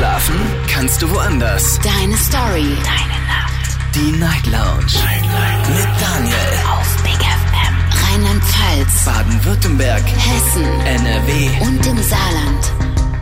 Schlafen kannst du woanders. Deine Story. Deine Nacht. Die Night Lounge. Mit Daniel. Auf Big FM. Rheinland-Pfalz. Baden-Württemberg. Hessen. NRW. Und im Saarland.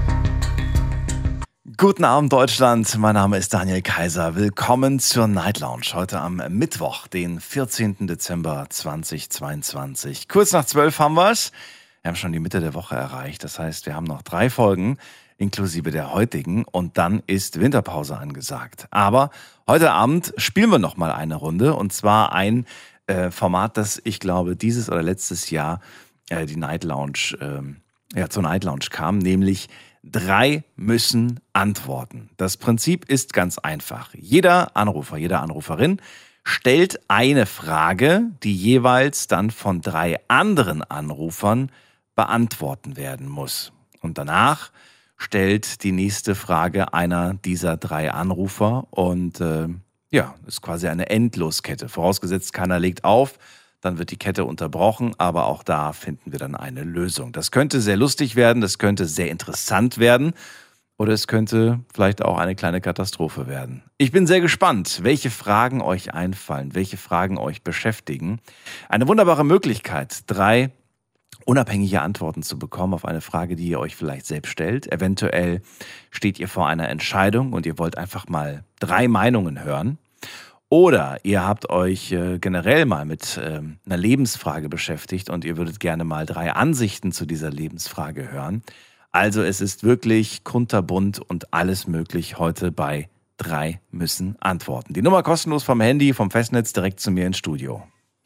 Guten Abend, Deutschland. Mein Name ist Daniel Kaiser. Willkommen zur Night Lounge. Heute am Mittwoch, den 14. Dezember 2022. Kurz nach 12 haben wir es. Wir haben schon die Mitte der Woche erreicht. Das heißt, wir haben noch 3 Folgen, inklusive der heutigen. Und dann ist Winterpause angesagt. Aber heute Abend spielen wir noch mal eine Runde. Und zwar ein Format, das ich glaube, dieses oder letztes Jahr die Night Lounge, zur Night Lounge kam, nämlich 3 müssen antworten. Das Prinzip ist ganz einfach. Jeder Anrufer, jede Anruferin stellt eine Frage, die jeweils dann von 3 anderen Anrufern beantworten werden muss. Und danach stellt die nächste Frage einer dieser 3 Anrufer und ist quasi eine Endloskette. Vorausgesetzt, keiner legt auf, dann wird die Kette unterbrochen, aber auch da finden wir dann eine Lösung. Das könnte sehr lustig werden, das könnte sehr interessant werden oder es könnte vielleicht auch eine kleine Katastrophe werden. Ich bin sehr gespannt, welche Fragen euch einfallen, welche Fragen euch beschäftigen. Eine wunderbare Möglichkeit, 3 unabhängige Antworten zu bekommen auf eine Frage, die ihr euch vielleicht selbst stellt. Eventuell steht ihr vor einer Entscheidung und ihr wollt einfach mal 3 Meinungen hören. Oder ihr habt euch generell mal mit einer Lebensfrage beschäftigt und ihr würdet gerne mal 3 Ansichten zu dieser Lebensfrage hören. Also es ist wirklich kunterbunt und alles möglich heute bei 3 müssen antworten. Die Nummer kostenlos vom Handy, vom Festnetz direkt zu mir ins Studio.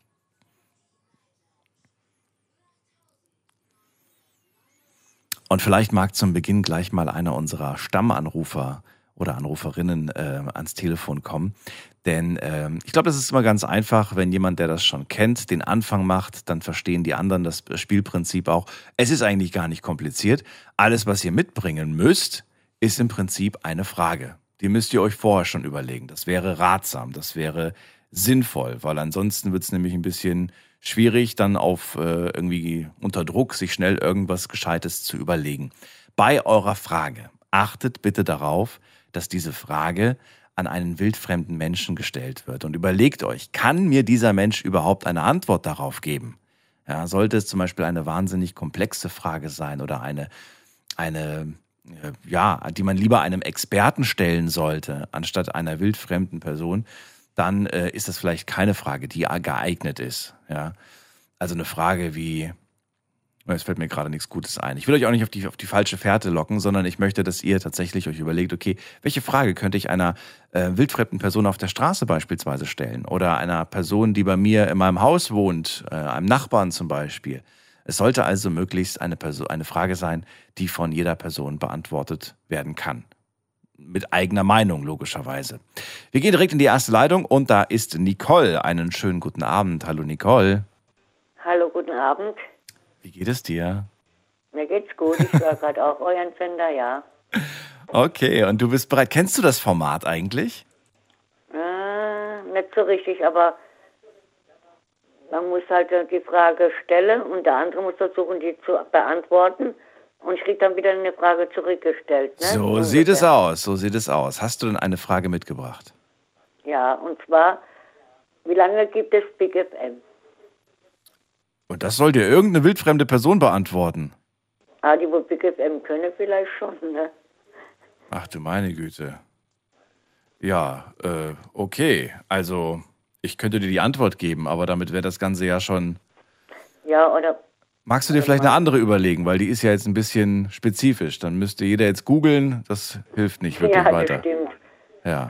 Und vielleicht mag zum Beginn gleich mal einer unserer Stammanrufer oder Anruferinnen ans Telefon kommen. Denn ich glaube, das ist immer ganz einfach, wenn jemand, der das schon kennt, den Anfang macht, dann verstehen die anderen das Spielprinzip auch. Es ist eigentlich gar nicht kompliziert. Alles, was ihr mitbringen müsst, ist im Prinzip eine Frage. Die müsst ihr euch vorher schon überlegen. Das wäre ratsam, das wäre sinnvoll, weil ansonsten wird es nämlich ein bisschen schwierig, dann auf irgendwie unter Druck sich schnell irgendwas Gescheites zu überlegen. Bei eurer Frage achtet bitte darauf, dass diese Frage an einen wildfremden Menschen gestellt wird. Und überlegt euch, kann mir dieser Mensch überhaupt eine Antwort darauf geben? Ja, sollte es zum Beispiel eine wahnsinnig komplexe Frage sein oder eine die man lieber einem Experten stellen sollte, anstatt einer wildfremden Person, dann ist das vielleicht keine Frage, die geeignet ist. Ja? Also eine Frage wie, es fällt mir gerade nichts Gutes ein. Ich will euch auch nicht auf die falsche Fährte locken, sondern ich möchte, dass ihr tatsächlich euch überlegt, okay, welche Frage könnte ich einer wildfremden Person auf der Straße beispielsweise stellen oder einer Person, die bei mir in meinem Haus wohnt, einem Nachbarn zum Beispiel. Es sollte also möglichst eine Frage sein, die von jeder Person beantwortet werden kann. Mit eigener Meinung, logischerweise. Wir gehen direkt in die erste Leitung und da ist Nicole. Einen schönen guten Abend. Hallo Nicole. Hallo, guten Abend. Wie geht es dir? Mir geht's gut. Ich höre gerade auch euren Sender, ja. Okay, und du bist bereit. Kennst du das Format eigentlich? Nicht so richtig, aber man muss halt die Frage stellen und der andere muss versuchen, die zu beantworten. Und ich kriege dann wieder eine Frage zurückgestellt. Ne? So sieht es aus. Hast du denn eine Frage mitgebracht? Ja, und zwar, wie lange gibt es Big FM? Und das soll dir irgendeine wildfremde Person beantworten. Die wohl Big FM können vielleicht schon, ne? Ach du meine Güte. Ja, okay. Also, ich könnte dir die Antwort geben, aber damit wäre das Ganze ja schon... Ja, oder... Magst du dir vielleicht eine andere überlegen, weil die ist ja jetzt ein bisschen spezifisch. Dann müsste jeder jetzt googeln, das hilft nicht wirklich weiter. Ja, das stimmt. Ja.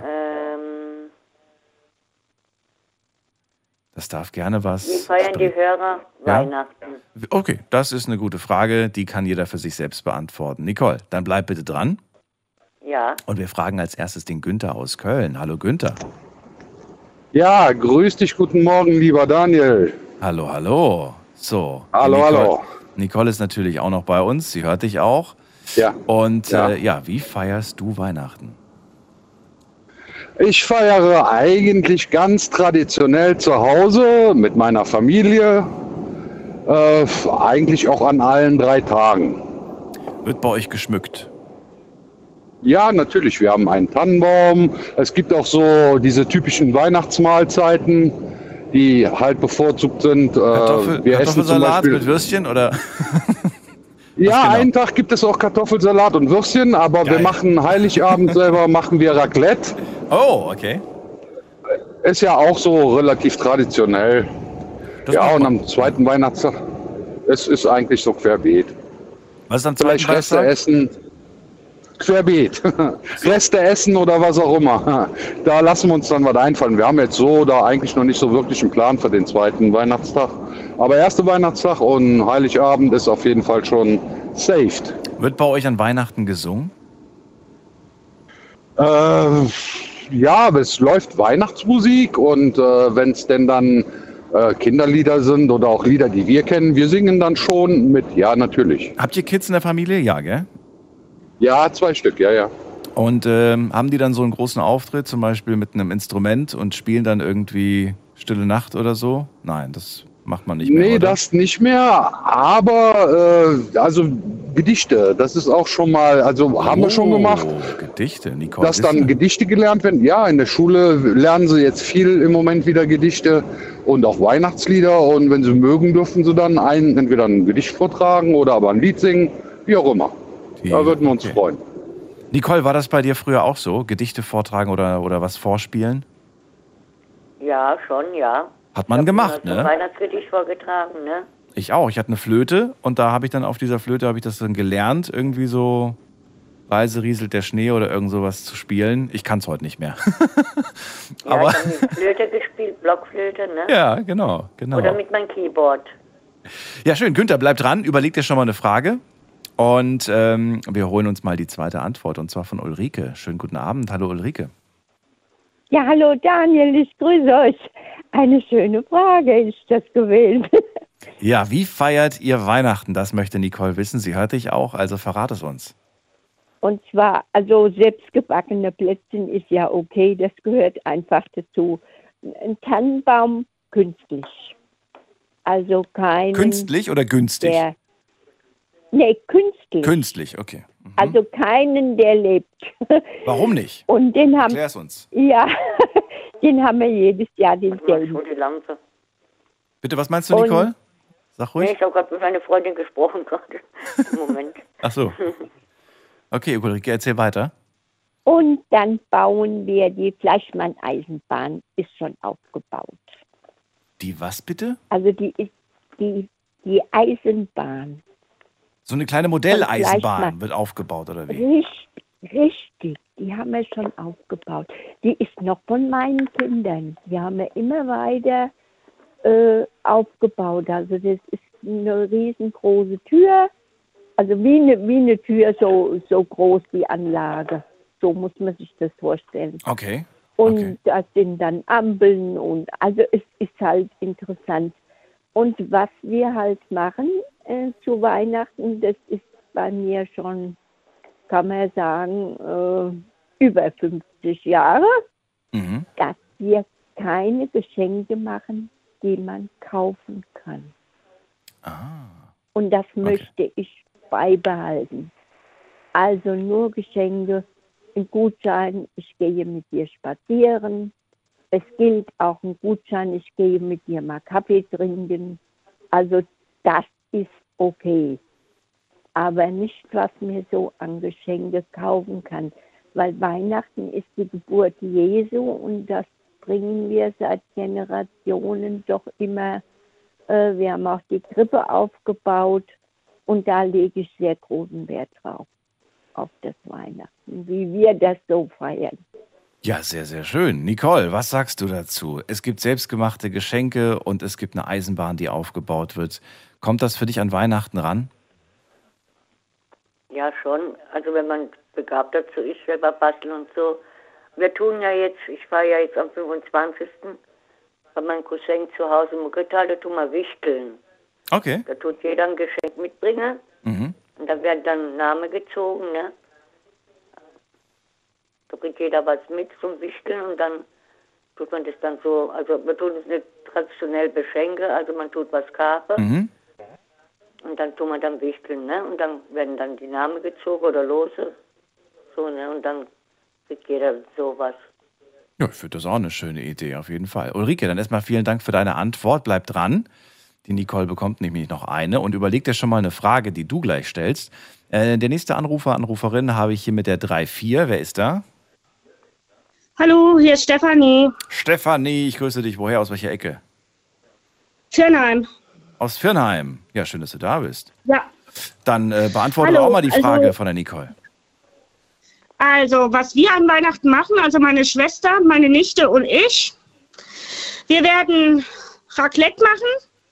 Das darf gerne was... Wie feiern die Hörer Weihnachten? Okay, das ist eine gute Frage, die kann jeder für sich selbst beantworten. Nicole, dann bleib bitte dran. Ja. Und wir fragen als erstes den Günther aus Köln. Hallo Günther. Ja, grüß dich, guten Morgen, lieber Daniel. Hallo. So. Hallo. Nicole ist natürlich auch noch bei uns, sie hört dich auch. Ja. Und wie feierst du Weihnachten? Ich feiere eigentlich ganz traditionell zu Hause mit meiner Familie, eigentlich auch an allen 3 Tagen. Wird bei euch geschmückt? Ja, natürlich. Wir haben einen Tannenbaum. Es gibt auch so diese typischen Weihnachtsmahlzeiten, die halt bevorzugt sind. Wir essen zum Kartoffelsalat Beispiel. mit Würstchen oder? Ja, genau? einen Tag gibt es auch Kartoffelsalat und Würstchen, aber wir Geil. machen Heiligabend selber machen wir Raclette. Oh, okay. Ist ja auch so relativ traditionell. Das Ja, macht und man. am zweiten Weihnachtstag, es ist eigentlich so querbeet. Was ist am zweiten Vielleicht Reste Weihnachtstag? essen, querbeet. Reste essen oder was auch immer. Da lassen wir uns dann was einfallen. Wir haben jetzt so da eigentlich noch nicht so wirklich einen Plan für den zweiten Weihnachtstag. Aber erster Weihnachtstag und Heiligabend ist auf jeden Fall schon saved. Wird bei euch an Weihnachten gesungen? Ja, es läuft Weihnachtsmusik und wenn es denn dann Kinderlieder sind oder auch Lieder, die wir kennen, wir singen dann schon mit. Ja, natürlich. Habt ihr Kids in der Familie? Ja, gell? Ja, 2 Stück, ja. Und haben die dann so einen großen Auftritt, zum Beispiel mit einem Instrument und spielen dann irgendwie Stille Nacht oder so? Nein, das macht man nicht mehr, Nee, oder? das nicht mehr, aber also Gedichte, das ist auch schon mal, also haben wir schon gemacht, Gedichte, Nicole. dass siehst dann du? Gedichte gelernt werden. Ja, in der Schule lernen sie jetzt viel im Moment wieder Gedichte und auch Weihnachtslieder und wenn sie mögen, dürfen sie dann entweder ein Gedicht vortragen oder aber ein Lied singen, wie auch immer. Da würden wir uns Okay. freuen. Nicole, war das bei dir früher auch so? Gedichte vortragen oder was vorspielen? Ja, schon, ja. Hat man gemacht, Ich hab ne? ein Weihnachtsgedicht vorgetragen, ne? Ich auch. Ich hatte eine Flöte und da habe ich dann auf dieser Flöte habe ich das dann gelernt, irgendwie so Reise rieselt der Schnee oder irgend sowas zu spielen. Ich kann es heute nicht mehr. Ja, Aber ich habe mit Flöte gespielt, Blockflöte, ne? ja, genau. Oder mit meinem Keyboard. Ja, schön. Günther, bleib dran. Überleg dir schon mal eine Frage. Und wir holen uns mal die zweite Antwort und zwar von Ulrike. Schönen guten Abend. Hallo Ulrike. Ja, hallo Daniel, ich grüße euch. Eine schöne Frage ist das gewesen. Ja, wie feiert ihr Weihnachten? Das möchte Nicole wissen. Sie hört dich auch, also verrat es uns. Und zwar, also selbstgebackene Plätzchen ist ja okay, das gehört einfach dazu. Ein Tannenbaum künstlich. Also keinen, Künstlich oder günstig? Nee, künstlich. Künstlich, okay. Also keinen, der lebt. Warum nicht? Und den haben, Erklär's uns. ja, den haben wir jedes Jahr Mach denselben. schon die Lampe. Bitte, was meinst du, Und- Nicole? Sag Nee, ruhig. ich habe gerade mit meiner Freundin gesprochen gerade. Im Moment. Ach so. Okay, Ulrike, erzähl weiter. Und dann bauen wir die Fleischmann-Eisenbahn, ist schon aufgebaut. Die was bitte? Also die ist die Eisenbahn. So eine kleine Von Modelleisenbahn Fleischmann. wird aufgebaut, oder wie? Richtig, die haben wir schon aufgebaut. Die ist noch von meinen Kindern. Die haben wir immer weiter aufgebaut. Also das ist eine riesengroße Tür. Also wie eine Tür, so groß die Anlage. So muss man sich das vorstellen. Okay. Und Okay. das sind dann Ampeln und also es ist halt interessant. Und was wir halt machen zu Weihnachten, das ist bei mir schon, kann man sagen, über 50 Jahre, Mhm. dass wir keine Geschenke machen, die man kaufen kann. Und das möchte ich beibehalten. Also nur Geschenke, ein Gutschein, ich gehe mit dir spazieren. Es gilt auch ein Gutschein, ich gehe mit dir mal Kaffee trinken. Also das ist okay. Aber nicht, was mir so an Geschenke kaufen kann. Weil Weihnachten ist die Geburt Jesu und das bringen wir seit Generationen doch immer. Wir haben auch die Krippe aufgebaut und da lege ich sehr großen Wert drauf, auf das Weihnachten, wie wir das so feiern. Ja, sehr, sehr schön. Nicole, was sagst du dazu? Es gibt selbstgemachte Geschenke und es gibt eine Eisenbahn, die aufgebaut wird. Kommt das für dich an Weihnachten ran? Ja, schon. Also wenn man begabt dazu ist, selber basteln und so. Wir tun ja jetzt, ich fahre ja jetzt am 25. bei meinem Cousin zu Hause im Rittal, da tun wir wichteln. Okay. Da tut jeder ein Geschenk mitbringen Mhm. und da werden dann Namen gezogen, ne? Da bringt jeder was mit zum Wichteln und dann tut man das dann so, also wir tun es nicht traditionell beschenken, also man tut was kaufen Mhm. und dann tun wir dann wichteln, ne? Und dann werden dann die Namen gezogen oder Lose. So, ne? Und dann kriegt jeder sowas. Ja, ich finde das auch eine schöne Idee, auf jeden Fall. Ulrike, dann erstmal vielen Dank für deine Antwort. Bleib dran. Die Nicole bekommt nämlich noch eine und überleg dir schon mal eine Frage, die du gleich stellst. Der nächste Anrufer, Anruferin habe ich hier mit der 3-4. Wer ist da? Hallo, hier ist Stefanie. Stefanie, ich grüße dich. Woher? Aus welcher Ecke? Tschirnheim. Aus Firnheim. Ja, schön, dass du da bist. Ja. Dann beantworte Hallo, auch mal die Frage von der Nicole. Also, was wir an Weihnachten machen, also meine Schwester, meine Nichte und ich, wir werden Raclette machen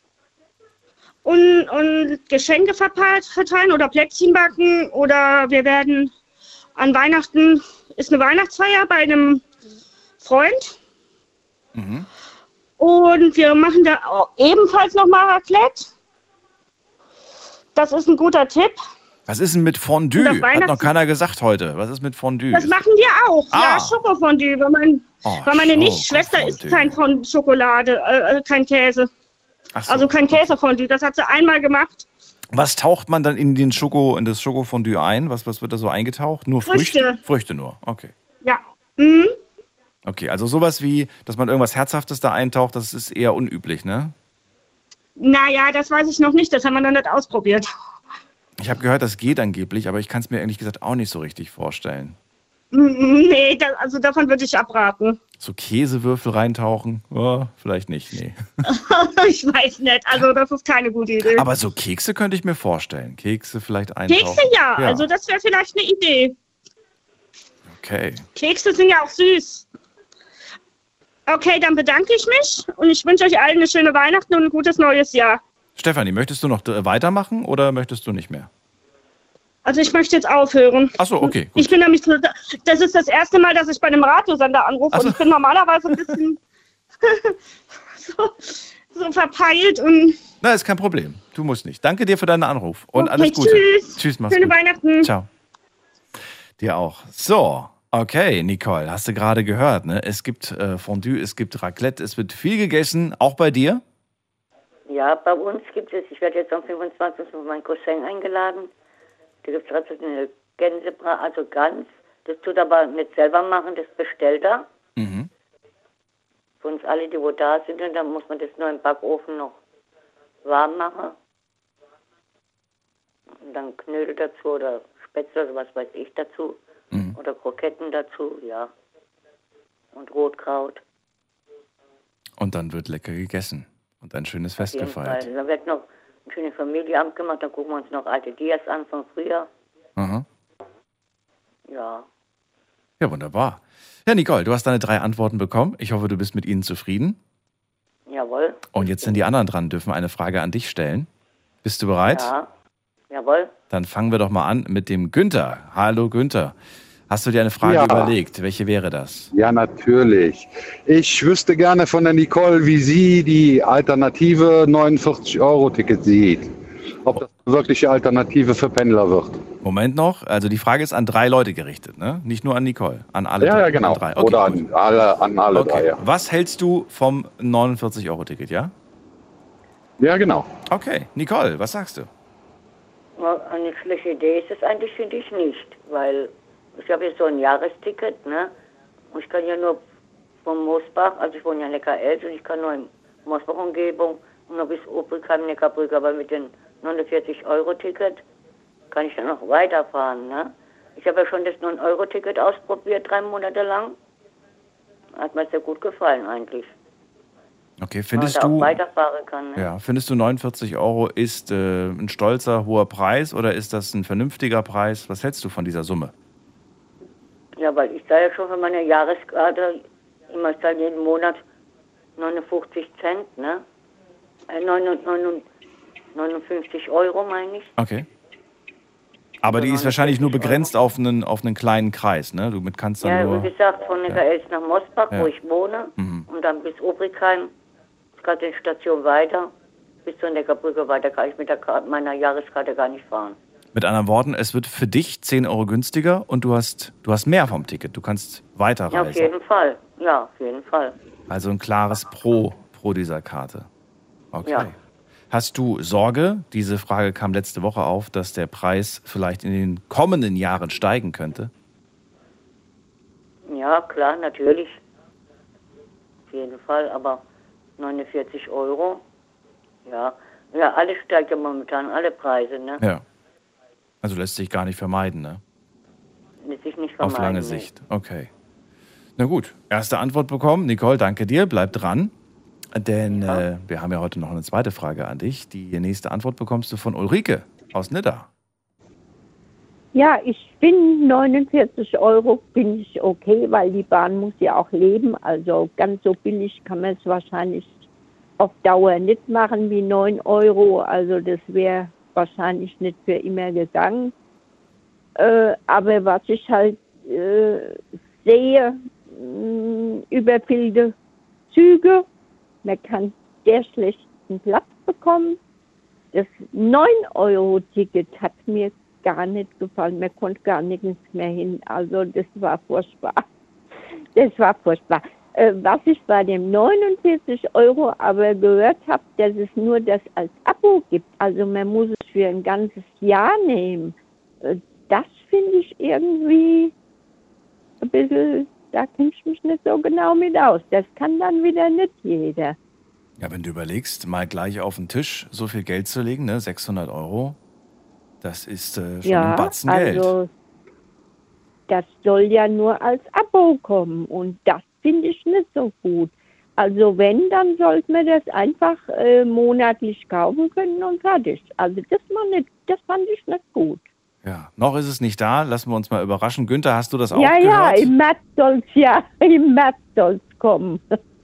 und Geschenke verteilen oder Plätzchen backen oder wir werden an Weihnachten, ist eine Weihnachtsfeier bei einem Freund. Mhm. Und wir machen da auch ebenfalls nochmal Raclette. Das ist ein guter Tipp. Was ist denn mit Fondue? Hat noch keiner gesagt heute. Was ist mit Fondue? Das machen wir auch. Ja, Schokofondue. Weil meine Schwester isst kein Schokolade, kein Käse. Ach so. Also kein Käsefondue. Das hat sie einmal gemacht. Was taucht man dann in das Schokofondue ein? Was wird da so eingetaucht? Nur Früchte? Früchte nur, okay. Ja. Mhm. Okay, also sowas wie, dass man irgendwas Herzhaftes da eintaucht, das ist eher unüblich, ne? Naja, das weiß ich noch nicht. Das haben wir noch nicht ausprobiert. Ich habe gehört, das geht angeblich, aber ich kann es mir ehrlich gesagt auch nicht so richtig vorstellen. Nee, also davon würde ich abraten. So Käsewürfel reintauchen? Oh, vielleicht nicht, nee. Ich weiß nicht, also das ist keine gute Idee. Aber so Kekse könnte ich mir vorstellen. Kekse vielleicht eintauchen. Kekse ja, also das wäre vielleicht eine Idee. Okay. Kekse sind ja auch süß. Okay, dann bedanke ich mich und ich wünsche euch allen eine schöne Weihnachten und ein gutes neues Jahr. Stefanie, möchtest du noch weitermachen oder möchtest du nicht mehr? Also ich möchte jetzt aufhören. Ach so, okay. Gut. Ich bin nämlich, das ist das erste Mal, dass ich bei einem Radiosender anrufe und ich bin normalerweise ein bisschen so verpeilt und... Na, ist kein Problem. Du musst nicht. Danke dir für deinen Anruf und okay, alles Gute. Tschüss. Tschüss, mach's Schöne gut. Weihnachten. Ciao. Dir auch. So, okay, Nicole, hast du gerade gehört, ne? Es gibt Fondue, es gibt Raclette, es wird viel gegessen, auch bei dir? Ja, bei uns gibt es, ich werde jetzt am 25. von meinem Cousin eingeladen. Da gibt es traditionelle Gänsebraten, also Gans. Das tut aber nicht selber machen, das bestellt er. Mhm. Für uns alle, die wo da sind, und dann muss man das nur im Backofen noch warm machen. Und dann Knödel dazu oder Spätzle oder was weiß ich dazu. Mhm. Oder Kroketten dazu, ja. Und Rotkraut. Und dann wird lecker gegessen und ein schönes Fest gefeiert. Dann wird noch ein schönes Familienamt gemacht, dann gucken wir uns noch alte Dias an von früher. Aha. Ja. Ja, wunderbar. Ja, Nicole, du hast deine 3 Antworten bekommen. Ich hoffe, du bist mit ihnen zufrieden. Jawohl. Und jetzt sind die anderen dran, dürfen eine Frage an dich stellen. Bist du bereit? Ja. Jawohl. Dann fangen wir doch mal an mit dem Günther. Hallo Günther. Hast du dir eine Frage überlegt? Welche wäre das? Ja, natürlich. Ich wüsste gerne von der Nicole, wie sie die Alternative 49-Euro-Ticket sieht. Ob das eine wirkliche Alternative für Pendler wird. Moment noch. Also die Frage ist an 3 Leute gerichtet, ne? Nicht nur an Nicole. An alle Ja, drei. genau. An 3. Okay, oder gut. an alle Okay. 3, ja. Was hältst du vom 49-Euro-Ticket, ja? Ja, genau. Okay. Nicole, was sagst du? Eine schlechte Idee ist es eigentlich, finde ich nicht, weil ich habe jetzt so ein Jahresticket, ne? Und ich kann ja nur vom Moosbach, also ich wohne ja in Neckarelz und ich kann nur in Moosbach-Umgebung und noch bis Obrigheim, Neckarbrücke, aber mit dem 49-Euro-Ticket kann ich dann noch weiterfahren, ne? Ich habe ja schon das 9-Euro-Ticket ausprobiert, 3 Monate lang. Hat mir sehr gut gefallen eigentlich. Okay, findest man da du, auch weiterfahren kann, ne? ja, findest du 49 Euro ist ein stolzer, hoher Preis oder ist das ein vernünftiger Preis? Was hältst du von dieser Summe? Ja, weil ich zahle ja schon für meine Jahreskarte, ich zahle jeden Monat 59 Cent, ne? 59 Euro, meine ich. Okay. Aber die ist wahrscheinlich nur begrenzt auf einen kleinen Kreis, ne? Du kannst dann Ja, nur... wie gesagt, von Neckarelz nach Mosbach, Ja. wo ich wohne, Mhm. und dann bis Obrigheim, gerade die Station weiter, bis zur Neckarbrücke weiter kann ich mit meiner Jahreskarte gar nicht fahren. Mit anderen Worten, es wird für dich 10 Euro günstiger und du hast mehr vom Ticket. Du kannst weiterreisen. Ja, auf jeden Fall. Ja, auf jeden Fall. Also ein klares Pro dieser Karte. Okay. Ja. Hast du Sorge, diese Frage kam letzte Woche auf, dass der Preis vielleicht in den kommenden Jahren steigen könnte? Ja, klar, natürlich. Auf jeden Fall, aber 49 €, ja. Ja, alles steigt ja momentan, alle Preise, ne? Ja. Also lässt sich gar nicht vermeiden, ne? Lässt sich nicht vermeiden. Auf lange Sicht, okay. Na gut, erste Antwort bekommen. Nicole, danke dir, bleib dran. Denn wir haben ja heute noch eine zweite Frage an dich. Die nächste Antwort bekommst du von Ulrike aus Nidda. Ja, ich bin 49 € bin ich okay, weil die Bahn muss ja auch leben. Also ganz so billig kann man es wahrscheinlich auf Dauer nicht machen wie 9 €. Also das wäre wahrscheinlich nicht für immer gegangen. Aber was ich halt sehe, überfüllte Züge, man kann sehr schlecht einen Platz bekommen. Das 9-€-Ticket hat mir gar nicht gefallen. Man konnte gar nirgends mehr hin. Also das war furchtbar. Das war furchtbar. Was ich bei dem 49 € aber gehört habe, dass es nur das als Abo gibt. Also man muss es für ein ganzes Jahr nehmen. Das finde ich irgendwie ein bisschen, da kenne ich mich nicht so genau mit aus. Das kann dann wieder nicht jeder. Ja, wenn du überlegst, mal gleich auf den Tisch so viel Geld zu legen, ne, 600 €, das ist schon ein Batzen Geld. Also das soll ja nur als Abo kommen und das finde ich nicht so gut. Also wenn, dann sollte man das einfach monatlich kaufen können und fertig. Also das fand ich nicht gut. Ja, noch ist es nicht da. Lassen wir uns mal überraschen. Günther, hast du das auch gehört? Ja, im März soll's kommen.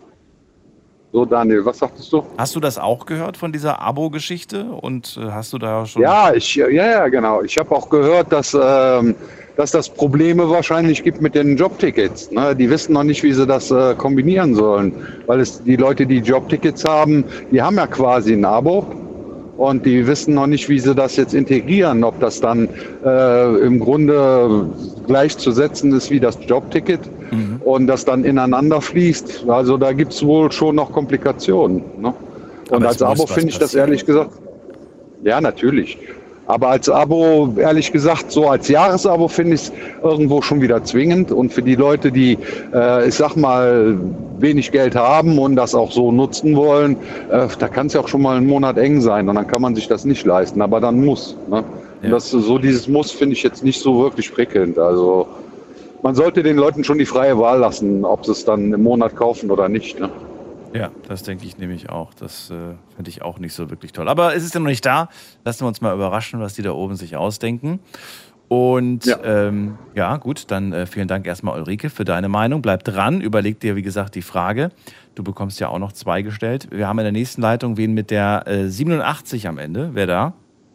So, Daniel, was sagtest du? Hast du das auch gehört von dieser Abo-Geschichte? Und hast du da schon... Ja, genau. Ich habe auch gehört, dass das Probleme wahrscheinlich gibt mit den Jobtickets. Ne? Die wissen noch nicht, wie sie das kombinieren sollen. Weil die Leute, die Jobtickets haben, die haben ja quasi ein Abo. Und die wissen noch nicht, wie sie das jetzt integrieren. Ob das dann im Grunde gleichzusetzen ist wie das Jobticket und das dann ineinander fließt. Also da gibt es wohl schon noch Komplikationen. Ne? Und als Abo finde ich das ehrlich gesagt, ja natürlich. Aber als Abo, ehrlich gesagt, so als Jahresabo finde ich es irgendwo schon wieder zwingend. Und für die Leute, die, ich sag mal, wenig Geld haben und das auch so nutzen wollen, da kann es ja auch schon mal einen Monat eng sein und dann kann man sich das nicht leisten, aber dann muss. Ne? Ja. Und so dieses Muss finde ich jetzt nicht so wirklich prickelnd. Also man sollte den Leuten schon die freie Wahl lassen, ob sie es dann im Monat kaufen oder nicht. Ne? Ja, das denke ich nämlich auch. Das finde ich auch nicht so wirklich toll. Aber es ist ja noch nicht da. Lassen wir uns mal überraschen, was die da oben sich ausdenken. Und ja, gut, dann vielen Dank erstmal, Ulrike, für deine Meinung. Bleib dran, überleg dir, wie gesagt, die Frage. Du bekommst ja auch noch 2 gestellt. Wir haben in der nächsten Leitung wen mit der 87 am Ende. Wer da?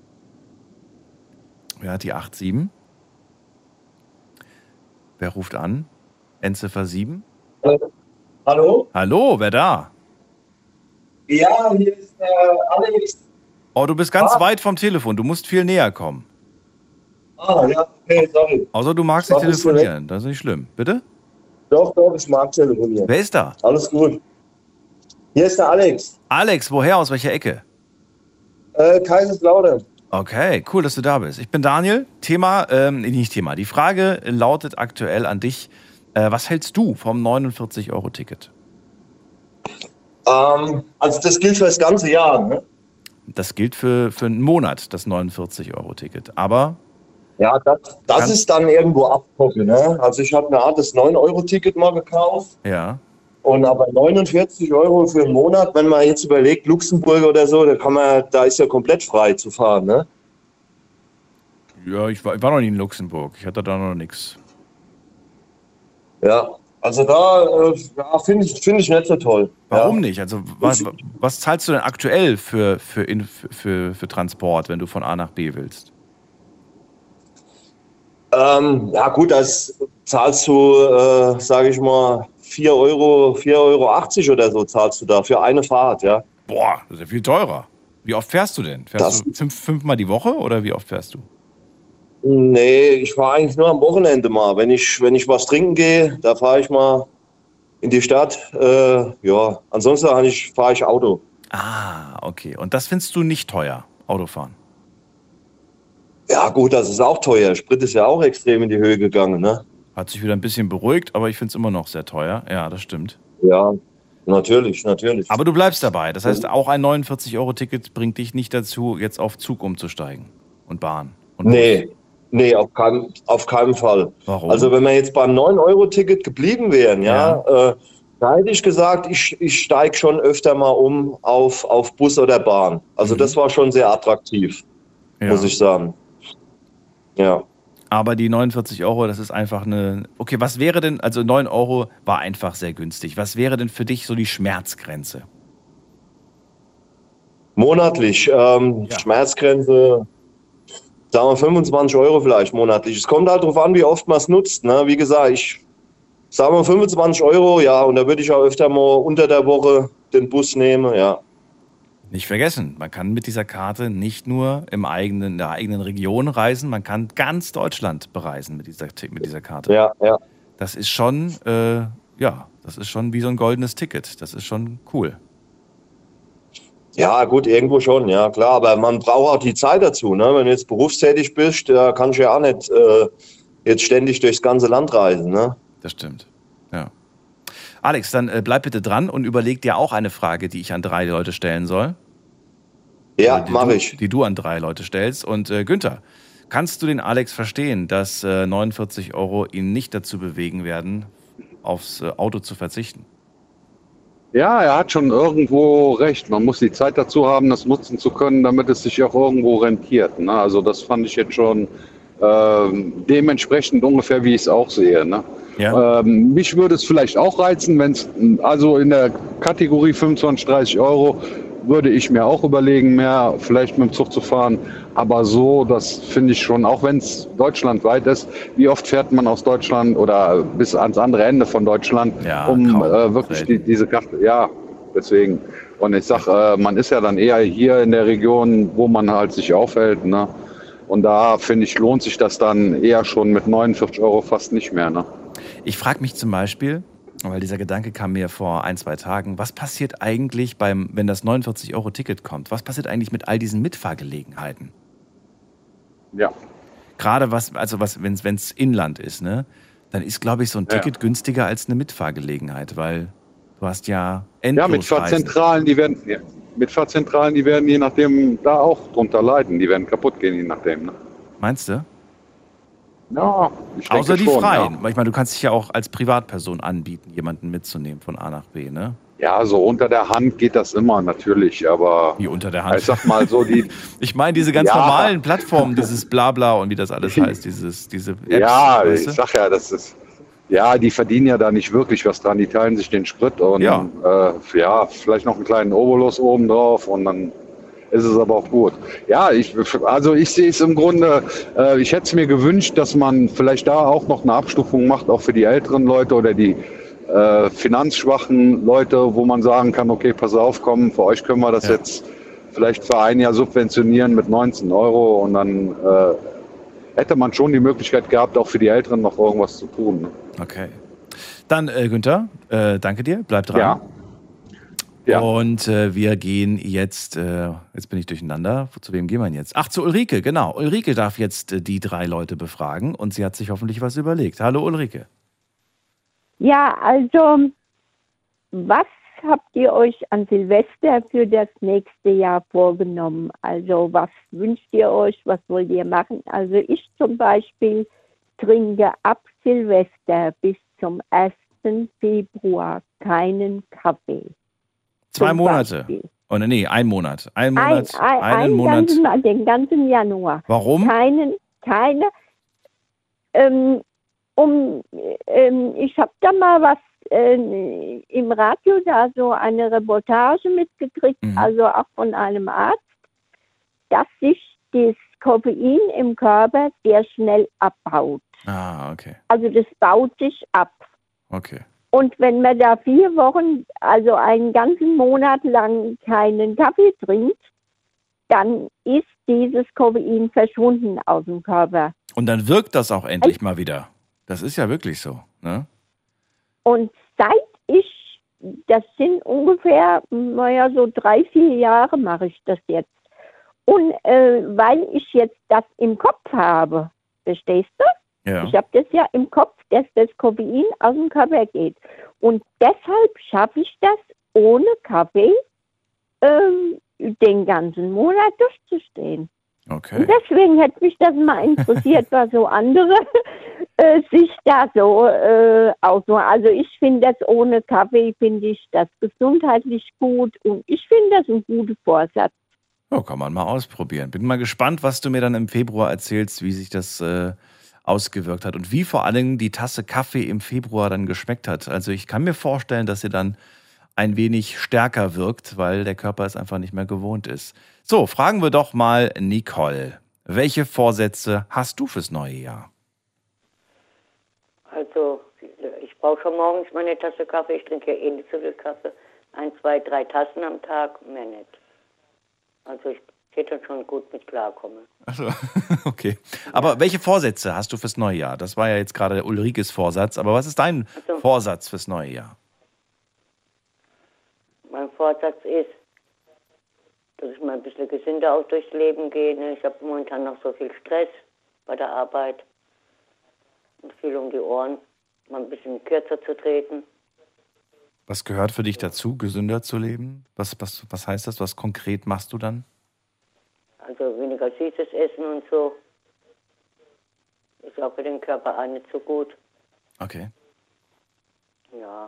Wer hat die 87? Wer ruft an? Endziffer 7? Hallo? Hallo, wer da? Ja, hier ist Alex. Oh, du bist ganz weit vom Telefon. Du musst viel näher kommen. Ah, ja, okay, sorry. Außer du magst nicht telefonieren. Das ist nicht schlimm. Bitte? Doch, ich mag telefonieren. Wer ist da? Alles gut. Hier ist der Alex. Alex, woher? Aus welcher Ecke? Kaiserslautern. Okay, cool, dass du da bist. Ich bin Daniel. Die Frage lautet aktuell an dich. Was hältst du vom 49-Euro-Ticket? Also das gilt für das ganze Jahr, ne? Das gilt für einen Monat, das 49-Euro-Ticket. Aber... Ja, das ist dann irgendwo abgucken, ne? Also ich habe eine Art das 9-Euro-Ticket mal gekauft. Ja. Und aber 49 € für einen Monat, wenn man jetzt überlegt, Luxemburg oder so, da ist ja komplett frei zu fahren, ne? Ja, ich war noch nie in Luxemburg. Ich hatte da noch nichts. Ja, also da finde ich nicht so toll. Warum nicht? Also was zahlst du denn aktuell für Transport, wenn du von A nach B willst? Ja gut, das zahlst du, sage ich mal, 4,80 € oder so zahlst du da für eine Fahrt, ja. Boah, das ist ja viel teurer. Wie oft fährst du denn? Fährst du fünfmal die Woche oder wie oft fährst du? Nee, ich fahre eigentlich nur am Wochenende mal. Wenn ich was trinken gehe, da fahre ich mal in die Stadt. Ja, ansonsten fahre ich Auto. Ah, okay. Und das findest du nicht teuer, Autofahren? Ja gut, das ist auch teuer. Sprit ist ja auch extrem in die Höhe gegangen, ne? Hat sich wieder ein bisschen beruhigt, aber ich finde es immer noch sehr teuer. Ja, das stimmt. Ja, natürlich. Aber du bleibst dabei. Das heißt, auch ein 49-Euro-Ticket bringt dich nicht dazu, jetzt auf Zug umzusteigen und Bahn. Und Nee, auf keinen Fall. Warum? Also wenn wir jetzt beim 9-Euro-Ticket geblieben wären, da hätte ich gesagt, ich steige schon öfter mal um auf Bus oder Bahn. Also das war schon sehr attraktiv, muss ich sagen. Ja. Aber die 49 Euro, das ist einfach eine... Okay, was wäre denn... Also 9 Euro war einfach sehr günstig. Was wäre denn für dich so die Schmerzgrenze? Monatlich. Schmerzgrenze, sagen wir 25 Euro vielleicht monatlich. Es kommt halt darauf an, wie oft man es nutzt. Ne? Wie gesagt, ich sage mal 25 Euro, ja. Und da würde ich auch öfter mal unter der Woche den Bus nehmen, ja. Nicht vergessen, man kann mit dieser Karte nicht nur in der eigenen Region reisen, man kann ganz Deutschland bereisen mit dieser Karte. Ja. Das ist schon, das ist schon wie so ein goldenes Ticket. Das ist schon cool. Ja, gut, irgendwo schon, ja klar. Aber man braucht auch die Zeit dazu. Ne? Wenn du jetzt berufstätig bist, da kannst du ja auch nicht jetzt ständig durchs ganze Land reisen. Ne? Das stimmt, ja. Alex, dann bleib bitte dran und überleg dir auch eine Frage, die ich an 3 Leute stellen soll. Ja, mache ich. Die du an 3 Leute stellst. Und Günther, kannst du den Alex verstehen, dass 49 Euro ihn nicht dazu bewegen werden, aufs Auto zu verzichten? Ja, er hat schon irgendwo recht. Man muss die Zeit dazu haben, das nutzen zu können, damit es sich auch irgendwo rentiert. Ne? Also das fand ich jetzt schon dementsprechend ungefähr, wie ich es auch sehe. Ne? Ja. Mich würde es vielleicht auch reizen, wenn es, also in der Kategorie 25, 30 Euro, würde ich mir auch überlegen, mehr vielleicht mit dem Zug zu fahren. Aber so, das finde ich schon, auch wenn es deutschlandweit ist, wie oft fährt man aus Deutschland oder bis ans andere Ende von Deutschland, wirklich diese Karte, deswegen. Und ich sage, man ist ja dann eher hier in der Region, wo man halt sich aufhält, ne? Und da, finde ich, lohnt sich das dann eher schon mit 49 Euro fast nicht mehr, ne? Ich frage mich zum Beispiel, weil dieser Gedanke kam mir vor 1-2 Tagen, was passiert eigentlich wenn das 49-Euro-Ticket kommt? Was passiert eigentlich mit all diesen Mitfahrgelegenheiten? Ja. Gerade wenn es Inland ist, ne? Dann ist, glaube ich, so ein Ticket günstiger als eine Mitfahrgelegenheit, weil du hast ja endlos mit Fahrzentralen, die werden je nachdem da auch drunter leiden. Die werden kaputt gehen, je nachdem. Ne? Meinst du? Ja, ich denke außer die schon, freien. Ja. Ich meine, du kannst dich ja auch als Privatperson anbieten, jemanden mitzunehmen von A nach B, ne? Ja, so unter der Hand geht das immer natürlich, aber... Wie unter der Hand? Ich sag mal so, ich meine, diese ganz normalen Plattformen, dieses Blabla und wie das alles heißt, diese Apps. Ja, ich sag ja, das ist... Ja, die verdienen ja da nicht wirklich was dran. Die teilen sich den Sprit und vielleicht noch einen kleinen Obolus oben drauf und dann ist es aber auch gut. Ja, ich sehe es im Grunde, ich hätte es mir gewünscht, dass man vielleicht da auch noch eine Abstufung macht, auch für die älteren Leute oder die finanzschwachen Leute, wo man sagen kann, okay, pass auf, komm, für euch können wir das jetzt vielleicht für ein Jahr subventionieren mit 19 Euro und dann hätte man schon die Möglichkeit gehabt, auch für die Älteren noch irgendwas zu tun. Ne? Okay. Dann, Günther, danke dir, bleib dran. Ja. Und wir gehen jetzt bin ich durcheinander, zu wem gehen wir jetzt? Ach, zu Ulrike, genau. Ulrike darf jetzt die 3 Leute befragen und sie hat sich hoffentlich was überlegt. Hallo Ulrike. Ja, also, was habt ihr euch an Silvester für das nächste Jahr vorgenommen? Also, was wünscht ihr euch? Was wollt ihr machen? Also, ich zum Beispiel trinke ab Silvester bis zum 1. Februar keinen Kaffee. 2 Monate? Oh, nee, 1 Monat. Einen Monat. Den ganzen Januar. Warum? Ich habe da mal was im Radio da so eine Reportage mitgekriegt, also auch von einem Arzt, dass sich das Koffein im Körper sehr schnell abbaut. Ah, okay. Also das baut sich ab. Okay. Und wenn man da 4 Wochen, also einen ganzen Monat lang keinen Kaffee trinkt, dann ist dieses Koffein verschwunden aus dem Körper. Und dann wirkt das auch endlich mal wieder. Das ist ja wirklich so, ne? Und das sind ungefähr, so 3-4 Jahre mache ich das jetzt. Und weil ich jetzt das im Kopf habe, verstehst du? Ja. Ich habe das ja im Kopf, dass das Koffein aus dem Körper geht. Und deshalb schaffe ich das, ohne Kaffee den ganzen Monat durchzustehen. Okay. Und deswegen hätte mich das mal interessiert, was so andere sich da so ausmachen. Also ich finde das ohne Kaffee, finde ich das gesundheitlich gut und ich finde das ein guter Vorsatz. Ja, kann man mal ausprobieren. Bin mal gespannt, was du mir dann im Februar erzählst, wie sich das ausgewirkt hat und wie vor allem die Tasse Kaffee im Februar dann geschmeckt hat. Also ich kann mir vorstellen, dass sie dann ein wenig stärker wirkt, weil der Körper es einfach nicht mehr gewohnt ist. So, fragen wir doch mal Nicole. Welche Vorsätze hast du fürs neue Jahr? Also, ich brauche schon morgens meine Tasse Kaffee. Ich trinke ja eh nicht so viel Kaffee. 1, 2, 3 Tassen am Tag, mehr nicht. Also ich hätte schon gut mit klarkommen. Also, okay. Aber welche Vorsätze hast du fürs neue Jahr? Das war ja jetzt gerade Ulrikes Vorsatz. Aber was ist dein Vorsatz fürs neue Jahr? Mein Vorsatz ist, dass ich mal ein bisschen gesünder auch durchs Leben gehe. Ich habe momentan noch so viel Stress bei der Arbeit und viel um die Ohren. Mal ein bisschen kürzer zu treten. Was gehört für dich dazu, gesünder zu leben? Was heißt das? Was konkret machst du dann? Also weniger süßes Essen und so. Ist auch für den Körper auch nicht so gut. Okay. Ja.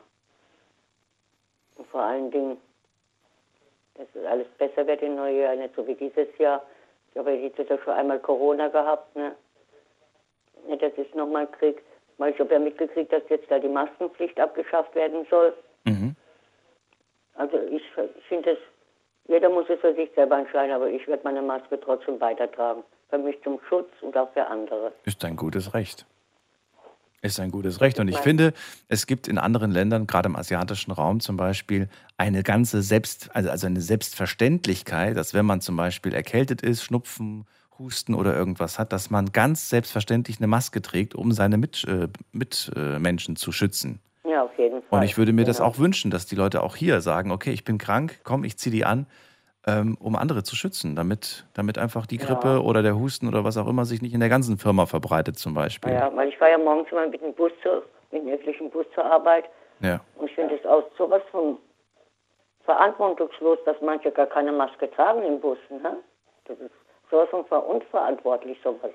Und vor allen Dingen, dass es alles besser wird im neuen Jahr, nicht so wie dieses Jahr. Ich habe ja dieses Jahr schon einmal Corona gehabt, ne? Nicht, dass ich es nochmal kriege. Weil ich habe ja mitgekriegt, dass jetzt da die Maskenpflicht abgeschafft werden soll. Mhm. Also ich finde es, jeder muss es für sich selber entscheiden, aber ich werde meine Maske trotzdem weitertragen. Für mich zum Schutz und auch für andere. Ist ein gutes Recht. Ist ein gutes Recht. Und ich finde, es gibt in anderen Ländern, gerade im asiatischen Raum zum Beispiel, eine ganze also eine Selbstverständlichkeit, dass wenn man zum Beispiel erkältet ist, Schnupfen, Husten oder irgendwas hat, dass man ganz selbstverständlich eine Maske trägt, um seine Mitmenschen zu schützen. Ja, auf jeden Fall. Und ich würde mir das auch wünschen, dass die Leute auch hier sagen, okay, ich bin krank, komm, ich ziehe die an, um andere zu schützen, damit einfach die Grippe oder der Husten oder was auch immer sich nicht in der ganzen Firma verbreitet zum Beispiel. Ja, weil ich fahre ja morgens immer mit dem öffentlichen Bus zur Arbeit. Ja. Und ich finde es auch sowas von verantwortungslos, dass manche gar keine Maske tragen im Bus. Ne? Das ist sowas von unverantwortlich, sowas.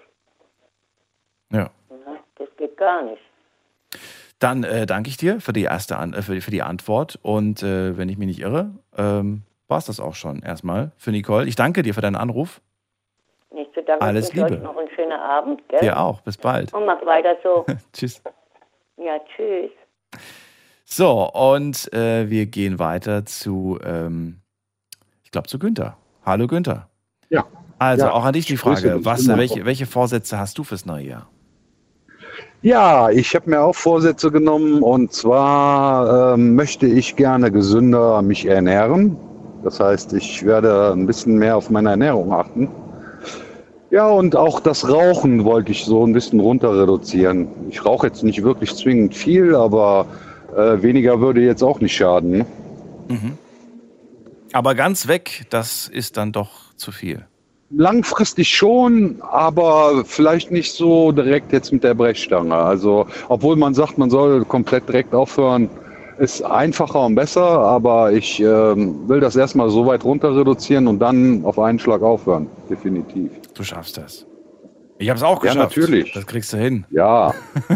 Ja. Ne? Das geht gar nicht. Dann danke ich dir für die für die Antwort und wenn ich mich nicht irre, war es das auch schon erstmal für Nicole. Ich danke dir für deinen Anruf. Nicht zu danken. Alles Liebe. Euch noch einen schönen Abend. Gell? Dir auch. Bis bald. Und mach weiter so. Tschüss. Ja, tschüss. So, und wir gehen weiter zu, ich glaube, zu Günther. Hallo Günther. Ja. Also Ja, auch an dich die ich grüße Frage, dich. welche Vorsätze hast du fürs neue Jahr? Ja, ich habe mir auch Vorsätze genommen und zwar möchte ich gerne gesünder mich ernähren. Das heißt, ich werde ein bisschen mehr auf meine Ernährung achten. Ja, und auch das Rauchen wollte ich so ein bisschen runter reduzieren. Ich rauche jetzt nicht wirklich zwingend viel, aber weniger würde jetzt auch nicht schaden. Ne? Mhm. Aber ganz weg, das ist dann doch zu viel. Langfristig schon, aber vielleicht nicht so direkt jetzt mit der Brechstange. Also, obwohl man sagt, man soll komplett direkt aufhören, ist einfacher und besser, aber ich will das erstmal so weit runter reduzieren und dann auf einen Schlag aufhören, definitiv. Du schaffst das. Ich habe es auch geschafft. Ja, natürlich. Das kriegst du hin. Ja.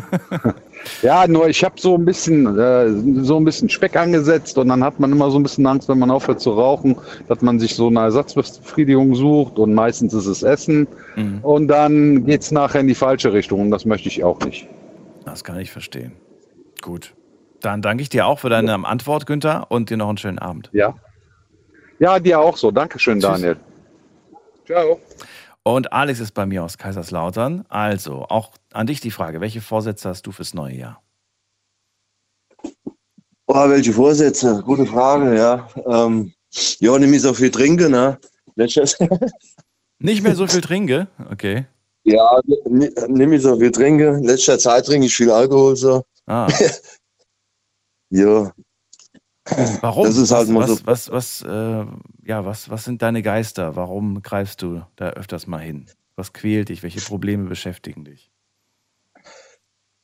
Ja, nur ich habe so ein bisschen Speck angesetzt und dann hat man immer so ein bisschen Angst, wenn man aufhört zu rauchen, dass man sich so eine Ersatzbefriedigung sucht und meistens ist es Essen und dann geht's nachher in die falsche Richtung und das möchte ich auch nicht. Das kann ich verstehen. Gut. Dann danke ich dir auch für deine Antwort, Günther, und dir noch einen schönen Abend. Ja. Ja, dir auch so. Dankeschön, Tschüss. Daniel. Ciao. Und Alex ist bei mir aus Kaiserslautern. Also, auch an dich die Frage, welche Vorsätze hast du fürs neue Jahr? Oh, welche Vorsätze? Gute Frage, ja. Ja, nicht mehr so viel trinken, ne? Nicht mehr so viel trinke? Okay. Ja, nicht mehr so viel trinken. In letzter Zeit trinke ich viel Alkohol, so. Ah. Ja. Warum? Das ist halt mal so. Was sind deine Geister? Warum greifst du da öfters mal hin? Was quält dich? Welche Probleme beschäftigen dich?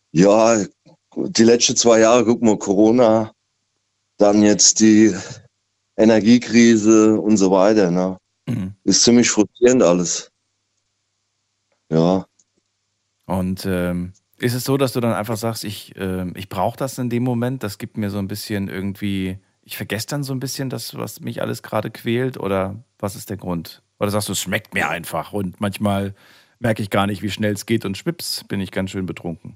Ja, die letzten 2 Jahre, guck mal, Corona, dann jetzt die Energiekrise und so weiter. Ne? Ist ziemlich frustrierend alles. Ja. Und ist es so, dass du dann einfach sagst, ich brauche das in dem Moment, das gibt mir so ein bisschen irgendwie, ich vergesse dann so ein bisschen das, was mich alles gerade quält, oder was ist der Grund? Oder sagst du, es schmeckt mir einfach und manchmal merke ich gar nicht, wie schnell es geht und schwips, bin ich ganz schön betrunken.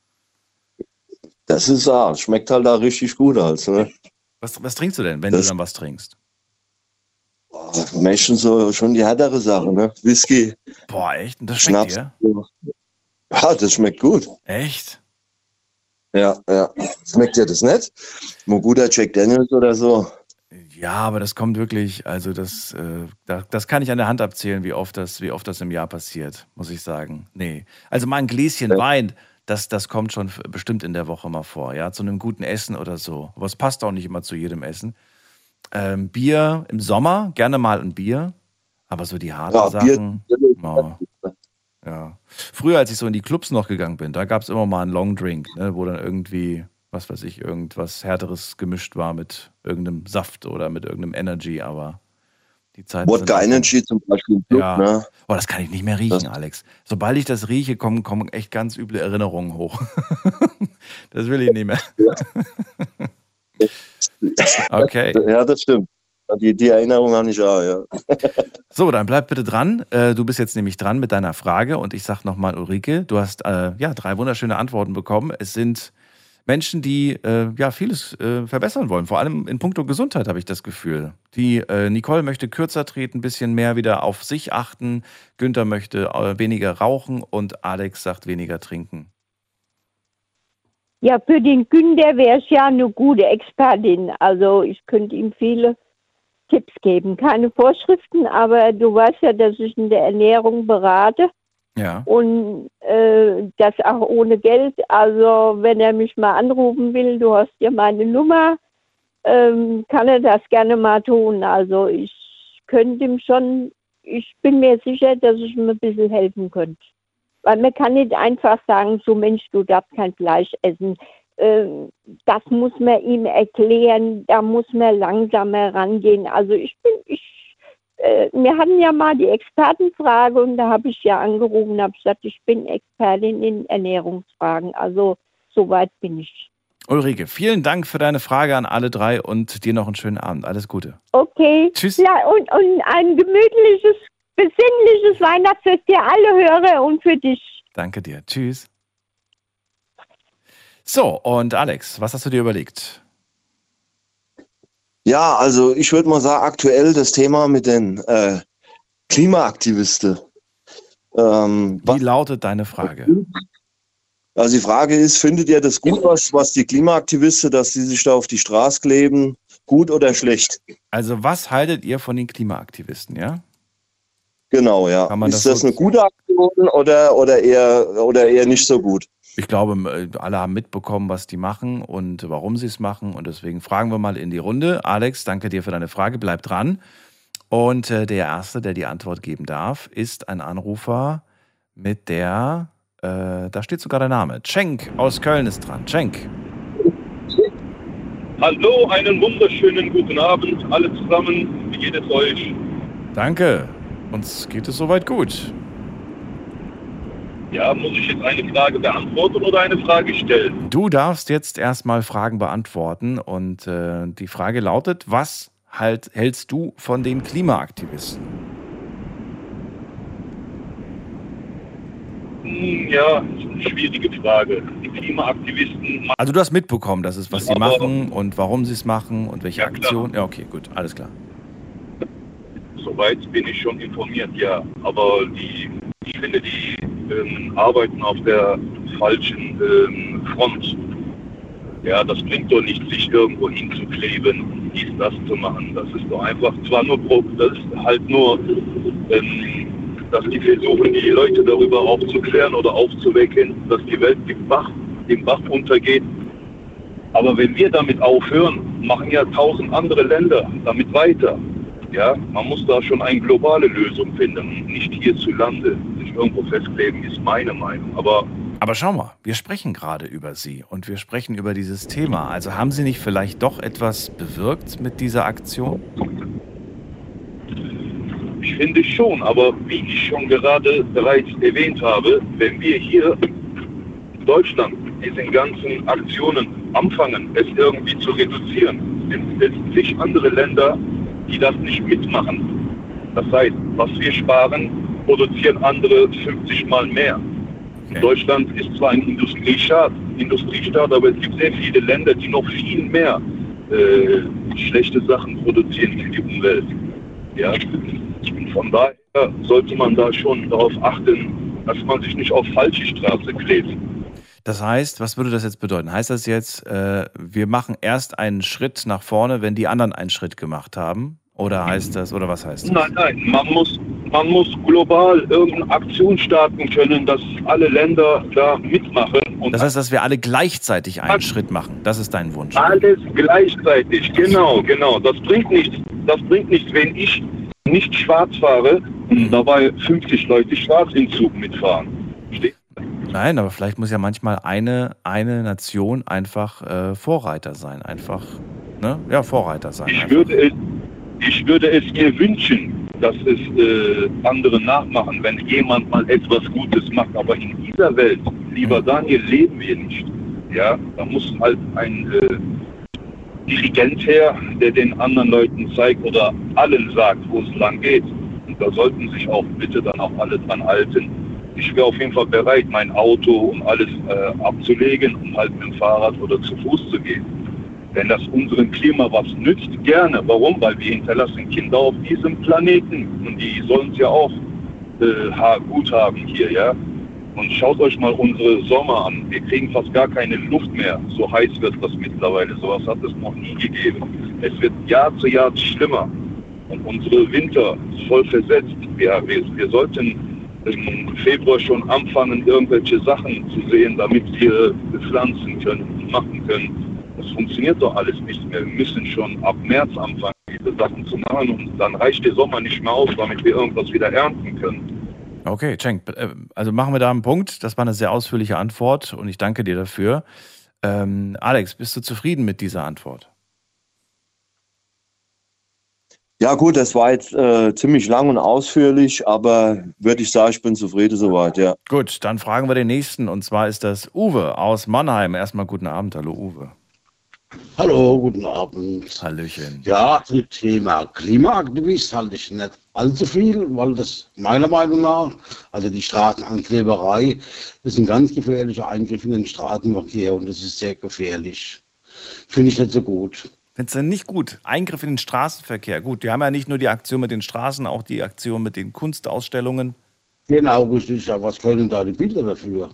Das ist ja, schmeckt halt da richtig gut als, ne? Was trinkst du denn, wenn du dann was trinkst? Meistens so schon die härtere Sache, ne? Whisky. Boah, echt? Und das schmeckt Schnaps. dir? Ja, das schmeckt gut. Echt? Ja. Schmeckt dir das nicht? Ein guter Jack Daniels oder so? Ja, aber das kommt wirklich, also das kann ich an der Hand abzählen, wie oft das im Jahr passiert, muss ich sagen. Nee. Also mal ein Gläschen Wein, das kommt schon bestimmt in der Woche mal vor, ja, zu einem guten Essen oder so. Aber es passt auch nicht immer zu jedem Essen. Bier im Sommer, gerne mal ein Bier, aber so die harten Sachen. Ja. Früher, als ich so in die Clubs noch gegangen bin, da gab es immer mal einen Long Drink, ne, wo dann irgendwie, was weiß ich, irgendwas Härteres gemischt war mit irgendeinem Saft oder mit irgendeinem Energy, aber die Zeit. Wodka Energy zum Beispiel im Club, ja. Ne? Oh, das kann ich nicht mehr riechen, Alex. Sobald ich das rieche, kommen echt ganz üble Erinnerungen hoch. Das will ich nicht mehr. Okay. Ja, das stimmt. Die Erinnerung habe ich auch, ja. So, dann bleib bitte dran. Du bist jetzt nämlich dran mit deiner Frage und ich sage nochmal, Ulrike, du hast 3 wunderschöne Antworten bekommen. Es sind Menschen, die vieles verbessern wollen, vor allem in puncto Gesundheit habe ich das Gefühl. Die Nicole möchte kürzer treten, ein bisschen mehr wieder auf sich achten. Günther möchte weniger rauchen und Alex sagt weniger trinken. Ja, für den Günther wäre es ja eine gute Expertin. Also ich könnte ihm viele Tipps geben. Keine Vorschriften, aber du weißt ja, dass ich in der Ernährung berate. Ja. Und das auch ohne Geld. Also wenn er mich mal anrufen will, du hast ja meine Nummer, kann er das gerne mal tun. Also ich könnte ihm schon, ich bin mir sicher, dass ich ihm ein bisschen helfen könnte. Weil man kann nicht einfach sagen, so Mensch, du darfst kein Fleisch essen. Das muss man ihm erklären, da muss man langsamer rangehen. Also wir hatten ja mal die Expertenfrage und da habe ich ja angerufen und habe gesagt, ich bin Expertin in Ernährungsfragen. Also soweit bin ich. Ulrike, vielen Dank für deine Frage an alle 3 und dir noch einen schönen Abend. Alles Gute. Okay. Tschüss. Ja, und ein gemütliches, besinnliches Weihnachtsfest für alle Hörer und für dich. Danke dir. Tschüss. So, und Alex, was hast du dir überlegt? Ja, also ich würde mal sagen, aktuell das Thema mit den Klimaaktivisten. Wie lautet deine Frage? Also die Frage ist, findet ihr das gut, was die Klimaaktivisten, dass sie sich da auf die Straße kleben, gut oder schlecht? Also was haltet ihr von den Klimaaktivisten, ja? Genau, ja. Ist das eine gute Aktion oder eher nicht so gut? Ich glaube, alle haben mitbekommen, was die machen und warum sie es machen. Und deswegen fragen wir mal in die Runde. Alex, danke dir für deine Frage. Bleib dran. Und der Erste, der die Antwort geben darf, ist ein Anrufer mit der, da steht sogar der Name. Cenk aus Köln ist dran. Cenk. Hallo, einen wunderschönen guten Abend. Alle zusammen. Wie geht es euch? Danke. Uns geht es soweit gut. Ja, muss ich jetzt eine Frage beantworten oder eine Frage stellen? Du darfst jetzt erstmal Fragen beantworten und die Frage lautet, was hältst du von den Klimaaktivisten? Ja, schwierige Frage. Die Klimaaktivisten... Also du hast mitbekommen, dass es was sie machen und warum sie es machen und welche Aktionen? Ja, okay, gut, alles klar. Soweit bin ich schon informiert, ja. Aber ich finde, die arbeiten auf der falschen Front. Ja, das bringt doch nicht, sich irgendwo hinzukleben und das zu machen. Das ist doch einfach, das ist halt nur, dass die versuchen, die Leute darüber aufzuklären oder aufzuwecken, dass die Welt den Bach untergeht. Aber wenn wir damit aufhören, machen ja 1000 andere Länder damit weiter. Ja, man muss da schon eine globale Lösung finden, nicht hierzulande sich irgendwo festkleben, ist meine Meinung. Aber Aber schau mal, wir sprechen gerade über Sie und wir sprechen über dieses Thema. Also haben Sie nicht vielleicht doch etwas bewirkt mit dieser Aktion? Ich finde schon, aber wie ich schon gerade bereits erwähnt habe, wenn wir hier in Deutschland diese ganzen Aktionen anfangen, es irgendwie zu reduzieren, sind es zig andere Länder, die das nicht mitmachen. Das heißt, was wir sparen, produzieren andere 50 Mal mehr. Okay. Deutschland ist zwar ein Industriestaat, aber es gibt sehr viele Länder, die noch viel mehr schlechte Sachen produzieren für die Umwelt. Ja? Und von daher sollte man da schon darauf achten, dass man sich nicht auf falsche Straße klebt. Das heißt, was würde das jetzt bedeuten? Heißt das jetzt, wir machen erst einen Schritt nach vorne, wenn die anderen einen Schritt gemacht haben? Oder heißt das, oder was heißt das? Nein, man muss global irgendeine Aktion starten können, dass alle Länder da mitmachen. Und das heißt, dass wir alle gleichzeitig einen Schritt machen. Das ist dein Wunsch. Alles gleichzeitig, genau. Das bringt nichts, wenn ich nicht schwarz fahre und dabei 50 Leute schwarz im Zug mitfahren. Nein, aber vielleicht muss ja manchmal eine Nation einfach Vorreiter sein. Vorreiter sein. Ich würde es mir wünschen, dass es andere nachmachen, wenn jemand mal etwas Gutes macht. Aber in dieser Welt, lieber Daniel, leben wir nicht. Ja, da muss halt ein Dirigent her, der den anderen Leuten zeigt oder allen sagt, wo es lang geht. Und da sollten sich auch bitte dann auch alle dran halten. Ich wäre auf jeden Fall bereit, mein Auto und alles abzulegen, um halt mit dem Fahrrad oder zu Fuß zu gehen. Wenn das unserem Klima was nützt, gerne. Warum? Weil wir hinterlassen Kinder auf diesem Planeten und die sollen es ja auch gut haben hier, ja. Und schaut euch mal unsere Sommer an. Wir kriegen fast gar keine Luft mehr. So heiß wird das mittlerweile. Sowas hat es noch nie gegeben. Es wird Jahr zu Jahr schlimmer. Und unsere Winter ist voll versetzt. Wir sollten im Februar schon anfangen, irgendwelche Sachen zu sehen, damit wir bepflanzen können und machen können. Das funktioniert doch alles nicht mehr. Wir müssen schon ab März anfangen, diese Sachen zu machen und dann reicht der Sommer nicht mehr aus, damit wir irgendwas wieder ernten können. Okay, Cenk, also machen wir da einen Punkt. Das war eine sehr ausführliche Antwort und ich danke dir dafür. Alex, bist du zufrieden mit dieser Antwort? Ja gut, das war jetzt ziemlich lang und ausführlich, aber würde ich sagen, ich bin zufrieden soweit, ja. Gut, dann fragen wir den nächsten und zwar ist das Uwe aus Mannheim. Erstmal guten Abend, hallo Uwe. Hallo, guten Abend. Hallöchen. Ja, zum Thema Klimaaktivist halte ich nicht allzu viel, weil das meiner Meinung nach, also die Straßenankleberei, ist ein ganz gefährlicher Eingriff in den Straßenverkehr und das ist sehr gefährlich. Finde ich nicht so gut. Findest du nicht gut? Eingriff in den Straßenverkehr. Gut, die haben ja nicht nur die Aktion mit den Straßen, auch die Aktion mit den Kunstausstellungen. Genau, richtig. Ja, was können da die Bilder dafür?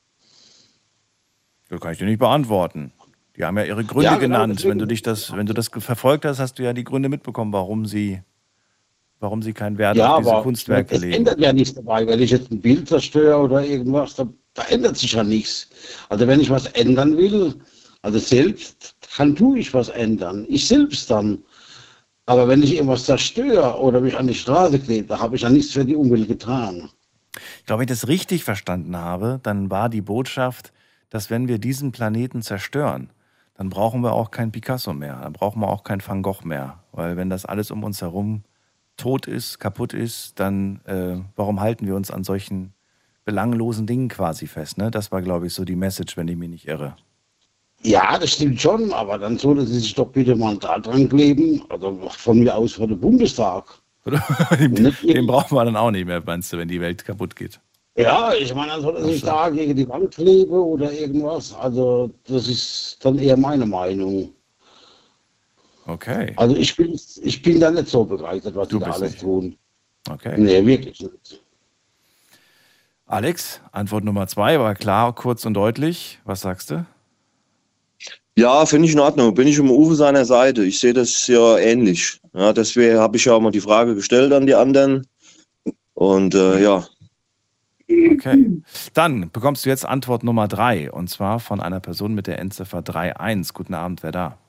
Das kann ich dir nicht beantworten. Die haben ja ihre Gründe genannt. Genau, wenn du das verfolgt hast, hast du ja die Gründe mitbekommen, warum sie keinen Wert auf diese Kunstwerke legen. Das ändert ja nichts dabei. Wenn ich jetzt ein Bild zerstöre oder irgendwas, da ändert sich ja nichts. Also wenn ich was ändern will, also selbst, dann tue ich was ändern. Ich selbst dann. Aber wenn ich irgendwas zerstöre oder mich an die Straße klebe, da habe ich ja nichts für die Umwelt getan. Ich glaube, wenn ich das richtig verstanden habe, dann war die Botschaft, dass wenn wir diesen Planeten zerstören, dann brauchen wir auch kein Picasso mehr, dann brauchen wir auch kein Van Gogh mehr. Weil wenn das alles um uns herum tot ist, kaputt ist, dann warum halten wir uns an solchen belanglosen Dingen quasi fest? Ne? Das war, glaube ich, so die Message, wenn ich mich nicht irre. Ja, das stimmt schon, aber dann sollte sie sich doch bitte mal da dran kleben, also von mir aus vor dem Bundestag. Den brauchen wir dann auch nicht mehr, meinst du, wenn die Welt kaputt geht? Ja, ich meine, dann sollte sich da gegen die Wand kleben oder irgendwas. Also das ist dann eher meine Meinung. Okay. Also ich bin da nicht so begeistert, was die da alles nicht tun. Okay. Nee, wirklich nicht. Alex, Antwort Nummer 2 war klar, kurz und deutlich. Was sagst du? Ja, finde ich in Ordnung. Bin ich um Uwe seiner Seite. Ich sehe das ja ähnlich. Ja, deswegen habe ich ja auch mal die Frage gestellt an die anderen. Und ja. Okay. Dann bekommst du jetzt Antwort Nummer 3 und zwar von einer Person mit der Endziffer 31. Guten Abend, wer da?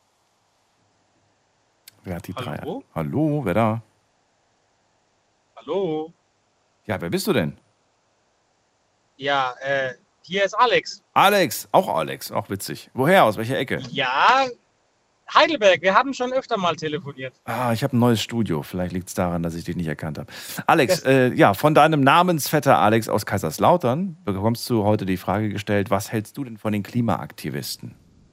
Wer hat die 3? Hallo, wer da? Hallo. Ja, wer bist du denn? Ja, Hier ist Alex. Alex, auch witzig. Woher, aus welcher Ecke? Ja, Heidelberg, wir haben schon öfter mal telefoniert. Ich habe ein neues Studio, vielleicht liegt es daran, dass ich dich nicht erkannt habe. Alex, von deinem Namensvetter Alex aus Kaiserslautern bekommst du heute die Frage gestellt, was hältst du denn von den Klimaaktivisten?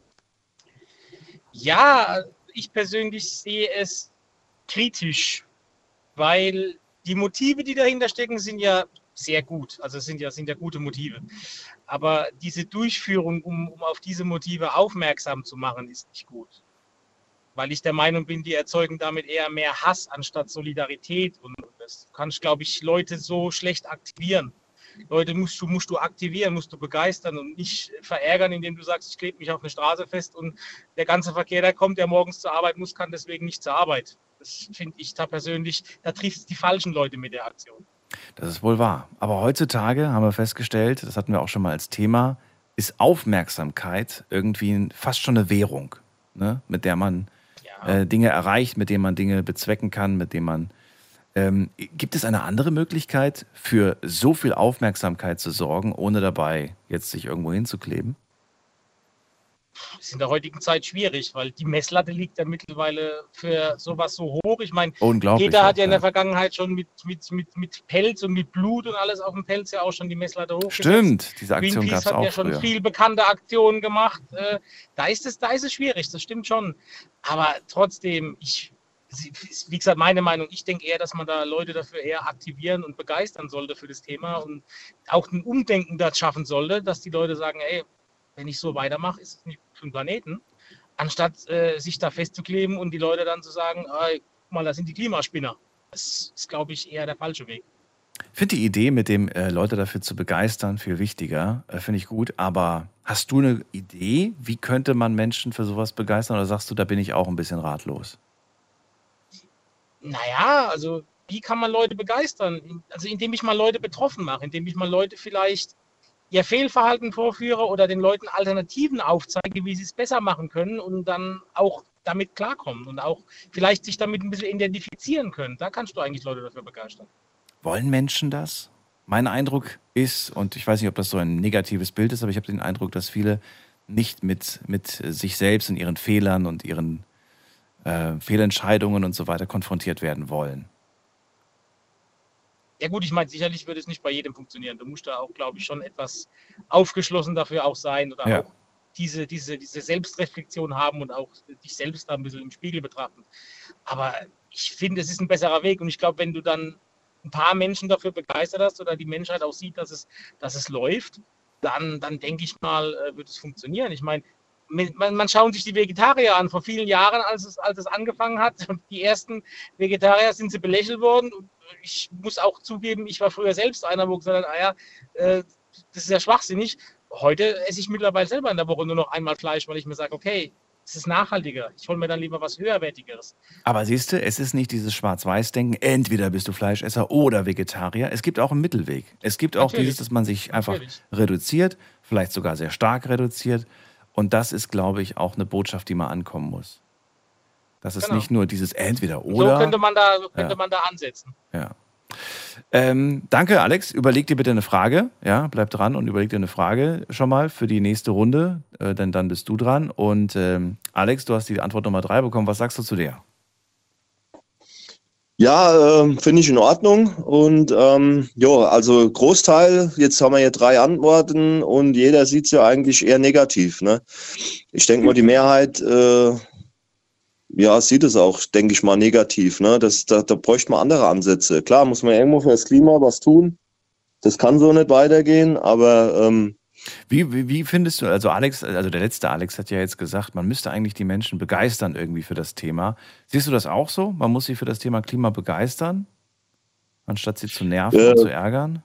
Ja, ich persönlich sehe es kritisch, weil die Motive, die dahinter stecken, sind ja sehr gut. Also sind ja gute Motive. Aber diese Durchführung, um auf diese Motive aufmerksam zu machen, ist nicht gut. Weil ich der Meinung bin, die erzeugen damit eher mehr Hass anstatt Solidarität. Und das kannst, glaube ich, Leute so schlecht aktivieren. Leute musst du aktivieren, musst du begeistern und nicht verärgern, indem du sagst, ich klebe mich auf eine Straße fest und der ganze Verkehr, der kommt, der morgens zur Arbeit muss, kann deswegen nicht zur Arbeit. Das finde ich da persönlich, da trifft es die falschen Leute mit der Aktion. Das ist wohl wahr. Aber heutzutage haben wir festgestellt, das hatten wir auch schon mal als Thema, ist Aufmerksamkeit irgendwie fast schon eine Währung, ne? Mit der man Dinge erreicht, mit denen man Dinge bezwecken kann, mit denen man... gibt es eine andere Möglichkeit, für so viel Aufmerksamkeit zu sorgen, ohne dabei jetzt sich irgendwo hinzukleben? Das ist in der heutigen Zeit schwierig, weil die Messlatte liegt ja mittlerweile für sowas so hoch. Ich meine, jeder hat ja in der Vergangenheit schon mit Pelz und mit Blut und alles auf dem Pelz ja auch schon die Messlatte hochgesetzt. Stimmt, diese Aktion gab es auch hat ja schon früher. Viel bekannte Aktionen gemacht. Da ist es schwierig, das stimmt schon. Aber trotzdem, wie gesagt, meine Meinung, ich denke eher, dass man da Leute dafür eher aktivieren und begeistern sollte für das Thema und auch ein Umdenken da schaffen sollte, dass die Leute sagen, ey, wenn ich so weitermache, ist es nicht für den Planeten, anstatt sich da festzukleben und die Leute dann zu sagen, ey, guck mal, das sind die Klimaspinner. Das ist, glaube ich, eher der falsche Weg. Ich finde die Idee, mit dem Leute dafür zu begeistern, viel wichtiger, finde ich gut, aber hast du eine Idee, wie könnte man Menschen für sowas begeistern oder sagst du, da bin ich auch ein bisschen ratlos? Naja, also wie kann man Leute begeistern? Also indem ich mal Leute betroffen mache, indem ich mal Leute vielleicht ihr Fehlverhalten vorführe oder den Leuten Alternativen aufzeige, wie sie es besser machen können und dann auch damit klarkommen und auch vielleicht sich damit ein bisschen identifizieren können. Da kannst du eigentlich Leute dafür begeistern. Wollen Menschen das? Mein Eindruck ist, und ich weiß nicht, ob das so ein negatives Bild ist, aber ich habe den Eindruck, dass viele nicht mit sich selbst und ihren Fehlern und ihren Fehlentscheidungen und so weiter konfrontiert werden wollen. Ja gut, ich meine, sicherlich wird es nicht bei jedem funktionieren. Du musst da auch, glaube ich, schon etwas aufgeschlossen dafür auch sein oder auch diese Selbstreflexion haben und auch dich selbst da ein bisschen im Spiegel betrachten. Aber ich finde, es ist ein besserer Weg und ich glaube, wenn du dann ein paar Menschen dafür begeistert hast oder die Menschheit auch sieht, dass es läuft, dann denke ich mal, wird es funktionieren. Ich meine, man schaut sich die Vegetarier an, vor vielen Jahren, als es angefangen hat. Und die ersten Vegetarier sind sie belächelt worden. Und ich muss auch zugeben, ich war früher selbst einer, wo gesagt hat, das ist ja schwachsinnig. Heute esse ich mittlerweile selber in der Woche nur noch einmal Fleisch, weil ich mir sage, okay, es ist nachhaltiger. Ich hole mir dann lieber was Höherwertigeres. Aber siehst du, es ist nicht dieses Schwarz-Weiß-Denken, entweder bist du Fleischesser oder Vegetarier. Es gibt auch einen Mittelweg. Es gibt auch dieses, dass man sich einfach reduziert, vielleicht sogar sehr stark reduziert. Und das ist, glaube ich, auch eine Botschaft, die mal ankommen muss. Das ist nicht nur dieses entweder oder. So könnte man da ansetzen. Ja. Danke, Alex. Überleg dir bitte eine Frage. Ja, bleib dran und überleg dir eine Frage schon mal für die nächste Runde. Denn dann bist du dran. Und Alex, du hast die Antwort Nummer 3 bekommen. Was sagst du zu der? Ja, finde ich in Ordnung. Und also Großteil, jetzt haben wir hier 3 Antworten und jeder sieht es ja eigentlich eher negativ. Ne? Ich denke mal, die Mehrheit sieht es auch, denke ich mal, negativ. Ne? Da bräuchte man andere Ansätze. Klar, muss man irgendwo für das Klima was tun. Das kann so nicht weitergehen, aber Wie findest du, also der letzte Alex hat ja jetzt gesagt, man müsste eigentlich die Menschen begeistern irgendwie für das Thema. Siehst du das auch so? Man muss sie für das Thema Klima begeistern, anstatt sie zu nerven und zu ärgern?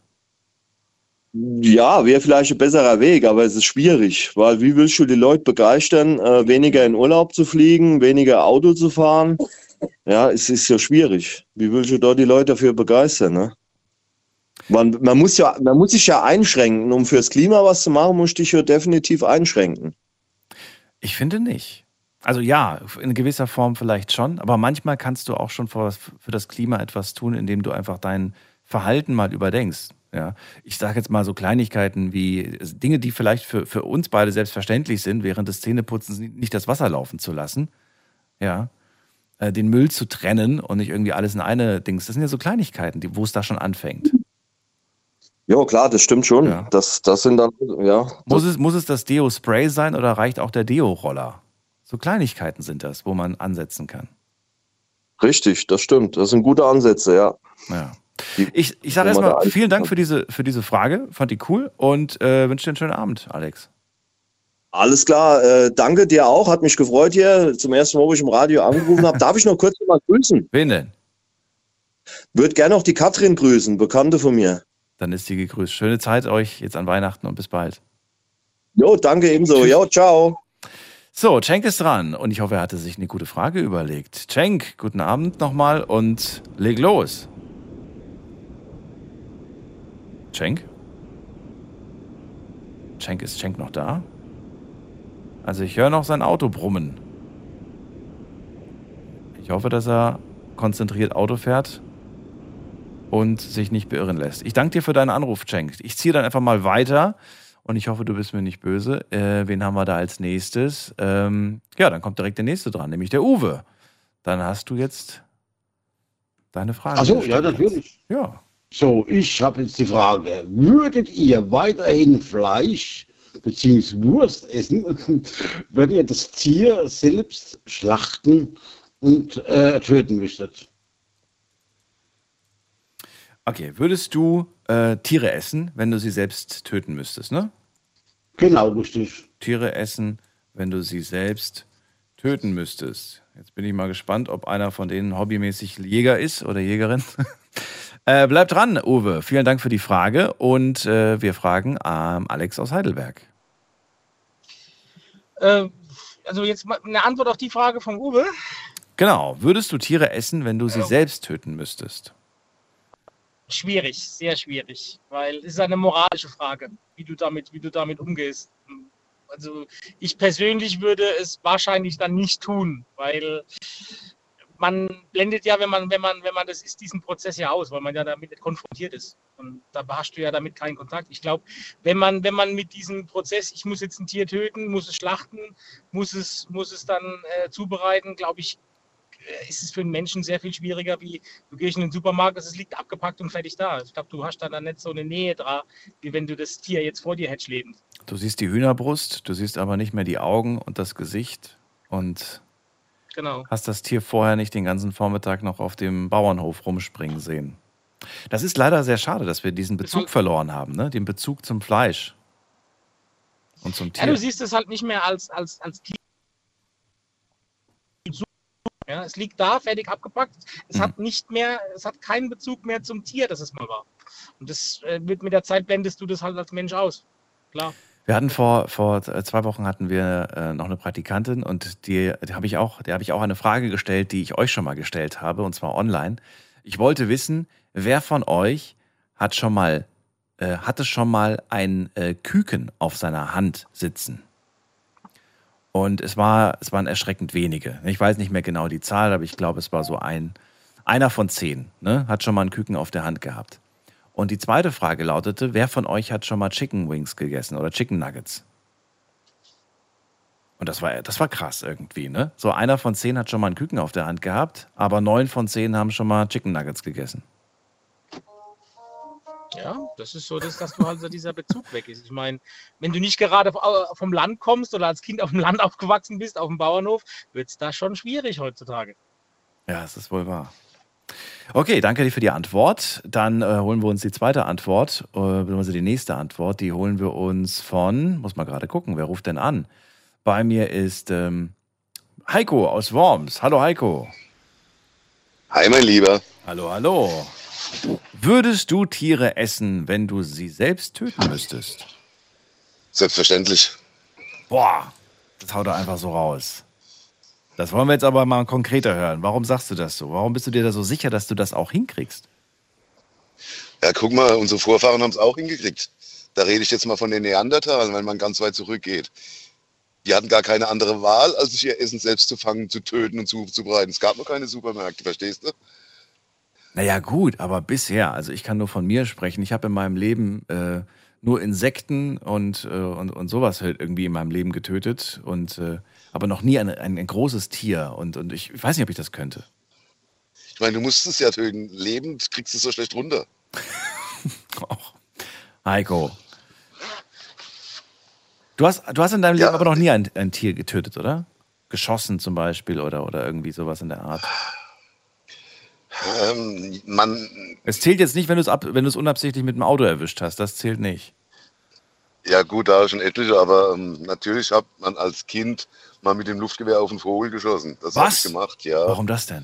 Ja, wäre vielleicht ein besserer Weg, aber es ist schwierig, weil wie willst du die Leute begeistern, weniger in Urlaub zu fliegen, weniger Auto zu fahren? Ja, es ist ja schwierig. Wie willst du dort die Leute dafür begeistern, ne? Man muss sich ja einschränken. Um fürs Klima was zu machen, musst du dich ja definitiv einschränken. Ich finde nicht. Also ja, in gewisser Form vielleicht schon, aber manchmal kannst du auch schon für das Klima etwas tun, indem du einfach dein Verhalten mal überdenkst. Ja, ich sage jetzt mal so Kleinigkeiten wie Dinge, die vielleicht für uns beide selbstverständlich sind, während des Zähneputzens nicht das Wasser laufen zu lassen. Ja, den Müll zu trennen und nicht irgendwie alles in eine Dings. Das sind ja so Kleinigkeiten, wo es da schon anfängt. Ja, klar, das stimmt schon. Ja. Das sind dann, ja. Muss es das Deo-Spray sein oder reicht auch der Deo-Roller? So Kleinigkeiten sind das, wo man ansetzen kann. Richtig, das stimmt. Das sind gute Ansätze, ja. Ja. Ich sage erstmal vielen Dank für diese Frage. Fand die cool und wünsche dir einen schönen Abend, Alex. Alles klar, danke dir auch. Hat mich gefreut hier. Zum ersten Mal, wo ich im Radio angerufen habe. Darf ich noch kurz mal grüßen? Wen denn? Würde gerne auch die Katrin grüßen, Bekannte von mir. Dann ist sie gegrüßt. Schöne Zeit euch jetzt an Weihnachten und bis bald. Jo, danke ebenso. Tschüss. Jo, ciao. So, Cenk ist dran und ich hoffe, er hatte sich eine gute Frage überlegt. Cenk, guten Abend nochmal und leg los. Cenk? Ist Cenk noch da? Also ich höre noch sein Auto brummen. Ich hoffe, dass er konzentriert Auto fährt und sich nicht beirren lässt. Ich danke dir für deinen Anruf, Cenk. Ich ziehe dann einfach mal weiter und ich hoffe, du bist mir nicht böse. Wen haben wir da als nächstes? Dann kommt direkt der nächste dran, nämlich der Uwe. Dann hast du jetzt deine Frage. Achso, ja, natürlich. Ja. So, ich habe jetzt die Frage, würdet ihr weiterhin Fleisch bzw. Wurst essen, wenn ihr das Tier selbst schlachten und töten müsstet? Okay, würdest du Tiere essen, wenn du sie selbst töten müsstest, ne? Genau, richtig. Tiere essen, wenn du sie selbst töten müsstest. Jetzt bin ich mal gespannt, ob einer von denen hobbymäßig Jäger ist oder Jägerin. Bleib dran, Uwe. Vielen Dank für die Frage. Und wir fragen Alex aus Heidelberg. Also jetzt mal eine Antwort auf die Frage von Uwe. Genau. Würdest du Tiere essen, wenn du sie selbst töten müsstest? Schwierig, sehr schwierig. Weil es ist eine moralische Frage, wie du damit umgehst. Also ich persönlich würde es wahrscheinlich dann nicht tun, weil man blendet ja, wenn man das ist, diesen Prozess ja aus, weil man ja damit nicht konfrontiert ist. Und da hast du ja damit keinen Kontakt. Ich glaube, wenn man mit diesem Prozess, ich muss jetzt ein Tier töten, muss es schlachten, muss es dann zubereiten, glaube ich, ist es für einen Menschen sehr viel schwieriger, wie du gehst in den Supermarkt, es liegt abgepackt und fertig da. Ich glaube, du hast dann nicht so eine Nähe dran, wie wenn du das Tier jetzt vor dir hättest lebend. Du siehst die Hühnerbrust, du siehst aber nicht mehr die Augen und das Gesicht und genau. Hast das Tier vorher nicht den ganzen Vormittag noch auf dem Bauernhof rumspringen sehen. Das ist leider sehr schade, dass wir diesen Bezug verloren haben, ne? Den Bezug zum Fleisch und zum Tier. Ja, du siehst es halt nicht mehr als Tier. Ja, es liegt da, fertig abgepackt. Es hat keinen Bezug mehr zum Tier, das es mal war. Und das wird mit der Zeit blendest du das halt als Mensch aus. Klar. Wir hatten vor 2 Wochen hatten wir noch eine Praktikantin und der habe ich auch eine Frage gestellt, die ich euch schon mal gestellt habe, und zwar online. Ich wollte wissen, wer von euch hatte schon mal ein Küken auf seiner Hand sitzen? Und es waren erschreckend wenige. Ich weiß nicht mehr genau die Zahl, aber ich glaube, es war so einer von 10, ne, hat schon mal einen Küken auf der Hand gehabt. Und die zweite Frage lautete, wer von euch hat schon mal Chicken Wings gegessen oder Chicken Nuggets? Und das war krass irgendwie, ne? So einer von 10 hat schon mal einen Küken auf der Hand gehabt, aber 9 von 10 haben schon mal Chicken Nuggets gegessen. Ja, das ist so, dass du halt so dieser Bezug weg ist. Ich meine, wenn du nicht gerade vom Land kommst oder als Kind auf dem Land aufgewachsen bist, auf dem Bauernhof, wird es da schon schwierig heutzutage. Ja, das ist wohl wahr. Okay, danke dir für die Antwort. Dann holen wir uns die zweite Antwort, beziehungsweise die nächste Antwort. Die holen wir uns von, muss mal gerade gucken, wer ruft denn an? Bei mir ist Heiko aus Worms. Hallo Heiko. Hi mein Lieber. Hallo, hallo. Würdest du Tiere essen, wenn du sie selbst töten müsstest? Selbstverständlich. Boah, das haut er einfach so raus. Das wollen wir jetzt aber mal konkreter hören. Warum sagst du das so? Warum bist du dir da so sicher, dass du das auch hinkriegst? Ja, guck mal, unsere Vorfahren haben es auch hingekriegt. Da rede ich jetzt mal von den Neandertalern, wenn man ganz weit zurückgeht. Die hatten gar keine andere Wahl, als sich ihr Essen selbst zu fangen, zu töten und zuzubereiten. Es gab noch keine Supermärkte, verstehst du? Naja, gut, aber bisher, also ich kann nur von mir sprechen. Ich habe in meinem Leben nur Insekten und sowas halt irgendwie in meinem Leben getötet aber noch nie ein großes Tier und ich weiß nicht, ob ich das könnte. Ich meine, du musst es ja töten. Lebend kriegst du es so schlecht runter. Heiko. Du hast in deinem Leben aber noch nie ein Tier getötet, oder? Geschossen zum Beispiel oder irgendwie sowas in der Art. Es zählt jetzt nicht, wenn du es unabsichtlich mit dem Auto erwischt hast. Das zählt nicht. Ja gut, da schon etliche, aber natürlich hat man als Kind mal mit dem Luftgewehr auf einen Vogel geschossen. Das habe ich gemacht, ja. Warum das denn?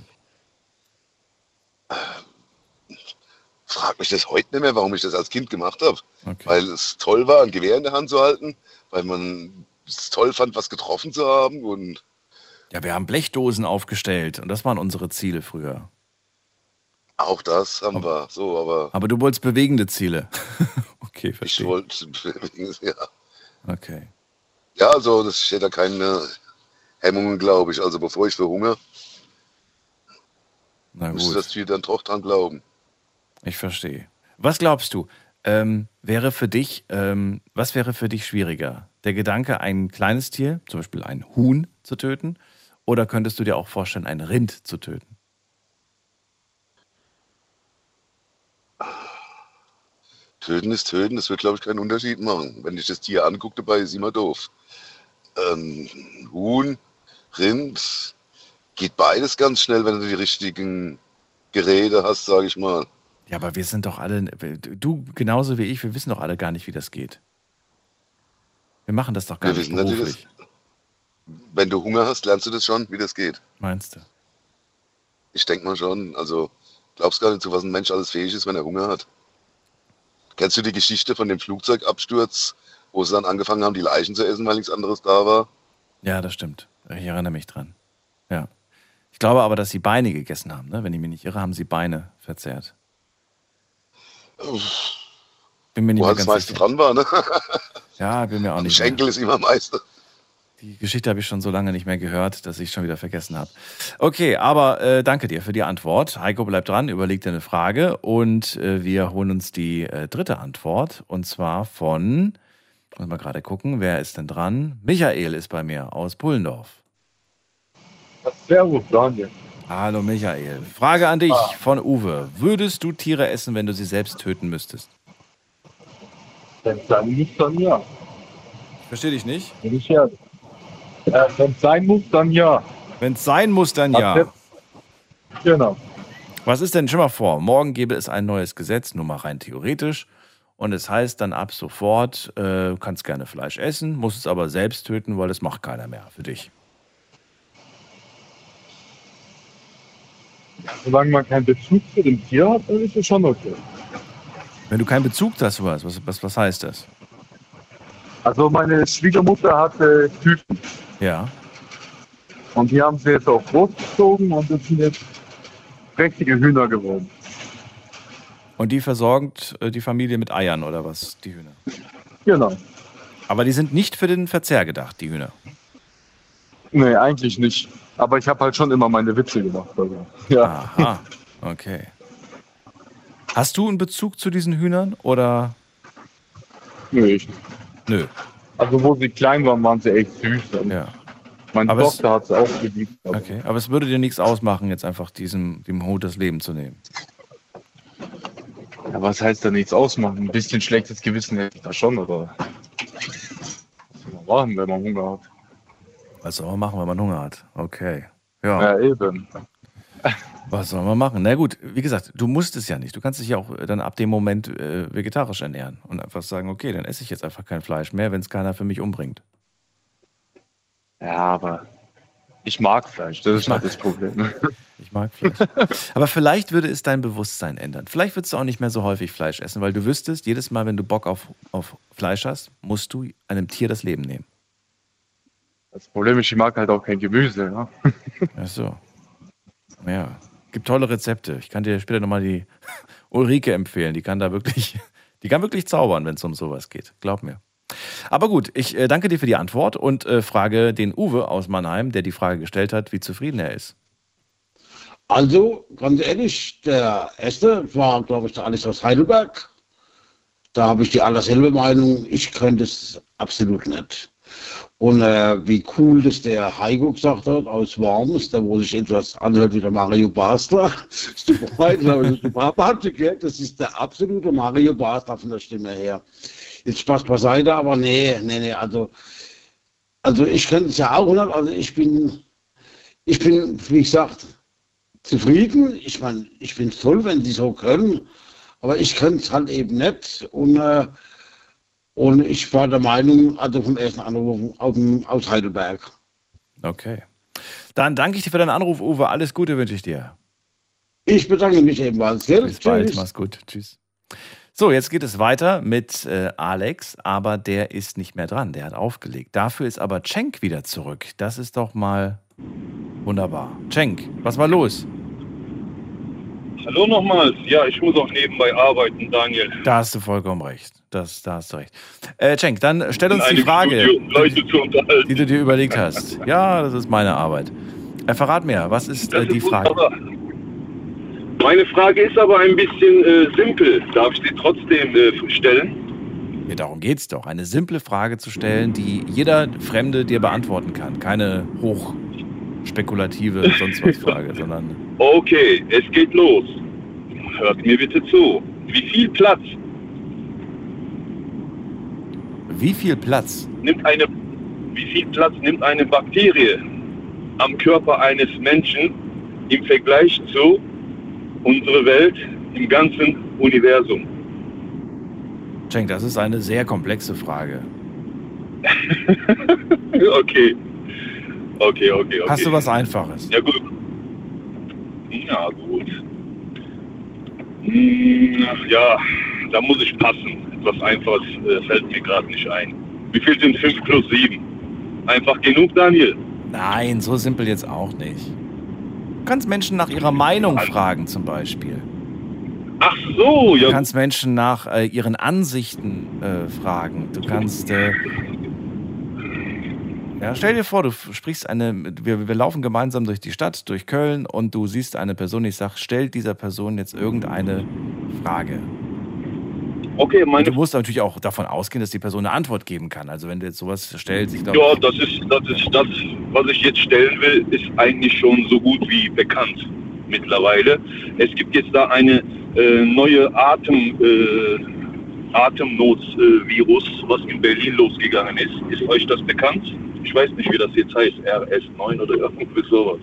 Frag mich das heute nicht mehr, warum ich das als Kind gemacht habe. Okay. Weil es toll war, ein Gewehr in der Hand zu halten, weil man es toll fand, was getroffen zu haben. Und ja, wir haben Blechdosen aufgestellt und das waren unsere Ziele früher. Auch das haben wir, so, aber... Aber du wolltest bewegende Ziele. Okay, verstehe. Ich wollte bewegende, ja. Okay. Ja, also das steht da keine Hemmungen, glaube ich. Also bevor ich verhungere, müsste das Tier dann doch dran glauben. Ich verstehe. Was glaubst du, was wäre für dich schwieriger? Der Gedanke, ein kleines Tier, zum Beispiel ein Huhn, zu töten? Oder könntest du dir auch vorstellen, ein Rind zu töten? Töten ist töten, das wird, glaube ich, keinen Unterschied machen. Wenn ich das Tier angucke, dabei ist immer doof. Huhn, Rind, geht beides ganz schnell, wenn du die richtigen Geräte hast, sage ich mal. Ja, aber wir sind doch alle, du genauso wie ich, wir wissen doch alle gar nicht, wie das geht. Wir machen das doch gar nicht beruflich. Wenn du Hunger hast, lernst du das schon, wie das geht. Meinst du? Ich denke mal schon. Also glaubst gar nicht, zu was ein Mensch alles fähig ist, wenn er Hunger hat. Kennst du die Geschichte von dem Flugzeugabsturz, wo sie dann angefangen haben, die Leichen zu essen, weil nichts anderes da war? Ja, das stimmt. Ich erinnere mich dran. Ja. Ich glaube aber, dass sie Beine gegessen haben. Ne? Wenn ich mich nicht irre, haben sie Beine verzehrt. Bin mir nicht wo mehr halt das meiste dran war, ne? Ja, bin mir auch nicht Schenkel ist immer Meister. Die Geschichte habe ich schon so lange nicht mehr gehört, dass ich schon wieder vergessen habe. Okay, aber danke dir für die Antwort. Heiko, bleib dran, überleg dir eine Frage und wir holen uns die dritte Antwort und zwar von, muss mal gerade gucken, wer ist denn dran? Michael ist bei mir aus Pullendorf. Servus, Daniel. Hallo Michael. Frage an dich von Uwe. Würdest du Tiere essen, wenn du sie selbst töten müsstest? Wenn es sein muss, dann ja. Verstehe dich nicht? Wenn es sein muss, dann ja. Wenn es sein muss, dann ja. Genau. Was ist denn, stell mal vor, morgen gäbe es ein neues Gesetz, nur mal rein theoretisch, und es heißt dann ab sofort, kannst gerne Fleisch essen, musst es aber selbst töten, weil das macht keiner mehr für dich. Solange man keinen Bezug zu dem Tier hat, dann ist es schon okay. Wenn du keinen Bezug hast, was heißt das? Also meine Schwiegermutter hatte Küken. Ja. Und die haben sie jetzt auch großgezogen und das sind jetzt prächtige Hühner geworden. Und die versorgt die Familie mit Eiern oder was, die Hühner? Genau. Aber die sind nicht für den Verzehr gedacht, die Hühner? Nee, eigentlich nicht. Aber ich habe halt schon immer meine Witze gemacht. Also. Ja. Aha, okay. Hast du einen Bezug zu diesen Hühnern oder? Nö, ich nicht. Nö. Also wo sie klein waren, waren sie echt süß. Ja. Meine Tochter hat sie auch geliebt. Okay, aber es würde dir nichts ausmachen, jetzt einfach dem Hund das Leben zu nehmen. Ja, was heißt da nichts ausmachen? Ein bisschen schlechtes Gewissen hätte ich da schon, aber was soll man machen, wenn man Hunger hat? Was soll man machen, wenn man Hunger hat? Okay. Ja, ja eben. Was soll man machen? Na gut, wie gesagt, du musst es ja nicht. Du kannst dich ja auch dann ab dem Moment vegetarisch ernähren und einfach sagen, okay, dann esse ich jetzt einfach kein Fleisch mehr, wenn es keiner für mich umbringt. Ja, aber ich mag Fleisch, das ist halt das Problem. Ich mag Fleisch. Aber vielleicht würde es dein Bewusstsein ändern. Vielleicht würdest du auch nicht mehr so häufig Fleisch essen, weil du wüsstest, jedes Mal, wenn du Bock auf Fleisch hast, musst du einem Tier das Leben nehmen. Das Problem ist, ich mag halt auch kein Gemüse. Ja? Ach so. Ja, gibt tolle Rezepte. Ich kann dir später nochmal die Ulrike empfehlen. Die kann wirklich zaubern, wenn es um sowas geht. Glaub mir. Aber gut, ich danke dir für die Antwort und frage den Uwe aus Mannheim, der die Frage gestellt hat, wie zufrieden er ist. Also, ganz ehrlich, der erste war, glaube ich, der Alex aus Heidelberg. Da habe ich die allerselbe Meinung. Ich könnte es absolut nicht. Und wie cool das der Heiko gesagt hat, aus Worms, da wo sich etwas anhört wie der Mario Basler. Das ist der absolute Mario Basler von der Stimme her. Jetzt Spaß beiseite, aber nee, also ich könnte es ja auch nicht, also ich bin, wie gesagt, zufrieden. Ich meine, ich finde es toll, wenn die so können, aber ich könnte es halt eben nicht. Und ich war der Meinung, also vom ersten Anruf aus Heidelberg. Okay. Dann danke ich dir für deinen Anruf, Uwe. Alles Gute wünsche ich dir. Ich bedanke mich ebenfalls. Bis bald. Mach's gut. Tschüss. So, jetzt geht es weiter mit Alex, aber der ist nicht mehr dran. Der hat aufgelegt. Dafür ist aber Cenk wieder zurück. Das ist doch mal wunderbar. Cenk, was war los? Hallo nochmals. Ja, ich muss auch nebenbei arbeiten, Daniel. Da hast du vollkommen recht. Da hast du recht. Cenk, dann stell uns die Frage, Leute zu unterhalten, die du dir überlegt hast. Ja, das ist meine Arbeit. Verrat mir, was ist die Frage? Meine Frage ist aber ein bisschen simpel. Darf ich sie trotzdem stellen? Ja, darum geht's doch. Eine simple Frage zu stellen, die jeder Fremde dir beantworten kann. Keine hochspekulative sonst was Frage, sondern... Okay, es geht los. Hört mir bitte zu. Wie viel Platz nimmt eine Bakterie am Körper eines Menschen im Vergleich zu unserer Welt im ganzen Universum? Cenk, das ist eine sehr komplexe Frage. Okay. Hast du was Einfaches? Ja, gut. Ja, da muss ich passen. Etwas Einfaches fällt mir gerade nicht ein. Wie viel sind 5 plus 7? Einfach genug, Daniel? Nein, so simpel jetzt auch nicht. Du kannst Menschen nach ihrer Meinung fragen zum Beispiel. Ach so, ja. Du kannst Menschen nach ihren Ansichten fragen. Du kannst... Ja, stell dir vor, du sprichst wir laufen gemeinsam durch die Stadt, durch Köln und du siehst eine Person, ich sag, stell dieser Person jetzt irgendeine Frage. Okay, du musst natürlich auch davon ausgehen, dass die Person eine Antwort geben kann. Also wenn du jetzt sowas stellst, ich glaube... Ja, das ist das, was ich jetzt stellen will, ist eigentlich schon so gut wie bekannt mittlerweile. Es gibt jetzt da eine neue Atemnotsvirus, was in Berlin losgegangen ist. Ist euch das bekannt? Ich weiß nicht, wie das jetzt heißt, RS9 oder irgendwie sowas.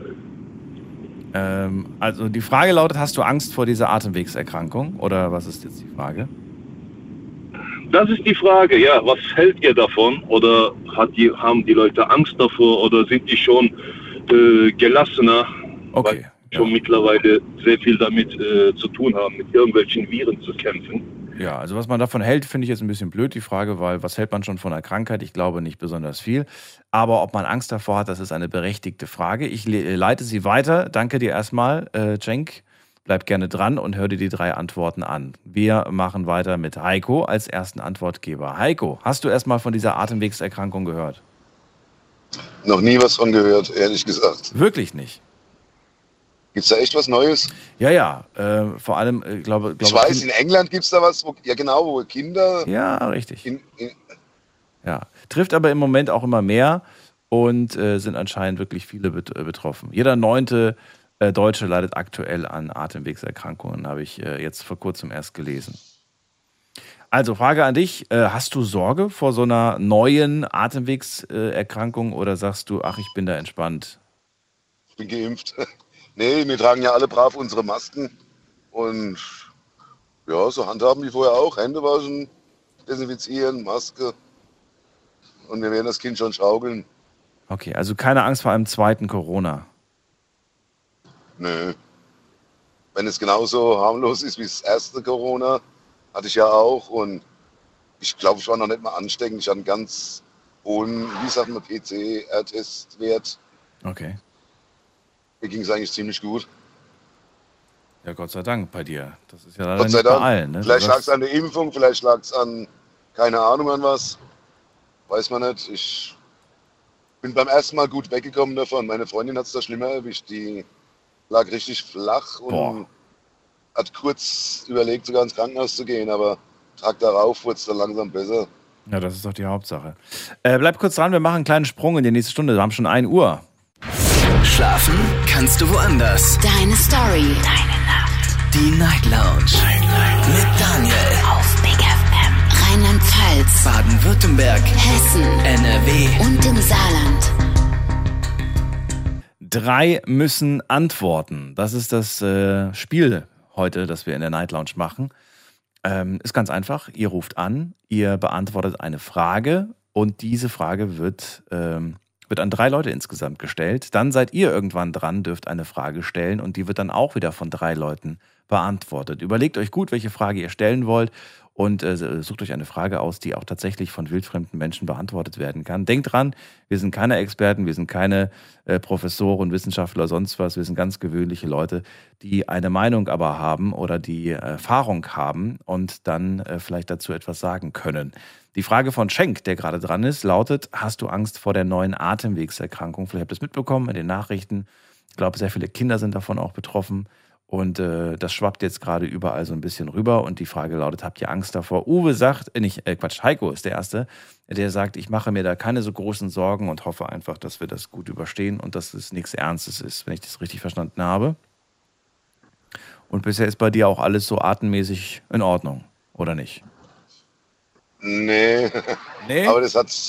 Also die Frage lautet, hast du Angst vor dieser Atemwegserkrankung? Oder was ist jetzt die Frage? Das ist die Frage, ja. Was hält ihr davon? Oder haben die Leute Angst davor? Oder sind die schon gelassener? Okay. Weil schon mittlerweile sehr viel damit zu tun haben, mit irgendwelchen Viren zu kämpfen. Ja, also was man davon hält, finde ich jetzt ein bisschen blöd, die Frage, weil was hält man schon von einer Krankheit? Ich glaube nicht besonders viel. Aber ob man Angst davor hat, das ist eine berechtigte Frage. Ich leite sie weiter. Danke dir erstmal, Cenk. Bleib gerne dran und hör dir die 3 Antworten an. Wir machen weiter mit Heiko als ersten Antwortgeber. Heiko, hast du erstmal von dieser Atemwegserkrankung gehört? Noch nie was von gehört, ehrlich gesagt. Wirklich nicht? Gibt es da echt was Neues? Ja. Vor allem, glaube ich weiß, in England gibt es da was, wo Kinder... Ja, richtig. Ja, trifft aber im Moment auch immer mehr und sind anscheinend wirklich viele betroffen. Jeder 9. Deutsche leidet aktuell an Atemwegserkrankungen, habe ich jetzt vor kurzem erst gelesen. Also, Frage an dich, hast du Sorge vor so einer neuen Atemwegserkrankung oder sagst du, ach, ich bin da entspannt? Ich bin geimpft. Nee, wir tragen ja alle brav unsere Masken und ja, so handhaben wie vorher auch. Hände waschen, desinfizieren, Maske und wir werden das Kind schon schaukeln. Okay, also keine Angst vor einem zweiten Corona? Nö. Wenn es genauso harmlos ist wie das erste Corona, hatte ich ja auch und ich glaube, ich war noch nicht mal ansteckend. Ich hatte einen ganz hohen, wie sagt man, PCR-Testwert. Okay. Mir ging es eigentlich ziemlich gut. Ja, Gott sei Dank bei dir. Das ist ja leider Gott sei nicht Dank. bei allen. Ne? Vielleicht lag es an der Impfung, vielleicht lag es an, keine Ahnung an was. Weiß man nicht. Ich bin beim ersten Mal gut weggekommen davon. Meine Freundin hat es da schlimmer erwischt. Die lag richtig flach und hat kurz überlegt, sogar ins Krankenhaus zu gehen, aber Tag darauf wurde es dann langsam besser. Ja, das ist doch die Hauptsache. Bleib kurz dran, wir machen einen kleinen Sprung in die nächste Stunde. Wir haben schon 1 Uhr. Schlafen kannst du woanders. Deine Story. Deine Nacht. Die Night Lounge. Mit Daniel. Auf Big FM. Rheinland-Pfalz. Baden-Württemberg. Hessen. NRW. Und im Saarland. 3 müssen antworten. Das ist das Spiel heute, das wir in der Night Lounge machen. Ist ganz einfach. Ihr ruft an, ihr beantwortet eine Frage und diese Frage wird an 3 Leute insgesamt gestellt. Dann seid ihr irgendwann dran, dürft eine Frage stellen und die wird dann auch wieder von 3 Leuten beantwortet. Überlegt euch gut, welche Frage ihr stellen wollt und sucht euch eine Frage aus, die auch tatsächlich von wildfremden Menschen beantwortet werden kann. Denkt dran, wir sind keine Experten, wir sind keine Professoren, Wissenschaftler, sonst was. Wir sind ganz gewöhnliche Leute, die eine Meinung aber haben oder die Erfahrung haben und dann vielleicht dazu etwas sagen können. Die Frage von Schenk, der gerade dran ist, lautet: Hast du Angst vor der neuen Atemwegserkrankung? Vielleicht habt ihr es mitbekommen in den Nachrichten. Ich glaube, sehr viele Kinder sind davon auch betroffen. Und das schwappt jetzt gerade überall so ein bisschen rüber. Und die Frage lautet: Habt ihr Angst davor? Uwe sagt, Heiko ist der Erste, der sagt, ich mache mir da keine so großen Sorgen und hoffe einfach, dass wir das gut überstehen und dass es nichts Ernstes ist, wenn ich das richtig verstanden habe. Und bisher ist bei dir auch alles so atemmäßig in Ordnung, oder nicht? Nee. Aber das hat,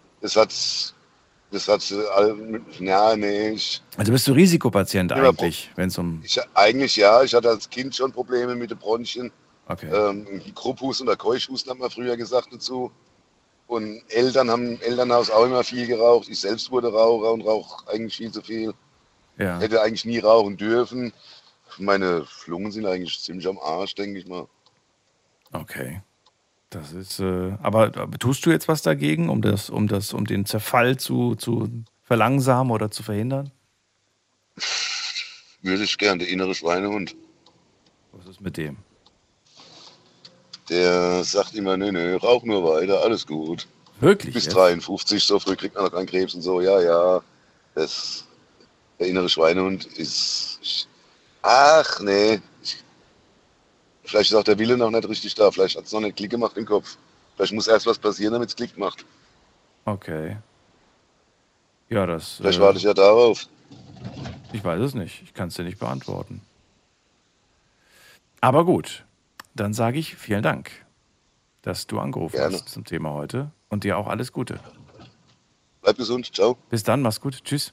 ja, nee. Also bist du Risikopatient eigentlich, wenn es um... Eigentlich ja, ich hatte als Kind schon Probleme mit den Bronchien. Okay. Grupphusten oder Keuchhusten hat man früher gesagt dazu. Und Eltern haben im Elternhaus auch immer viel geraucht. Ich selbst wurde Raucher und rauche eigentlich viel zu viel. Ja. Hätte eigentlich nie rauchen dürfen. Meine Lungen sind eigentlich ziemlich am Arsch, denke ich mal. Okay. Das ist, aber tust du jetzt was dagegen, um den Zerfall zu verlangsamen oder zu verhindern? Würde ich gern, der innere Schweinehund. Was ist mit dem? Der sagt immer, nee, rauch nur weiter, alles gut. Wirklich? Bis jetzt? 53, so früh kriegt man noch keinen Krebs und so, ja. Der innere Schweinehund ist... Ach, nee. Vielleicht ist auch der Wille noch nicht richtig da. Vielleicht hat es noch nicht Klick gemacht im Kopf. Vielleicht muss erst was passieren, damit es Klick macht. Okay. Ja, Vielleicht warte ich ja darauf. Ich weiß es nicht. Ich kann es dir nicht beantworten. Aber gut. Dann sage ich vielen Dank, dass du angerufen hast zum Thema heute. Und dir auch alles Gute. Bleib gesund. Ciao. Bis dann. Mach's gut. Tschüss.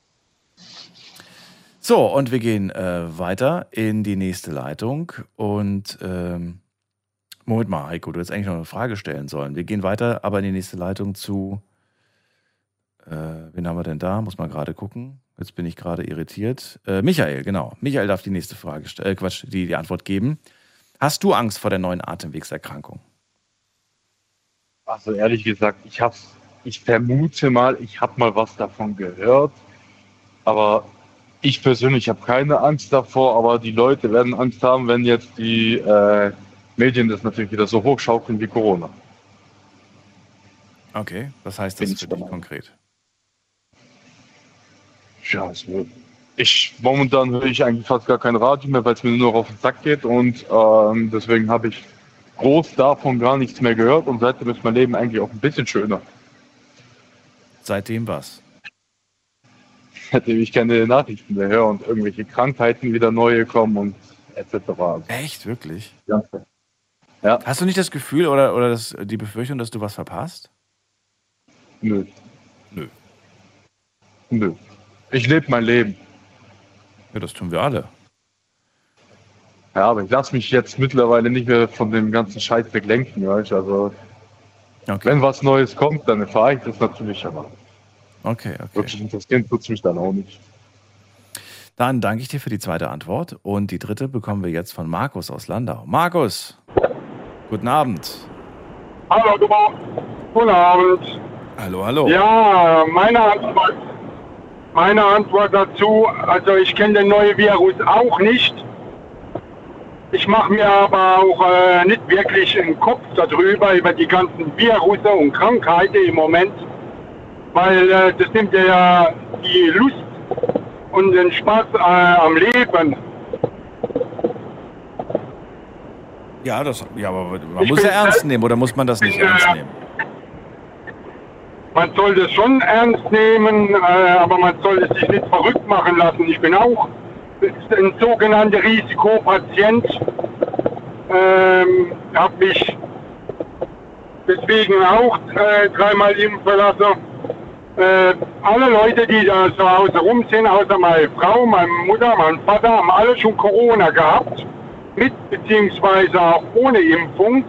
So, und wir gehen weiter in die nächste Leitung. Und Moment mal, Heiko, du hättest eigentlich noch eine Frage stellen sollen. Wir gehen weiter, aber in die nächste Leitung zu... wen haben wir denn da? Muss man gerade gucken. Jetzt bin ich gerade irritiert. Michael, genau. Michael darf die nächste Frage die Antwort geben. Hast du Angst vor der neuen Atemwegserkrankung? Also ehrlich gesagt, ich vermute mal, ich habe mal was davon gehört. Aber... Ich persönlich habe keine Angst davor, aber die Leute werden Angst haben, wenn jetzt die Medien das natürlich wieder so hochschaukeln wie Corona. Okay, was heißt das für dich konkret? Ja, momentan höre ich eigentlich fast gar kein Radio mehr, weil es mir nur noch auf den Sack geht und deswegen habe ich groß davon gar nichts mehr gehört und seitdem ist mein Leben eigentlich auch ein bisschen schöner. Seitdem was? Seitdem ich keine Nachrichten mehr höre und irgendwelche Krankheiten wieder neue kommen und etc. Echt? Wirklich? Ja. Hast du nicht das Gefühl oder die Befürchtung, dass du was verpasst? Nö. Ich lebe mein Leben. Ja, das tun wir alle. Ja, aber ich lasse mich jetzt mittlerweile nicht mehr von dem ganzen Scheiß weglenken. Weißt? Also, wenn was Neues kommt, dann erfahre ich das natürlich, aber... Okay. Wirklich interessieren tut es mich dann auch nicht. Dann danke ich dir für die zweite Antwort. Und die dritte bekommen wir jetzt von Markus aus Landau. Markus, guten Abend. Hallo, guten Abend. Hallo. Ja, meine Antwort dazu, also ich kenne den neuen Virus auch nicht. Ich mache mir aber auch nicht wirklich einen Kopf darüber, über die ganzen Virusse und Krankheiten im Moment. Weil das nimmt ja die Lust und den Spaß am Leben. Ja, aber man muss ja ernst nehmen, oder muss man das nicht ernst nehmen? Man soll das schon ernst nehmen, aber man soll es sich nicht verrückt machen lassen. Ich bin auch ein sogenannter Risikopatient, habe mich deswegen auch 3-mal impfen lassen. Alle Leute, die da zu Hause rum sind, außer meine Frau, meine Mutter, mein Vater, haben alle schon Corona gehabt, mit beziehungsweise auch ohne Impfung.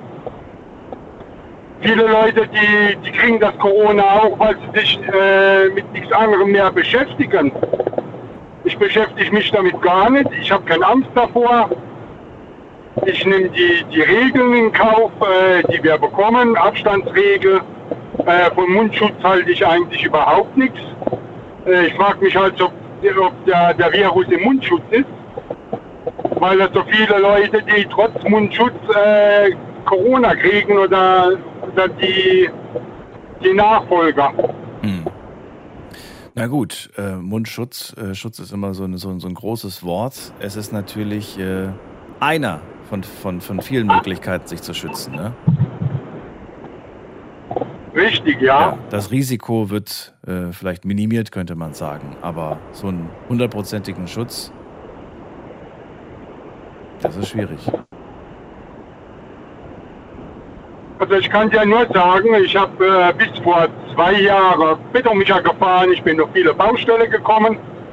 Viele Leute, die kriegen das Corona auch, weil sie sich mit nichts anderem mehr beschäftigen. Ich beschäftige mich damit gar nicht, ich habe keine Angst davor. Ich nehme die Regeln in Kauf, die wir bekommen, Abstandsregel. Von Mundschutz halte ich eigentlich überhaupt nichts. Ich frage mich halt, ob der Virus im Mundschutz ist, weil es so viele Leute, die trotz Mundschutz Corona kriegen oder die Nachfolger. Na gut, Mundschutz. Schutz ist immer so ein großes Wort. Es ist natürlich einer von vielen Möglichkeiten, sich zu schützen, ne? Richtig, ja. Das Risiko wird vielleicht minimiert, könnte man sagen. Aber so einen 100%igen Schutz, das ist schwierig. Also ich kann dir nur sagen, ich habe bis vor 2 Jahren Betonmischer gefahren. Ich bin auf viele Baustellen gekommen.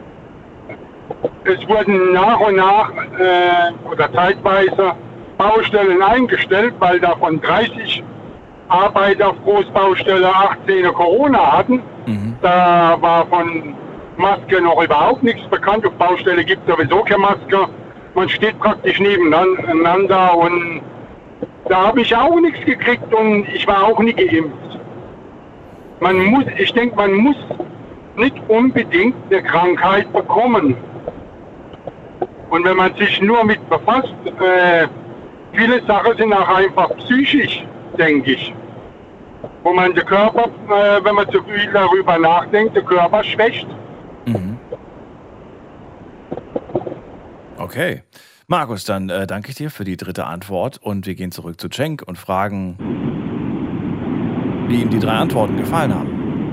Es wurden nach und nach oder zeitweise Baustellen eingestellt, weil davon 30 Arbeiter auf Großbaustelle 18 Corona hatten. Da war von Maske noch überhaupt nichts bekannt. Auf Baustelle gibt es sowieso keine Maske. Man steht praktisch nebeneinander und da habe ich auch nichts gekriegt und ich war auch nie geimpft. Ich denke, man muss nicht unbedingt eine Krankheit bekommen. Und wenn man sich nur mit befasst, viele Sachen sind auch einfach psychisch, denke ich. Wo man den Körper, wenn man zu viel darüber nachdenkt, den Körper schwächt. Okay. Markus, dann danke ich dir für die dritte Antwort und wir gehen zurück zu Cenk und fragen, wie ihm die 3 Antworten gefallen haben.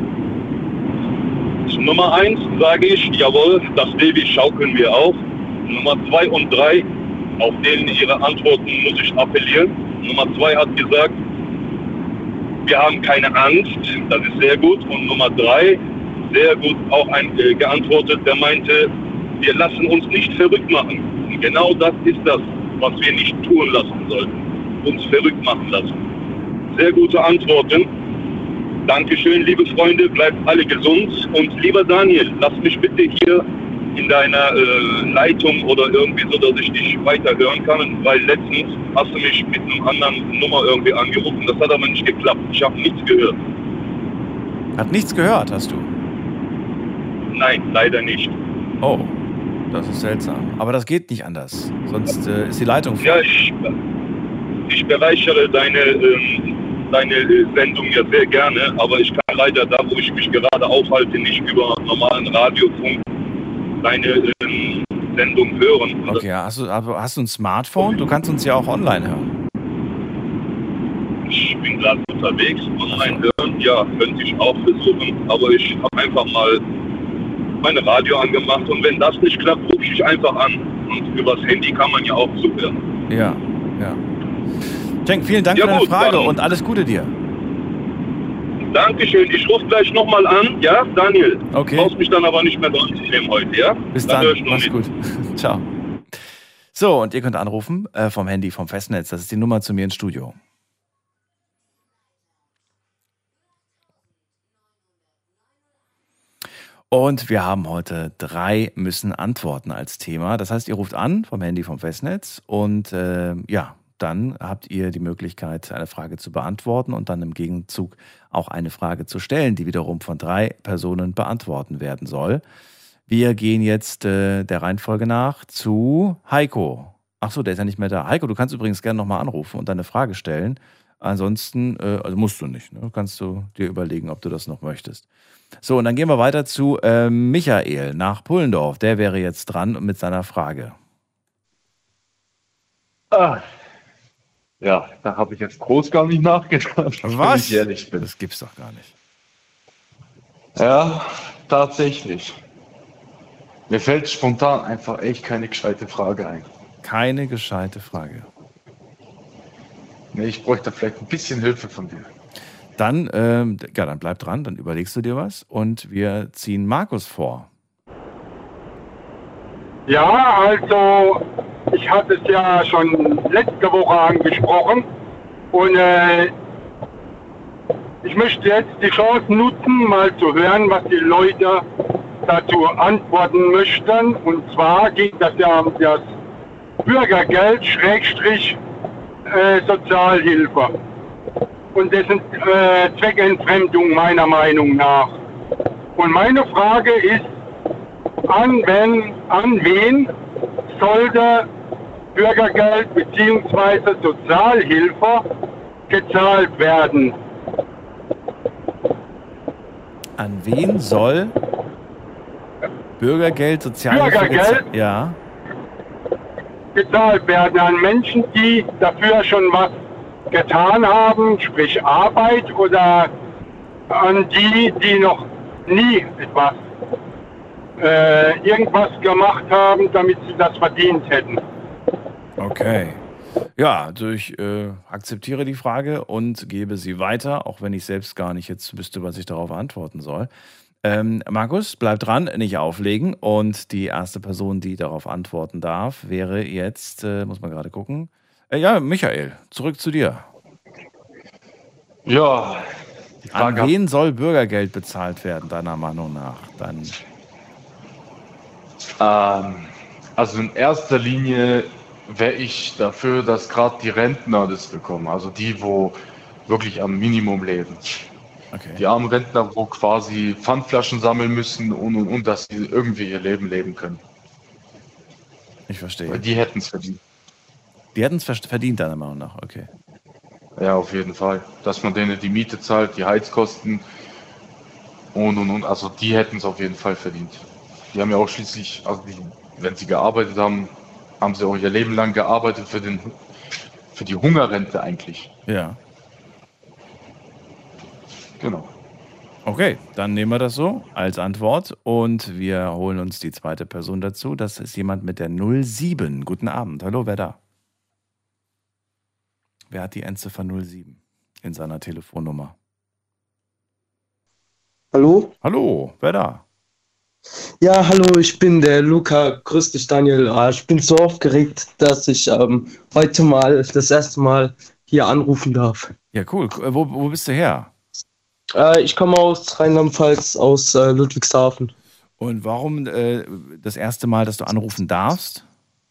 Nummer 1 sage ich, jawohl, das Baby schaukeln wir auf. Nummer 2 und 3, auf denen ihre Antworten muss ich appellieren. Nummer 2 hat gesagt, wir haben keine Angst, das ist sehr gut. Und Nummer 3, sehr gut auch geantwortet, der meinte, wir lassen uns nicht verrückt machen. Und genau das ist das, was wir nicht tun lassen sollten. Uns verrückt machen lassen. Sehr gute Antworten. Dankeschön, liebe Freunde, bleibt alle gesund. Und lieber Daniel, lass mich bitte hier in deiner Leitung oder irgendwie so, dass ich dich weiterhören kann, weil letztens hast du mich mit einer anderen Nummer irgendwie angerufen. Das hat aber nicht geklappt. Ich habe nichts gehört. Hat nichts gehört, hast du? Nein, leider nicht. Oh, das ist seltsam. Aber das geht nicht anders. Sonst ist die Leitung voll. Ja, ich bereichere deine Sendung ja sehr gerne, aber ich kann leider da, wo ich mich gerade aufhalte, nicht über normalen Radiofunk deine Sendung hören. Okay, hast du ein Smartphone? Du kannst uns ja auch online hören. Ich bin gerade unterwegs, online hören, ja, könnte ich auch versuchen, aber ich habe einfach mal meine Radio angemacht und wenn das nicht klappt, rufe ich einfach an und übers Handy kann man ja auch zuhören. Ja. Cenk, vielen Dank für deine Frage dann. Und alles Gute dir. Dankeschön, ich rufe gleich nochmal an, ja, Daniel? Okay. Du brauchst mich dann aber nicht mehr dran zu nehmen heute, ja? Bis dann, mach's gut. Ciao. So, und ihr könnt anrufen vom Handy, vom Festnetz, das ist die Nummer zu mir ins Studio. Und wir haben heute 3 müssen antworten als Thema. Das heißt, ihr ruft an vom Handy, vom Festnetz und dann habt ihr die Möglichkeit, eine Frage zu beantworten und dann im Gegenzug auch eine Frage zu stellen, die wiederum von 3 Personen beantworten werden soll. Wir gehen jetzt der Reihenfolge nach zu Heiko. Achso, der ist ja nicht mehr da. Heiko, du kannst übrigens gerne nochmal anrufen und deine Frage stellen. Ansonsten, also musst du nicht. Ne? Kannst du dir überlegen, ob du das noch möchtest. So, und dann gehen wir weiter zu Michael nach Pullendorf. Der wäre jetzt dran mit seiner Frage. Ja, da habe ich jetzt groß gar nicht nachgedacht. Was? Wenn ich ehrlich bin. Das gibt's doch gar nicht. Ja, tatsächlich. Mir fällt spontan einfach echt keine gescheite Frage ein. Keine gescheite Frage. Nee, ich bräuchte vielleicht ein bisschen Hilfe von dir. Dann, dann bleib dran, dann überlegst du dir was und wir ziehen Markus vor. Ja, also ich hatte es ja schon letzte Woche angesprochen und ich möchte jetzt die Chance nutzen, mal zu hören, was die Leute dazu antworten möchten. Und zwar geht das ja um das Bürgergeld / Sozialhilfe und dessen Zweckentfremdung meiner Meinung nach. Und meine Frage ist, an wen sollte Bürgergeld bzw. Sozialhilfe gezahlt werden? An wen soll Bürgergeld, Sozialhilfe gezahlt werden? An Menschen, die dafür schon was getan haben, sprich Arbeit, oder an die noch nie irgendwas gemacht haben, damit sie das verdient hätten. Okay. Ja, also ich akzeptiere die Frage und gebe sie weiter, auch wenn ich selbst gar nicht jetzt wüsste, was ich darauf antworten soll. Markus, bleib dran, nicht auflegen. Und die erste Person, die darauf antworten darf, wäre jetzt, muss man gerade gucken. Ja, Michael, zurück zu dir. Ja. An wen soll Bürgergeld bezahlt werden, deiner Meinung nach? Also in erster Linie wäre ich dafür, dass gerade die Rentner das bekommen. Also die, wo wirklich am Minimum leben. Okay. Die armen Rentner, wo quasi Pfandflaschen sammeln müssen und dass sie irgendwie ihr Leben leben können. Ich verstehe. Weil die hätten es verdient. Die hätten es verdient, deiner Meinung nach, okay. Ja, auf jeden Fall. Dass man denen die Miete zahlt, die Heizkosten und. Also die hätten es auf jeden Fall verdient. Die haben ja auch schließlich, also wenn sie gearbeitet haben, haben sie auch ihr Leben lang gearbeitet für die Hungerrente eigentlich. Ja. Genau. Okay, dann nehmen wir das so als Antwort und wir holen uns die zweite Person dazu. Das ist jemand mit der 07. Guten Abend. Hallo, wer da? Wer hat die Endziffer 07 in seiner Telefonnummer? Hallo? Hallo, wer da? Ja, hallo, ich bin der Luca. Grüß dich, Daniel. Ich bin so aufgeregt, dass ich heute mal das erste Mal hier anrufen darf. Ja, cool. Wo bist du her? Ich komme aus Rheinland-Pfalz, aus Ludwigshafen. Und warum das erste Mal, dass du anrufen darfst?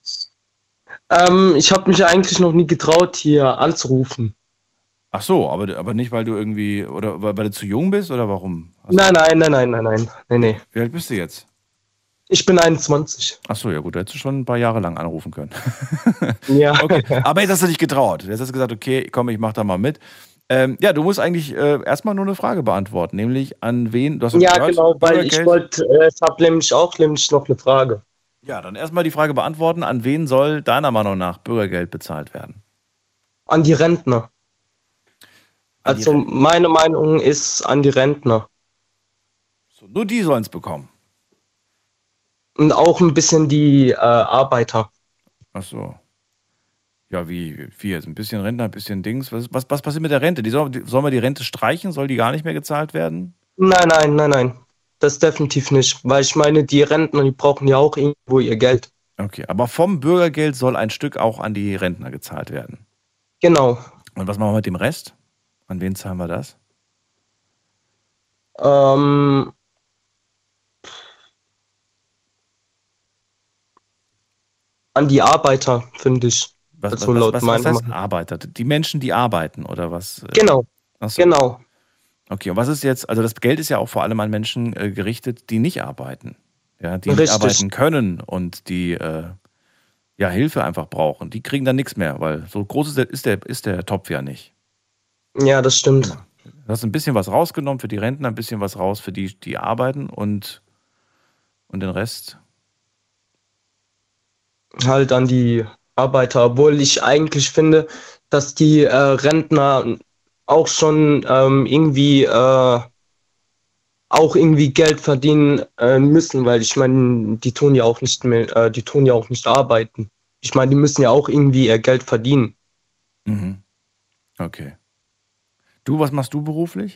Ich habe mich eigentlich noch nie getraut, hier anzurufen. Ach so, aber nicht, weil du irgendwie, oder weil du zu jung bist, oder warum? Nein. Wie alt bist du jetzt? Ich bin 21. Ach so, ja gut, da hättest du schon ein paar Jahre lang anrufen können. Ja. Okay, aber jetzt hast du dich getraut. Jetzt hast du gesagt, okay, komm, ich mach da mal mit. Ja, du musst eigentlich erstmal nur eine Frage beantworten, nämlich an wen, du hast Ja, gehört, genau, weil ich wollte, ich habe nämlich noch eine Frage. Ja, dann erstmal die Frage beantworten, an wen soll deiner Meinung nach Bürgergeld bezahlt werden? An die Rentner. Also meine Meinung ist an die Rentner. So, nur die sollen es bekommen. Und auch ein bisschen die Arbeiter. Ach so. Ja, wie jetzt? Ein bisschen Rentner, ein bisschen Dings. Was passiert mit der Rente? Sollen wir die Rente streichen? Soll die gar nicht mehr gezahlt werden? Nein. Das definitiv nicht. Weil ich meine, die Rentner, die brauchen ja auch irgendwo ihr Geld. Okay, aber vom Bürgergeld soll ein Stück auch an die Rentner gezahlt werden. Genau. Und was machen wir mit dem Rest? An wen zahlen wir das? An die Arbeiter, finde ich. Was heißt Arbeiter? Die Menschen, die arbeiten, oder was? Genau. Ach so. Genau. Okay, und was ist jetzt, also das Geld ist ja auch vor allem an Menschen gerichtet, die nicht arbeiten. Ja, die Richtig. nicht arbeiten können und die Hilfe einfach brauchen. Die kriegen dann nichts mehr, weil so groß ist der Topf ja nicht. Ja, das stimmt. Genau. Du hast ein bisschen was rausgenommen für die Rentner, ein bisschen was raus für die, die arbeiten und den Rest? Halt an die Arbeiter, obwohl ich eigentlich finde, dass die Rentner auch schon irgendwie Geld verdienen müssen, weil ich meine, die tun ja auch nicht mehr, die tun ja auch nicht arbeiten. Ich meine, die müssen ja auch irgendwie ihr Geld verdienen. Mhm. Okay. Du, was machst du beruflich?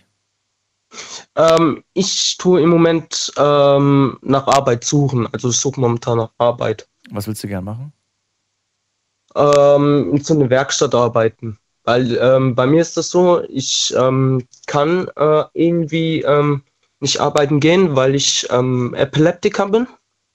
Ich tue im Moment nach Arbeit suchen, also ich suche momentan nach Arbeit. Was willst du gern machen? In so einer Werkstatt arbeiten. Weil bei mir ist das so, ich kann irgendwie nicht arbeiten gehen, weil ich Epileptiker bin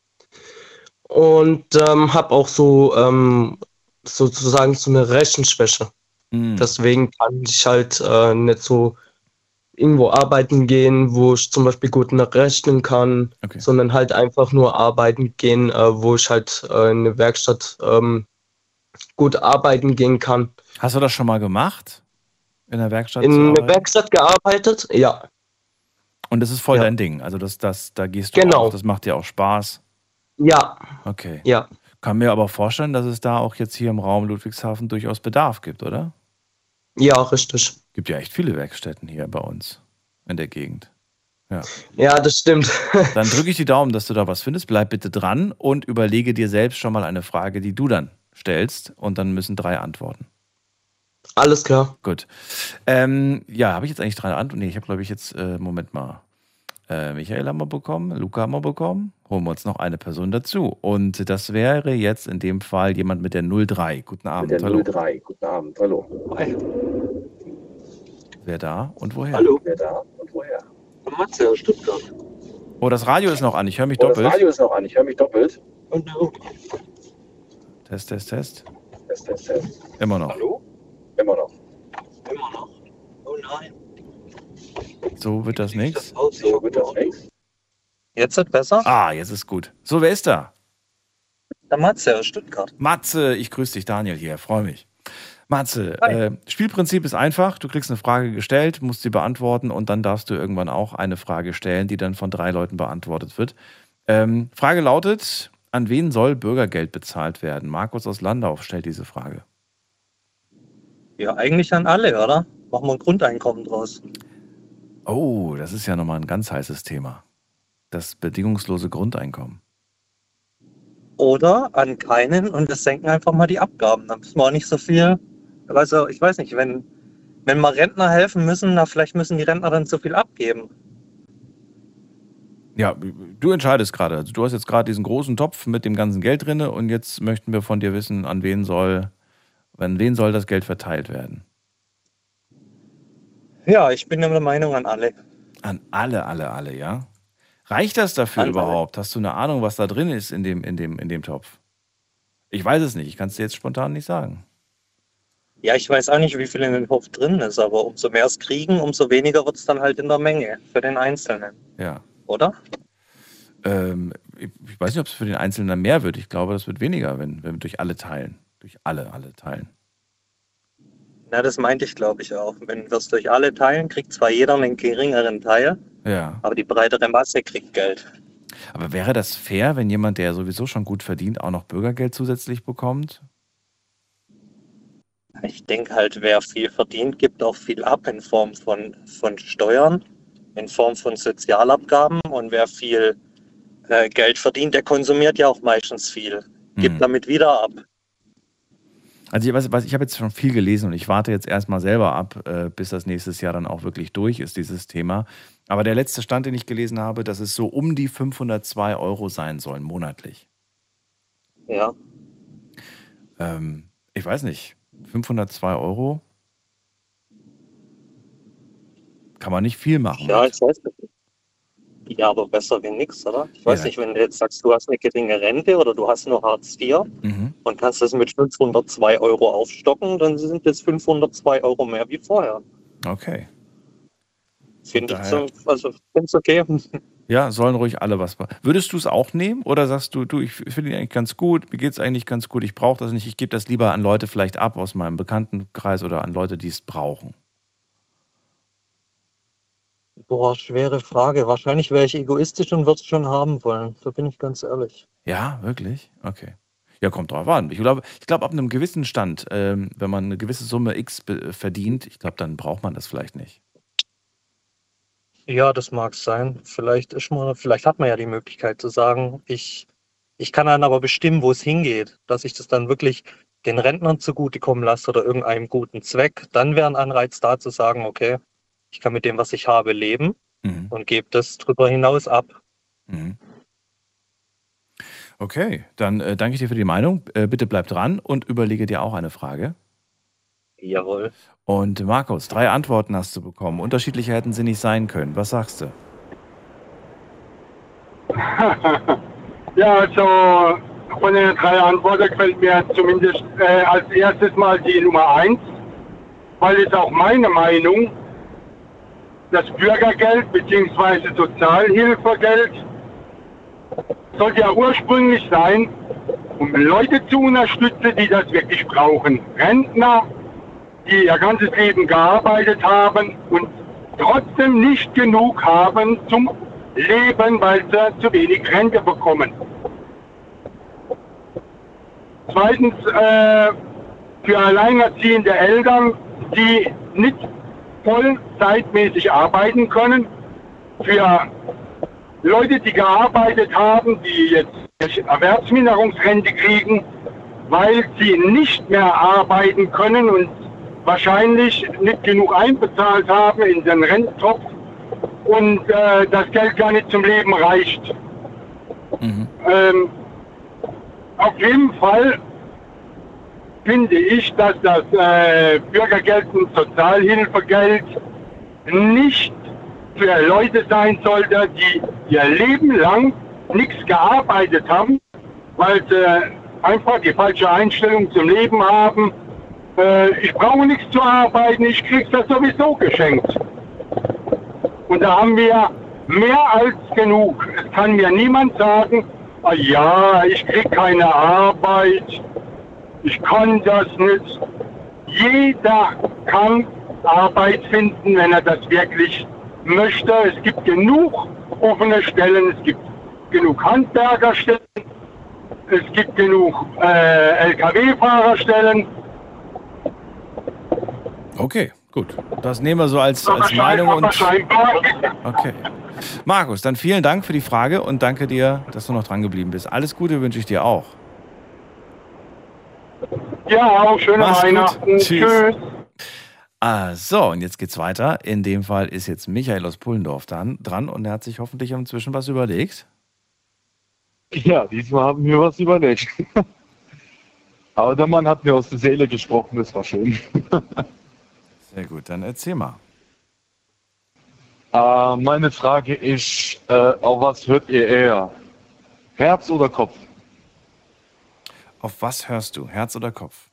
und habe auch so sozusagen so eine Rechenschwäche. Deswegen kann ich halt nicht so irgendwo arbeiten gehen, wo ich zum Beispiel gut rechnen kann, sondern halt einfach nur arbeiten gehen, wo ich halt in eine Werkstatt gut arbeiten gehen kann. Hast du das schon mal gemacht? In der Werkstatt In der Werkstatt gearbeitet? Ja. Und das ist voll dein Ding. Also da gehst du auch, das macht dir auch Spaß. Ja. Okay. Ja. Kann mir aber vorstellen, dass es da auch jetzt hier im Raum Ludwigshafen durchaus Bedarf gibt, oder? Ja, richtig. Gibt ja echt viele Werkstätten hier bei uns in der Gegend. Ja, ja, das stimmt. Dann drücke ich die Daumen, dass du da was findest. Bleib bitte dran und überlege dir selbst schon mal eine Frage, die du dann stellst. Und dann müssen 3 antworten. Alles klar. Gut. Ja, habe ich jetzt eigentlich 3 Antworten? Nee, ich habe, glaube ich, jetzt, Moment mal. Michael haben wir bekommen, Luca haben wir bekommen. Holen wir uns noch eine Person dazu. Und das wäre jetzt in dem Fall jemand mit der 03. Guten Abend. Mit der 03. Guten Abend. Hallo. Hi. Wer da und woher? Hallo. Wer da und woher? Matze aus Stuttgart. Oh, das Radio ist noch an. Ich höre mich doppelt. Das Radio ist noch an. Ich höre mich doppelt. Test. Test. Immer noch. Hallo? Immer noch. Immer noch. Oh nein. So wird das nichts. So wird das nichts. Jetzt ist besser? Ah, jetzt ist gut. So, wer ist da? Der Matze aus Stuttgart. Matze, ich grüße dich, Daniel hier. Freue mich. Matze, Spielprinzip ist einfach. Du kriegst eine Frage gestellt, musst sie beantworten und dann darfst du irgendwann auch eine Frage stellen, die dann von 3 Leuten beantwortet wird. Frage lautet, an wen soll Bürgergeld bezahlt werden? Markus aus Landau stellt diese Frage. Ja, eigentlich an alle, oder? Machen wir ein Grundeinkommen draus. Oh, das ist ja nochmal ein ganz heißes Thema. Das bedingungslose Grundeinkommen. Oder an keinen und wir senken einfach mal die Abgaben. Dann müssen wir auch nicht so viel. Also, ich weiß nicht, wenn mal Rentner helfen müssen, na, vielleicht müssen die Rentner dann zu viel abgeben. Ja, du entscheidest gerade. Also du hast jetzt gerade diesen großen Topf mit dem ganzen Geld drin und jetzt möchten wir von dir wissen, an wen soll das Geld verteilt werden? Ja, ich bin der Meinung an alle. An alle, ja? Reicht das dafür überhaupt? Hast du eine Ahnung, was da drin ist in dem Topf? Ich weiß es nicht, ich kann es dir jetzt spontan nicht sagen. Ja, ich weiß auch nicht, wie viel in dem Topf drin ist, aber umso mehr es kriegen, umso weniger wird es dann halt in der Menge für den Einzelnen. Ja. Oder? Ich weiß nicht, ob es für den Einzelnen mehr wird. Ich glaube, das wird weniger, wenn wir durch alle teilen. Durch alle teilen. Na, das meinte ich, glaube ich, auch. Wenn wir es durch alle teilen, kriegt zwar jeder einen geringeren Teil, ja, aber die breitere Masse kriegt Geld. Aber wäre das fair, wenn jemand, der sowieso schon gut verdient, auch noch Bürgergeld zusätzlich bekommt? Ich denke halt, wer viel verdient, gibt auch viel ab in Form von Steuern, in Form von Sozialabgaben. Und wer viel Geld verdient, der konsumiert ja auch meistens viel, gibt damit wieder ab. Also ich habe jetzt schon viel gelesen und ich warte jetzt erstmal selber ab, bis das nächstes Jahr dann auch wirklich durch ist, dieses Thema. Aber der letzte Stand, den ich gelesen habe, dass es so um die 502 € sein sollen monatlich. Ja. Ich weiß nicht, 502 € kann man nicht viel machen. Ja, ich weiß nicht. Ja, aber besser wie nichts, oder? Ich weiß nicht, wenn du jetzt sagst, du hast eine geringe Rente oder du hast nur Hartz IV und kannst das mit 502 € aufstocken, dann sind das 502 € mehr wie vorher. Okay. Finde ich so, also finde es okay. Ja, sollen ruhig alle was machen. Würdest du es auch nehmen oder sagst du, ich finde ihn eigentlich ganz gut, mir geht es eigentlich ganz gut, ich brauche das nicht, ich gebe das lieber an Leute vielleicht ab aus meinem Bekanntenkreis oder an Leute, die es brauchen? Boah, schwere Frage. Wahrscheinlich wäre ich egoistisch und würde es schon haben wollen. Da bin ich ganz ehrlich. Ja, wirklich? Okay. Ja, kommt drauf an. Ich glaube, ab einem gewissen Stand, wenn man eine gewisse Summe X verdient, ich glaube, dann braucht man das vielleicht nicht. Ja, das mag sein. Vielleicht hat man ja die Möglichkeit zu sagen, ich kann dann aber bestimmen, wo es hingeht, dass ich das dann wirklich den Rentnern zugutekommen lasse oder irgendeinem guten Zweck. Dann wäre ein Anreiz da zu sagen, okay, ich kann mit dem, was ich habe, leben und gebe das drüber hinaus ab. Mhm. Okay, dann danke ich dir für die Meinung. Bitte bleib dran und überlege dir auch eine Frage. Jawohl. Und Markus, 3 Antworten hast du bekommen. Unterschiedlicher hätten sie nicht sein können. Was sagst du? Ja, also von den 3 Antworten gefällt mir zumindest als erstes mal die Nummer 1, weil es auch meine Meinung, das Bürgergeld bzw. Sozialhilfegeld sollte ja ursprünglich sein, um Leute zu unterstützen, die das wirklich brauchen. Rentner, die ihr ganzes Leben gearbeitet haben und trotzdem nicht genug haben zum Leben, weil sie zu wenig Rente bekommen. Zweitens, für alleinerziehende Eltern, die nicht vollzeitmäßig arbeiten können, für Leute, die gearbeitet haben, die jetzt Erwerbsminderungsrente kriegen, weil sie nicht mehr arbeiten können und wahrscheinlich nicht genug einbezahlt haben in den Rententopf und das Geld gar nicht zum Leben reicht. Auf jeden Fall finde ich, dass das Bürgergeld und Sozialhilfegeld nicht für Leute sein sollte, die ihr Leben lang nichts gearbeitet haben, weil sie einfach die falsche Einstellung zum Leben haben. Ich brauche nichts zu arbeiten, ich krieg's das sowieso geschenkt. Und da haben wir mehr als genug. Es kann mir niemand sagen, ah ja, ich krieg keine Arbeit, ich kann das nicht. Jeder kann Arbeit finden, wenn er das wirklich möchte. Es gibt genug offene Stellen, es gibt genug Handwerkerstellen, es gibt genug LKW-Fahrerstellen. Okay, gut. Das nehmen wir so als Meinung. Und okay. Markus, dann vielen Dank für die Frage und danke dir, dass du noch dran geblieben bist. Alles Gute wünsche ich dir auch. Ja, auch schöne Weihnachten. Tschüss. So, und jetzt geht's weiter. In dem Fall ist jetzt Michael aus Pullendorf dran und er hat sich hoffentlich inzwischen was überlegt. Ja, diesmal haben wir was überlegt. Aber der Mann hat mir aus der Seele gesprochen, das war schön. Sehr gut, dann erzähl mal. Meine Frage ist, auf was hört ihr eher? Herz oder Kopf? Auf was hörst du? Herz oder Kopf?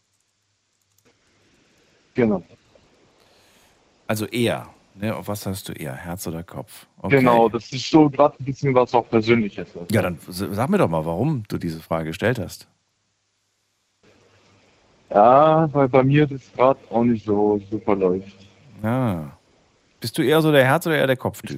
Genau. Also eher. Ne? Auf was hörst du eher? Herz oder Kopf? Okay. Genau, das ist so gerade ein bisschen was auch Persönliches. Ja, dann sag mir doch mal, warum du diese Frage gestellt hast. Ja, weil bei mir das gerade auch nicht so super läuft. Ja. Bist du eher so der Herz- oder eher der Kopftyp?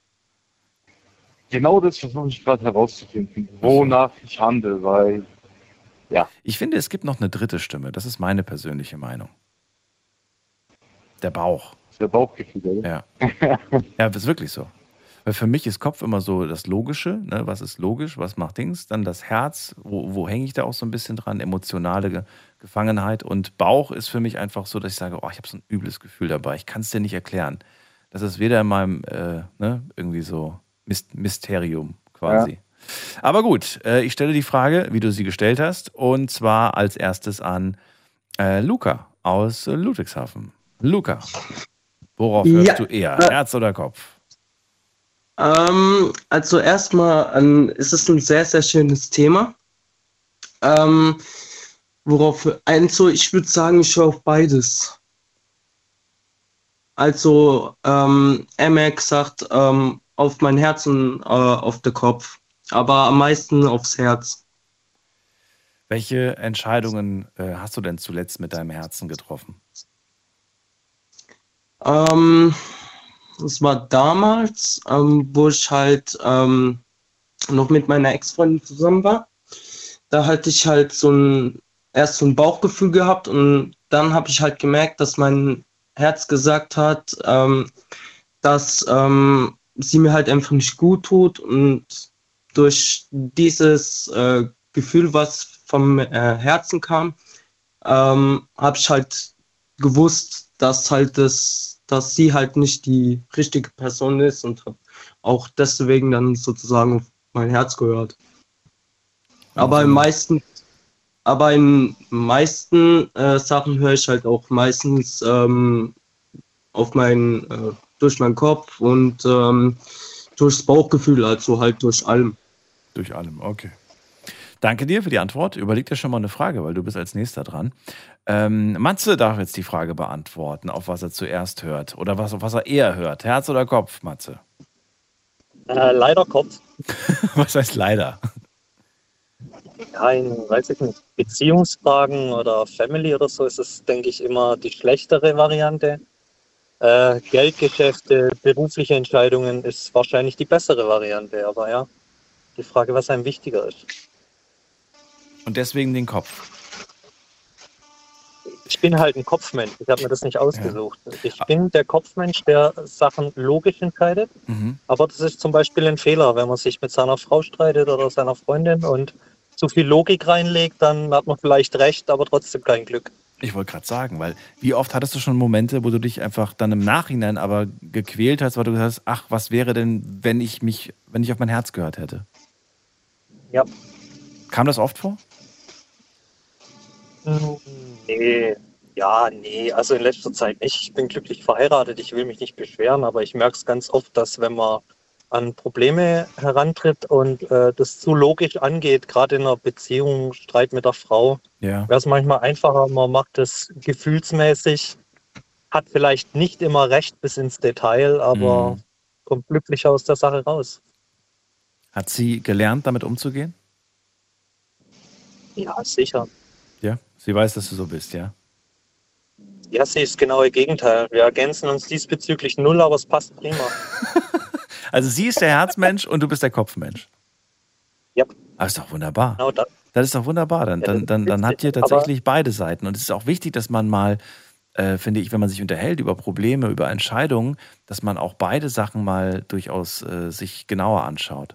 Genau das versuche ich gerade herauszufinden, wonach ich handle, weil, ja. Ich finde, es gibt noch eine dritte Stimme. Das ist meine persönliche Meinung. Der Bauch. Der Bauchgefühl, oder? Ja. Ja, das ist wirklich so. Weil für mich ist Kopf immer so das Logische, ne? Was ist logisch, was macht Dings, dann das Herz, wo hänge ich da auch so ein bisschen dran, emotionale Gefangenheit, und Bauch ist für mich einfach so, dass ich sage, oh, ich habe so ein übles Gefühl dabei, ich kann es dir nicht erklären. Das ist weder in meinem, irgendwie so Mysterium quasi. Ja. Aber gut, ich stelle die Frage, wie du sie gestellt hast, und zwar als erstes an Luca aus Ludwigshafen. Luca, worauf hörst du eher, Herz oder Kopf? Also erstmal ist es ein sehr, sehr schönes Thema. Ich würde sagen, ich höre auf beides. Also Emek sagt auf mein Herz und auf den Kopf, aber am meisten aufs Herz. Welche Entscheidungen hast du denn zuletzt mit deinem Herzen getroffen? es war damals, wo ich halt noch mit meiner Ex-Freundin zusammen war. Da hatte ich halt erst so ein Bauchgefühl gehabt und dann habe ich halt gemerkt, dass mein Herz gesagt hat, dass sie mir halt einfach nicht gut tut, und durch dieses Gefühl, was vom Herzen kam, habe ich halt gewusst, dass sie halt nicht die richtige Person ist, und habe auch deswegen dann sozusagen auf mein Herz gehört. Aber in meisten Sachen höre ich halt auch meistens durch meinen Kopf und durchs Bauchgefühl, also halt durch allem. Durch allem, okay. Danke dir für die Antwort. Überleg dir schon mal eine Frage, weil du bist als nächster dran. Matze darf jetzt die Frage beantworten, auf was er zuerst hört. Oder auf was er eher hört. Herz oder Kopf, Matze? Leider Kopf. Was heißt leider? Ja, in, weiß ich nicht, Beziehungsfragen oder Family oder so ist es, denke ich, immer die schlechtere Variante. Geldgeschäfte, berufliche Entscheidungen ist wahrscheinlich die bessere Variante. Aber ja, die Frage, was einem wichtiger ist. Und deswegen den Kopf? Ich bin halt ein Kopfmensch. Ich habe mir das nicht ausgesucht. Ja. Ich bin der Kopfmensch, der Sachen logisch entscheidet. Mhm. Aber das ist zum Beispiel ein Fehler, wenn man sich mit seiner Frau streitet oder seiner Freundin und zu viel Logik reinlegt, dann hat man vielleicht recht, aber trotzdem kein Glück. Ich wollte gerade sagen, weil wie oft hattest du schon Momente, wo du dich einfach dann im Nachhinein aber gequält hast, weil du gesagt hast, ach, was wäre denn, wenn ich auf mein Herz gehört hätte? Ja. Kam das oft vor? Nee, also in letzter Zeit nicht. Ich bin glücklich verheiratet, ich will mich nicht beschweren, aber ich merke es ganz oft, dass wenn man an Probleme herantritt und das zu logisch angeht, gerade in einer Beziehung, Streit mit der Frau, wäre es manchmal einfacher, man macht es gefühlsmäßig, hat vielleicht nicht immer recht bis ins Detail, aber kommt glücklicher aus der Sache raus. Hat sie gelernt, damit umzugehen? Ja, sicher. Ja, sie weiß, dass du so bist, ja? Ja, sie ist genau ihr Gegenteil. Wir ergänzen uns diesbezüglich null, aber es passt prima. Also sie ist der Herzmensch und du bist der Kopfmensch? Ja. Das ist doch wunderbar. Genau das. Das ist doch wunderbar. Dann habt ihr tatsächlich beide Seiten. Und es ist auch wichtig, dass man mal, finde ich, wenn man sich unterhält über Probleme, über Entscheidungen, dass man auch beide Sachen mal durchaus sich genauer anschaut.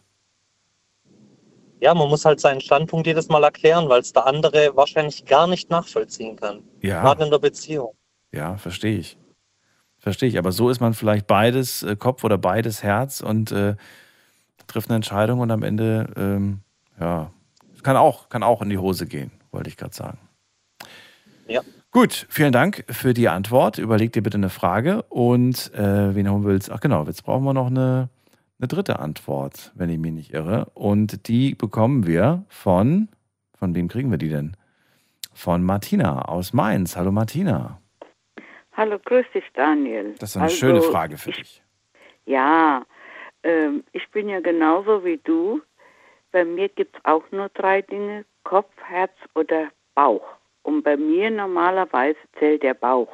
Ja, man muss halt seinen Standpunkt jedes Mal erklären, weil es der andere wahrscheinlich gar nicht nachvollziehen kann. Ja. Gerade in der Beziehung. Ja, verstehe ich. Aber so ist man vielleicht beides Kopf oder beides Herz und trifft eine Entscheidung und am Ende, kann auch in die Hose gehen, wollte ich gerade sagen. Ja. Gut, vielen Dank für die Antwort. Überleg dir bitte eine Frage und wen du willst. Ach genau, jetzt brauchen wir noch eine dritte Antwort, wenn ich mich nicht irre. Und die bekommen wir von wem kriegen wir die denn? Von Martina aus Mainz. Hallo Martina. Hallo, grüß dich Daniel. Das ist eine schöne Frage für dich. Ja, ich bin ja genauso wie du. Bei mir gibt es auch nur 3 Dinge, Kopf, Herz oder Bauch. Und bei mir normalerweise zählt der Bauch.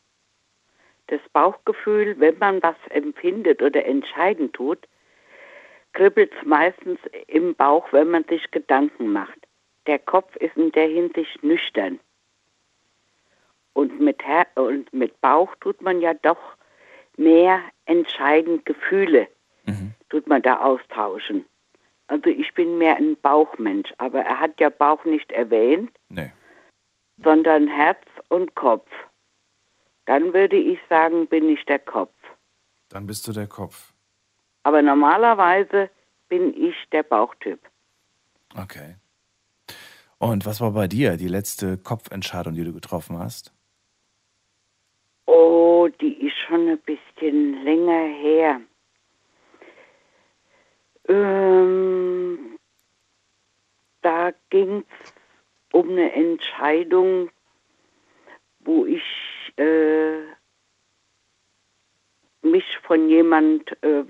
Das Bauchgefühl, wenn man was empfindet oder entscheiden tut, kribbelt es meistens im Bauch, wenn man sich Gedanken macht. Der Kopf ist in der Hinsicht nüchtern. Und mit Bauch tut man ja doch mehr entscheidend Gefühle, tut man da austauschen. Also ich bin mehr ein Bauchmensch, aber er hat ja Bauch nicht erwähnt, sondern Herz und Kopf. Dann würde ich sagen, bin ich der Kopf. Dann bist du der Kopf. Aber normalerweise bin ich der Bauchtyp. Okay. Und was war bei dir die letzte Kopfentscheidung, die du getroffen hast? Oh, die ist schon ein bisschen länger her. Da ging es um eine Entscheidung, wo ich mich von jemand,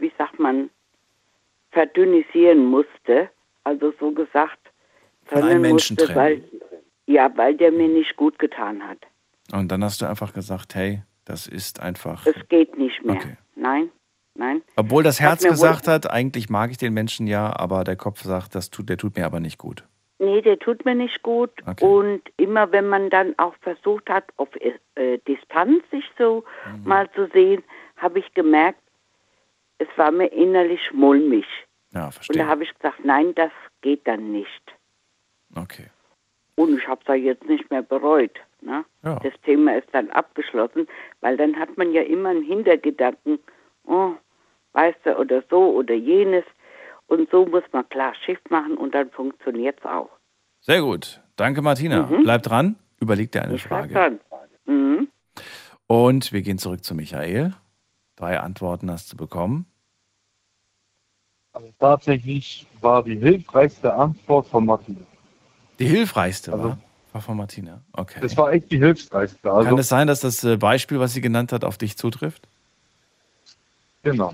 verdünnisieren musste. Also so gesagt, von einem Menschen musste, weil der mir nicht gut getan hat. Und dann hast du einfach gesagt, hey, das ist einfach... Es geht nicht mehr. Okay. Nein. Nein. Obwohl das Herz gesagt hat, eigentlich mag ich den Menschen ja, aber der Kopf sagt, der tut mir aber nicht gut. Nee, der tut mir nicht gut. Okay. Und immer wenn man dann auch versucht hat, auf Distanz sich so mal zu sehen, habe ich gemerkt, es war mir innerlich mulmig. Ja, verstehe. Und da habe ich gesagt, nein, das geht dann nicht. Okay. Und ich habe es ja jetzt nicht mehr bereut. Ne? Ja. Das Thema ist dann abgeschlossen, weil dann hat man ja immer einen Hintergedanken, oh, weißt du, oder so oder jenes. Und so muss man klar Schiff machen und dann funktioniert es auch. Sehr gut. Danke, Martina. Bleib dran. Überleg dir eine Frage. Bleib dran. Und wir gehen zurück zu Michael. 3 Antworten hast du bekommen. Also tatsächlich war die hilfreichste Antwort von Martina. Die hilfreichste war von Martina? Okay. Das war echt die hilfreichste. Also, kann es sein, dass das Beispiel, was sie genannt hat, auf dich zutrifft? Genau.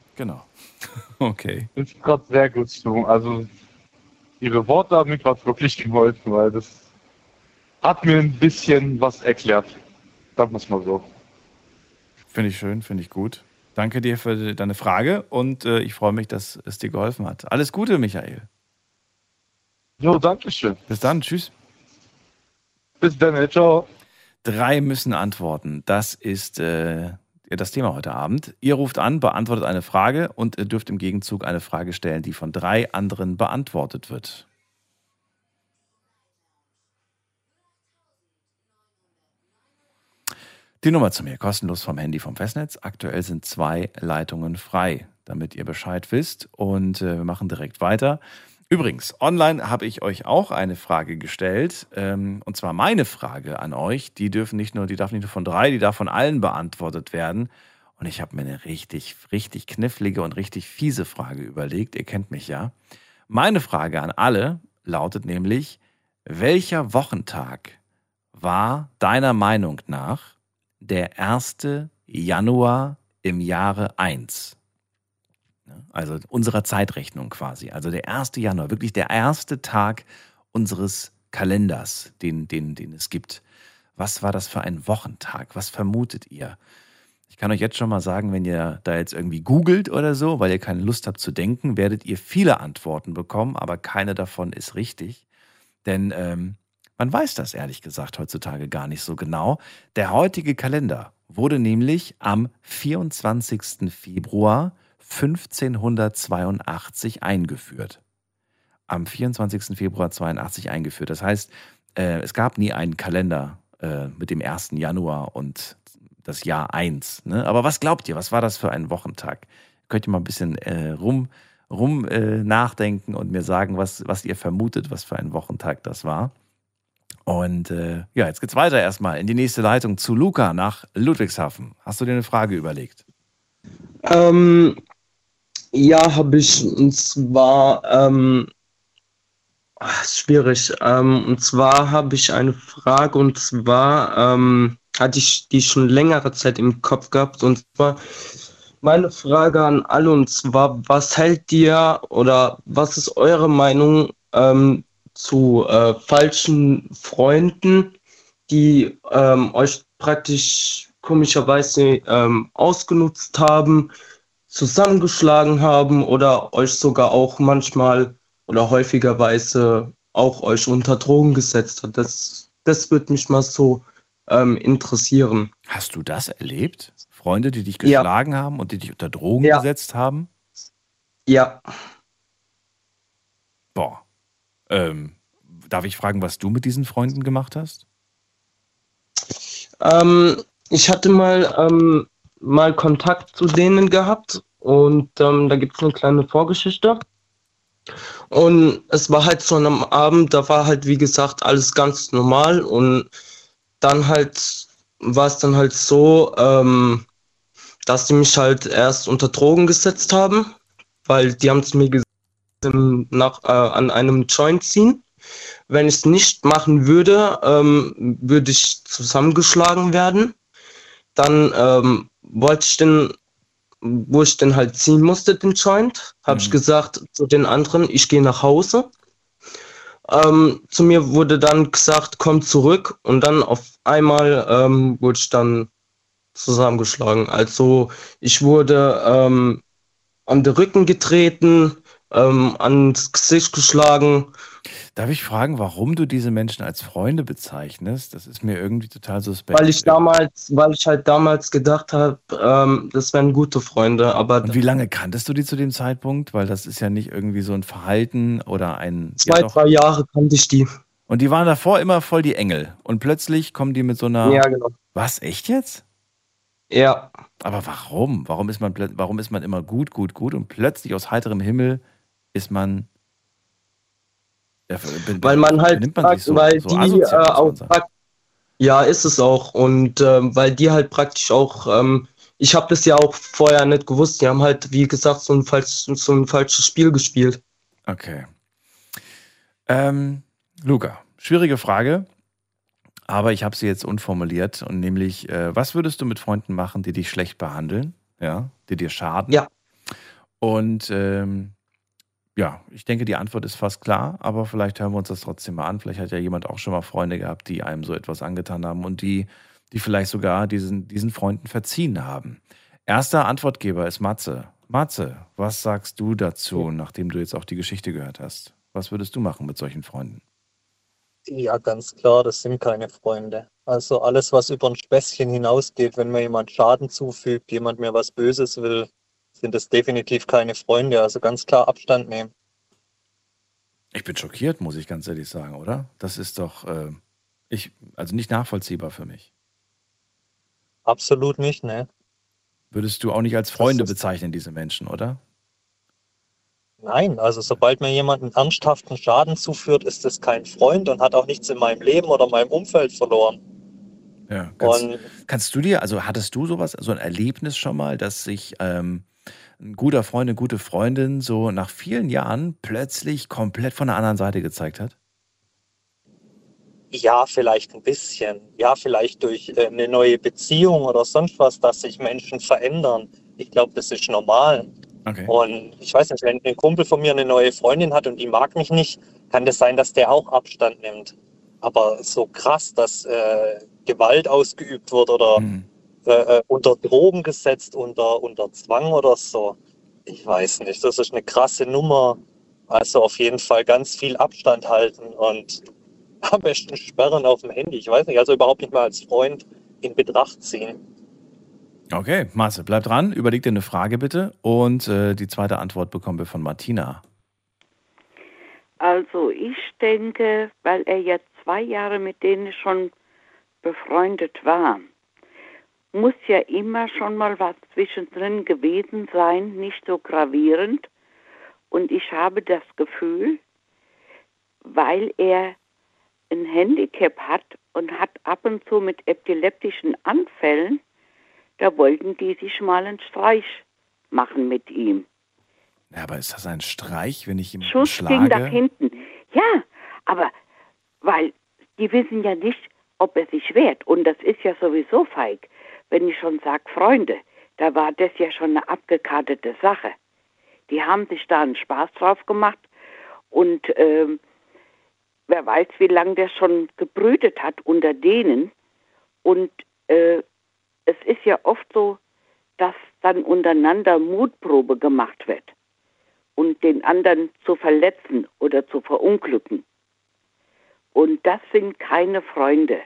Okay. Das ist gerade sehr gut zu. Also ihre Worte haben mir gerade wirklich geholfen, weil das hat mir ein bisschen was erklärt. Sagen wir es mal so. Finde ich schön, finde ich gut. Danke dir für deine Frage und ich freue mich, dass es dir geholfen hat. Alles Gute, Michael. Jo, danke schön. Bis dann, tschüss. Bis dann, ciao. 3 müssen antworten. Das ist das Thema heute Abend. Ihr ruft an, beantwortet eine Frage und ihr dürft im Gegenzug eine Frage stellen, die von 3 anderen beantwortet wird. Die Nummer zu mir, kostenlos vom Handy, vom Festnetz. Aktuell sind 2 Leitungen frei, damit ihr Bescheid wisst. Und wir machen direkt weiter. Übrigens, online habe ich euch auch eine Frage gestellt. Und zwar meine Frage an euch. Die darf nicht nur von 3, die darf von allen beantwortet werden. Und ich habe mir eine richtig, richtig knifflige und richtig fiese Frage überlegt. Ihr kennt mich ja. Meine Frage an alle lautet nämlich, welcher Wochentag war deiner Meinung nach der 1. Januar im Jahre 1? Also unserer Zeitrechnung quasi. Also der 1. Januar, wirklich der erste Tag unseres Kalenders, den es gibt. Was war das für ein Wochentag? Was vermutet ihr? Ich kann euch jetzt schon mal sagen, wenn ihr da jetzt irgendwie googelt oder so, weil ihr keine Lust habt zu denken, werdet ihr viele Antworten bekommen, aber keine davon ist richtig. Denn man weiß das ehrlich gesagt heutzutage gar nicht so genau. Der heutige Kalender wurde nämlich am 24. Februar 1582 eingeführt. Am 24. Februar 82 eingeführt. Das heißt, es gab nie einen Kalender mit dem 1. Januar und das Jahr 1. Ne? Aber was glaubt ihr, was war das für ein Wochentag? Könnt ihr mal ein bisschen nachdenken und mir sagen, was ihr vermutet, was für ein Wochentag das war. Und jetzt geht's weiter erstmal in die nächste Leitung zu Luca nach Ludwigshafen. Hast du dir eine Frage überlegt? Ja, habe ich. Und zwar, schwierig. Und zwar habe ich eine Frage, und zwar hatte ich die schon längere Zeit im Kopf gehabt. Und zwar meine Frage an alle, und zwar, was hält ihr oder was ist eure Meinung zu falschen Freunden, die euch praktisch komischerweise ausgenutzt haben, zusammengeschlagen haben oder euch sogar auch manchmal oder häufigerweise auch euch unter Drogen gesetzt hat? Das würde mich mal so interessieren. Hast du das erlebt? Freunde, die dich geschlagen haben und die dich unter Drogen gesetzt haben? Ja. Boah. Darf ich fragen, was du mit diesen Freunden gemacht hast? Ich hatte mal Kontakt zu denen gehabt und da gibt es eine kleine Vorgeschichte. Und es war halt so am Abend, da war halt wie gesagt alles ganz normal und dann halt war es dann halt so, dass die mich halt erst unter Drogen gesetzt haben, weil die haben es mir gesagt, an einem Joint ziehen. Wenn ich es nicht machen würde, würde ich zusammengeschlagen werden. Dann wo ich den halt ziehen musste, den Joint, habe ich gesagt zu den anderen, ich gehe nach Hause. Zu mir wurde dann gesagt, komm zurück, und dann auf einmal wurde ich dann zusammengeschlagen. Also ich wurde an den Rücken getreten, ans Gesicht geschlagen. Darf ich fragen, warum du diese Menschen als Freunde bezeichnest? Das ist mir irgendwie total suspekt. Weil ich halt damals gedacht habe, das wären gute Freunde. Aber und wie lange kanntest du die zu dem Zeitpunkt? Weil das ist ja nicht irgendwie so ein Verhalten oder ein... 2-3 Jahre kannte ich die. Und die waren davor immer voll die Engel. Und plötzlich kommen die mit so einer... Ja, genau. Was, echt jetzt? Ja. Aber warum? Warum ist man immer gut und plötzlich aus heiterem Himmel ist man... Weil man halt fragt, weil die asozial, auch ja, ist es auch. Und weil die halt praktisch auch, ich habe das ja auch vorher nicht gewusst, die haben halt, wie gesagt, so ein falsches Spiel gespielt. Okay. Luca, schwierige Frage, aber ich habe sie jetzt unformuliert und nämlich, was würdest du mit Freunden machen, die dich schlecht behandeln, ja, die dir schaden? Ja. Und ja, ich denke, die Antwort ist fast klar, aber vielleicht hören wir uns das trotzdem mal an. Vielleicht hat ja jemand auch schon mal Freunde gehabt, die einem so etwas angetan haben und die vielleicht sogar diesen Freunden verziehen haben. Erster Antwortgeber ist Matze. Matze, was sagst du dazu, nachdem du jetzt auch die Geschichte gehört hast? Was würdest du machen mit solchen Freunden? Ja, ganz klar, das sind keine Freunde. Also alles, was über ein Späßchen hinausgeht, wenn mir jemand Schaden zufügt, jemand mir was Böses will, sind das definitiv keine Freunde. Also ganz klar Abstand nehmen. Ich bin schockiert, muss ich ganz ehrlich sagen, oder? Das ist doch also nicht nachvollziehbar für mich. Absolut nicht, ne? Würdest du auch nicht als Freunde bezeichnen, diese Menschen, oder? Nein, also sobald mir jemand einen ernsthaften Schaden zuführt, ist das kein Freund und hat auch nichts in meinem Leben oder meinem Umfeld verloren. Ja, kannst du dir, also hattest du sowas, so ein Erlebnis schon mal, dass sich ein guter Freund, eine gute Freundin so nach vielen Jahren plötzlich komplett von der anderen Seite gezeigt hat? Ja, vielleicht ein bisschen. Ja, vielleicht durch eine neue Beziehung oder sonst was, dass sich Menschen verändern. Ich glaube, das ist normal. Okay. Und ich weiß nicht, wenn ein Kumpel von mir eine neue Freundin hat und die mag mich nicht, kann das sein, dass der auch Abstand nimmt. Aber so krass, dass Gewalt ausgeübt wird oder unter Drogen gesetzt, unter Zwang oder so, ich weiß nicht. Das ist eine krasse Nummer. Also auf jeden Fall ganz viel Abstand halten und am besten sperren auf dem Handy. Ich weiß nicht, also überhaupt nicht mal als Freund in Betracht ziehen. Okay, Marcel, bleib dran, überleg dir eine Frage bitte und die zweite Antwort bekommen wir von Martina. Also ich denke, weil er jetzt 2 Jahre mit denen schon befreundet war, muss ja immer schon mal was zwischendrin gewesen sein, nicht so gravierend. Und ich habe das Gefühl, weil er ein Handicap hat und hat ab und zu mit epileptischen Anfällen, da wollten die sich mal einen Streich machen mit ihm. Ja, aber ist das ein Streich, wenn ich ihn Schuss schlage? ging nach hinten. Ja, aber weil die wissen ja nicht, ob er sich wehrt. Und das ist ja sowieso feig. Wenn ich schon sage, Freunde, da war das ja schon eine abgekartete Sache. Die haben sich da einen Spaß drauf gemacht und wer weiß, wie lange der schon gebrütet hat unter denen. Und es ist ja oft so, dass dann untereinander Mutprobe gemacht wird und den anderen zu verletzen oder zu verunglücken. Und das sind keine Freunde.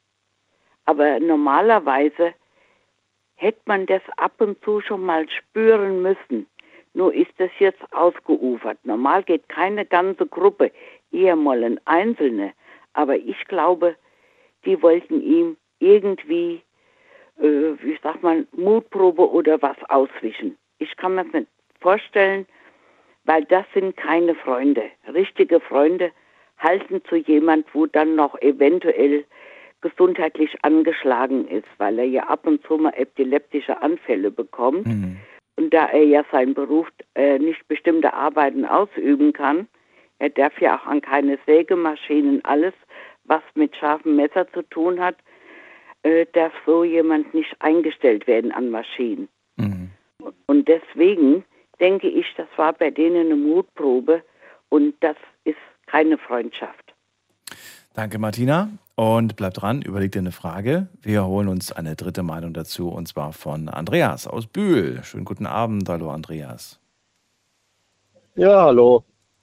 Aber normalerweise hätte man das ab und zu schon mal spüren müssen. Nur ist das jetzt ausgeufert. Normal geht keine ganze Gruppe, eher mal ein Einzelne. Aber ich glaube, die wollten ihm irgendwie, wie sagt man, Mutprobe oder was auswischen. Ich kann mir das nicht vorstellen, weil das sind keine Freunde. Richtige Freunde halten zu jemand, wo dann noch eventuell gesundheitlich angeschlagen ist, weil er ja ab und zu mal epileptische Anfälle bekommt. Und da er ja seinen Beruf nicht bestimmte Arbeiten ausüben kann, er darf ja auch an keine Sägemaschinen, alles, was mit scharfem Messer zu tun hat, darf so jemand nicht eingestellt werden an Maschinen. Und deswegen denke ich, das war bei denen eine Mutprobe und das ist keine Freundschaft. Danke, Martina. Und bleib dran, überleg dir eine Frage. Wir holen uns eine dritte Meinung dazu, und zwar von Andreas aus Bühl. Schönen guten Abend. Hallo, Andreas. Ja, hallo.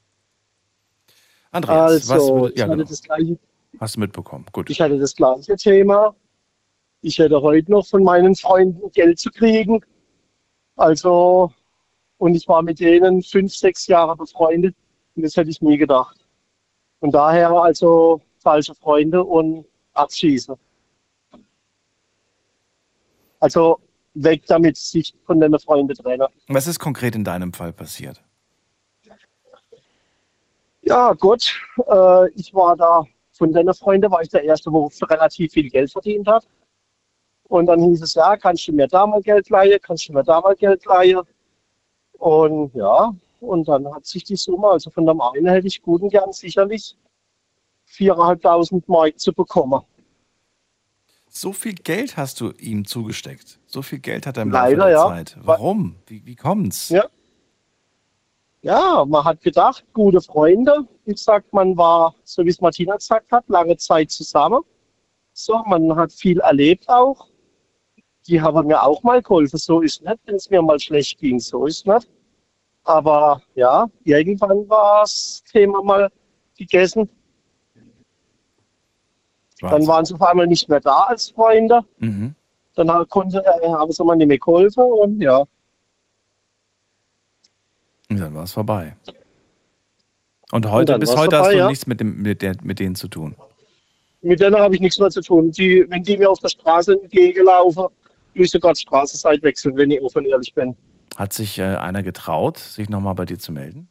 Andreas, Also, ich hatte das gleiche, hast du mitbekommen? Gut. ich hatte das gleiche Thema. Ich hätte heute noch von meinen Freunden Geld zu kriegen. Also, und ich war mit denen 5, 6 Jahre befreundet. Und das hätte ich nie gedacht. Und daher also falsche Freunde und abschießen. Also weg damit, sich von den Freunden trennen. Was ist konkret in deinem Fall passiert? Ja, gut. Ich war da, von den Freunden war ich der Erste, wo relativ viel Geld verdient hat. Und dann hieß es, ja, kannst du mir da mal Geld leihen, kannst du mir da mal Geld leihen. Und ja, und dann hat sich die Summe, also von dem einen hätte ich gut und gern sicherlich 4.500 Mark zu bekommen. So viel Geld hast du ihm zugesteckt? So viel Geld hat er im Laufe Leider, der ja. Zeit? Warum? Wie kommt's? Ja. Ja, man hat gedacht, gute Freunde. Wie gesagt, man war, so wie es Martina gesagt hat, lange Zeit zusammen. So, man hat viel erlebt auch. Die haben mir auch mal geholfen. So ist nicht, wenn es mir mal schlecht ging. So ist nicht. Aber ja, irgendwann war das Thema mal gegessen. Dann waren sie auf einmal nicht mehr da als Freunde. Mhm. Dann haben sie mal nicht mehr geholfen und ja. Und dann war es vorbei. Und heute, bis heute hast du nichts mit denen zu tun. Mit denen habe ich nichts mehr zu tun. Wenn die mir auf der Straße entgegenlaufen, muss ich sogar die Straßenseite wechseln, wenn ich offen ehrlich bin. Hat sich einer getraut, sich nochmal bei dir zu melden?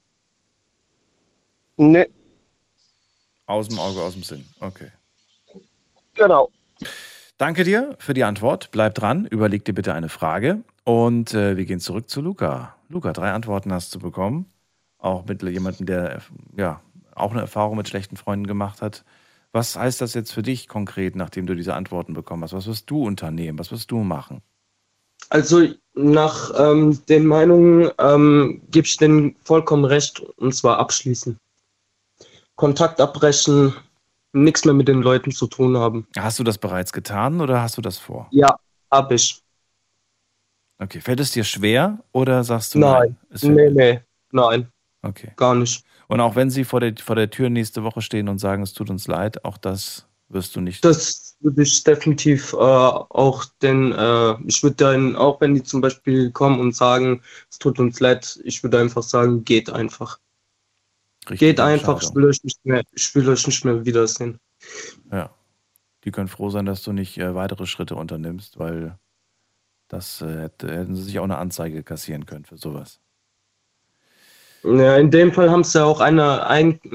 Nee. Aus dem Auge, aus dem Sinn. Okay. Genau. Danke dir für die Antwort. Bleib dran, überleg dir bitte eine Frage. Und wir gehen zurück zu Luca. Luca, 3 Antworten hast du bekommen. Auch mit jemandem, der ja auch eine Erfahrung mit schlechten Freunden gemacht hat. Was heißt das jetzt für dich konkret, nachdem du diese Antworten bekommen hast? Was wirst du unternehmen? Was wirst du machen? Also nach den Meinungen gebe ich denen vollkommen recht, und zwar abschließen. Kontakt abbrechen, nichts mehr mit den Leuten zu tun haben. Hast du das bereits getan oder hast du das vor? Ja, hab ich. Okay, fällt es dir schwer oder sagst du nein? Nein. Okay. Gar nicht. Und auch wenn sie vor der Tür nächste Woche stehen und sagen, es tut uns leid, auch das wirst du nicht. Das würde ich definitiv auch, denn ich würde dann, auch wenn die zum Beispiel kommen und sagen, es tut uns leid, ich würde einfach sagen, geht einfach. Geht einfach, ich will euch nicht mehr wiedersehen. Ja. Die können froh sein, dass du nicht weitere Schritte unternimmst, weil das hätten sie sich auch eine Anzeige kassieren können für sowas. Ja, in dem Fall haben sie auch eine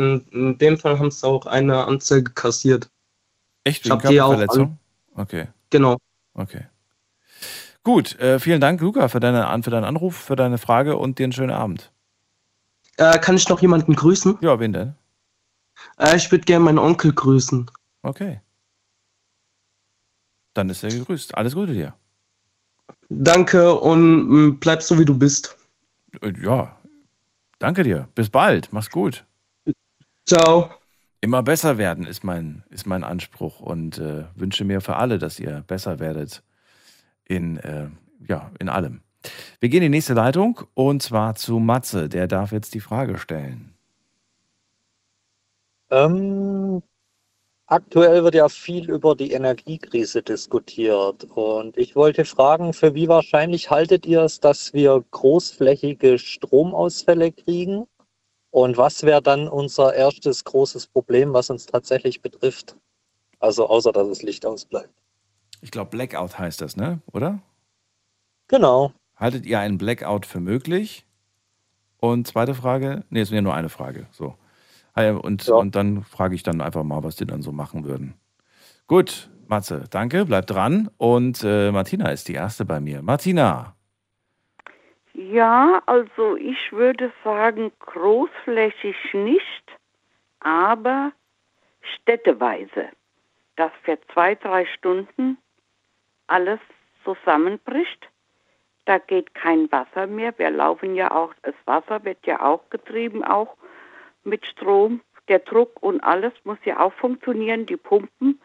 Anzeige kassiert. Echt? Ich habe die auch Verletzung? Okay. Genau. Okay. Gut, vielen Dank, Luca, für deinen Anruf, für deine Frage und dir einen schönen Abend. Kann ich noch jemanden grüßen? Ja, wen denn? Ich würde gerne meinen Onkel grüßen. Okay. Dann ist er gegrüßt. Alles Gute dir. Danke und bleib so, wie du bist. Ja, danke dir. Bis bald. Mach's gut. Ciao. Immer besser werden ist mein Anspruch und wünsche mir für alle, dass ihr besser werdet in allem. Wir gehen in die nächste Leitung und zwar zu Matze. Der darf jetzt die Frage stellen. Aktuell wird ja viel über die Energiekrise diskutiert und ich wollte fragen, für wie wahrscheinlich haltet ihr es, dass wir großflächige Stromausfälle kriegen? Und was wäre dann unser erstes großes Problem, was uns tatsächlich betrifft? Also außer, dass das Licht ausbleibt. Ich glaube, Blackout heißt das, ne? Oder? Genau. Haltet ihr einen Blackout für möglich? Und zweite Frage? Ne, es wäre nur eine Frage. So. Und dann frage ich dann einfach mal, was die dann so machen würden. Gut, Matze, danke, bleib dran. Und Martina ist die erste bei mir. Martina. Ja, also ich würde sagen, großflächig nicht, aber städteweise, dass für 2, 3 Stunden alles zusammenbricht. Da geht kein Wasser mehr. Wir laufen ja auch, das Wasser wird ja auch getrieben, auch mit Strom, der Druck und alles muss ja auch funktionieren, die Pumpen.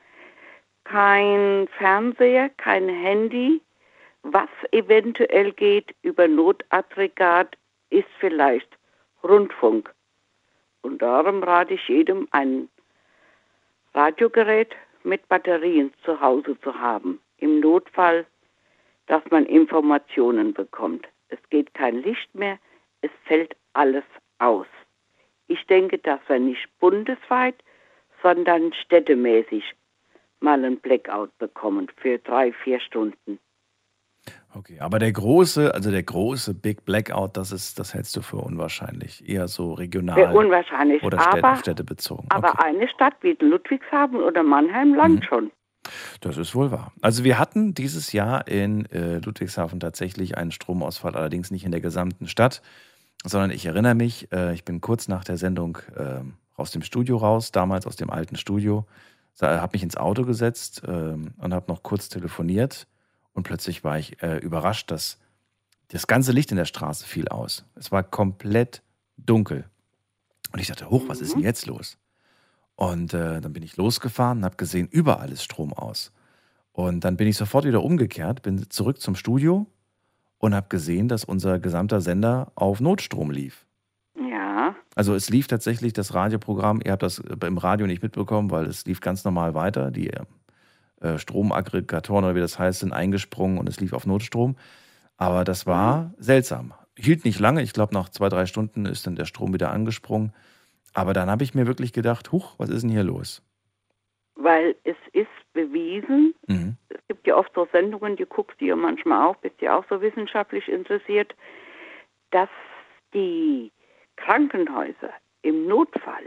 Kein Fernseher, kein Handy. Was eventuell geht über Notaggregat, ist vielleicht Rundfunk. Und darum rate ich jedem, ein Radiogerät mit Batterien zu Hause zu haben. Im Notfall, dass man Informationen bekommt. Es geht kein Licht mehr, es fällt alles aus. Ich denke, dass wir nicht bundesweit, sondern städtemäßig mal einen Blackout bekommen für 3-4 Stunden. Okay, aber der große Big Blackout, das hältst du für unwahrscheinlich. Eher so regional. Sehr unwahrscheinlich, oder städtebezogen. Aber Okay. eine Stadt wie Ludwigshafen oder Mannheim langt schon. Das ist wohl wahr. Also wir hatten dieses Jahr in Ludwigshafen tatsächlich einen Stromausfall, allerdings nicht in der gesamten Stadt, sondern ich erinnere mich, ich bin kurz nach der Sendung aus dem Studio raus, damals aus dem alten Studio, habe mich ins Auto gesetzt und habe noch kurz telefoniert und plötzlich war ich überrascht, dass das ganze Licht in der Straße fiel aus. Es war komplett dunkel. Und ich dachte, was ist denn jetzt los? Und dann bin ich losgefahren und habe gesehen, überall ist Strom aus. Und dann bin ich sofort wieder umgekehrt, bin zurück zum Studio und habe gesehen, dass unser gesamter Sender auf Notstrom lief. Ja. Also es lief tatsächlich das Radioprogramm, ihr habt das im Radio nicht mitbekommen, weil es lief ganz normal weiter. Die Stromaggregatoren oder wie das heißt, sind eingesprungen und es lief auf Notstrom. Aber das war seltsam. Hielt nicht lange, ich glaube nach 2-3 Stunden ist dann der Strom wieder angesprungen. Aber dann habe ich mir wirklich gedacht, was ist denn hier los? Weil es ist bewiesen, es gibt ja oft so Sendungen, die guckst du ja manchmal auch, bist ja auch so wissenschaftlich interessiert, dass die Krankenhäuser im Notfall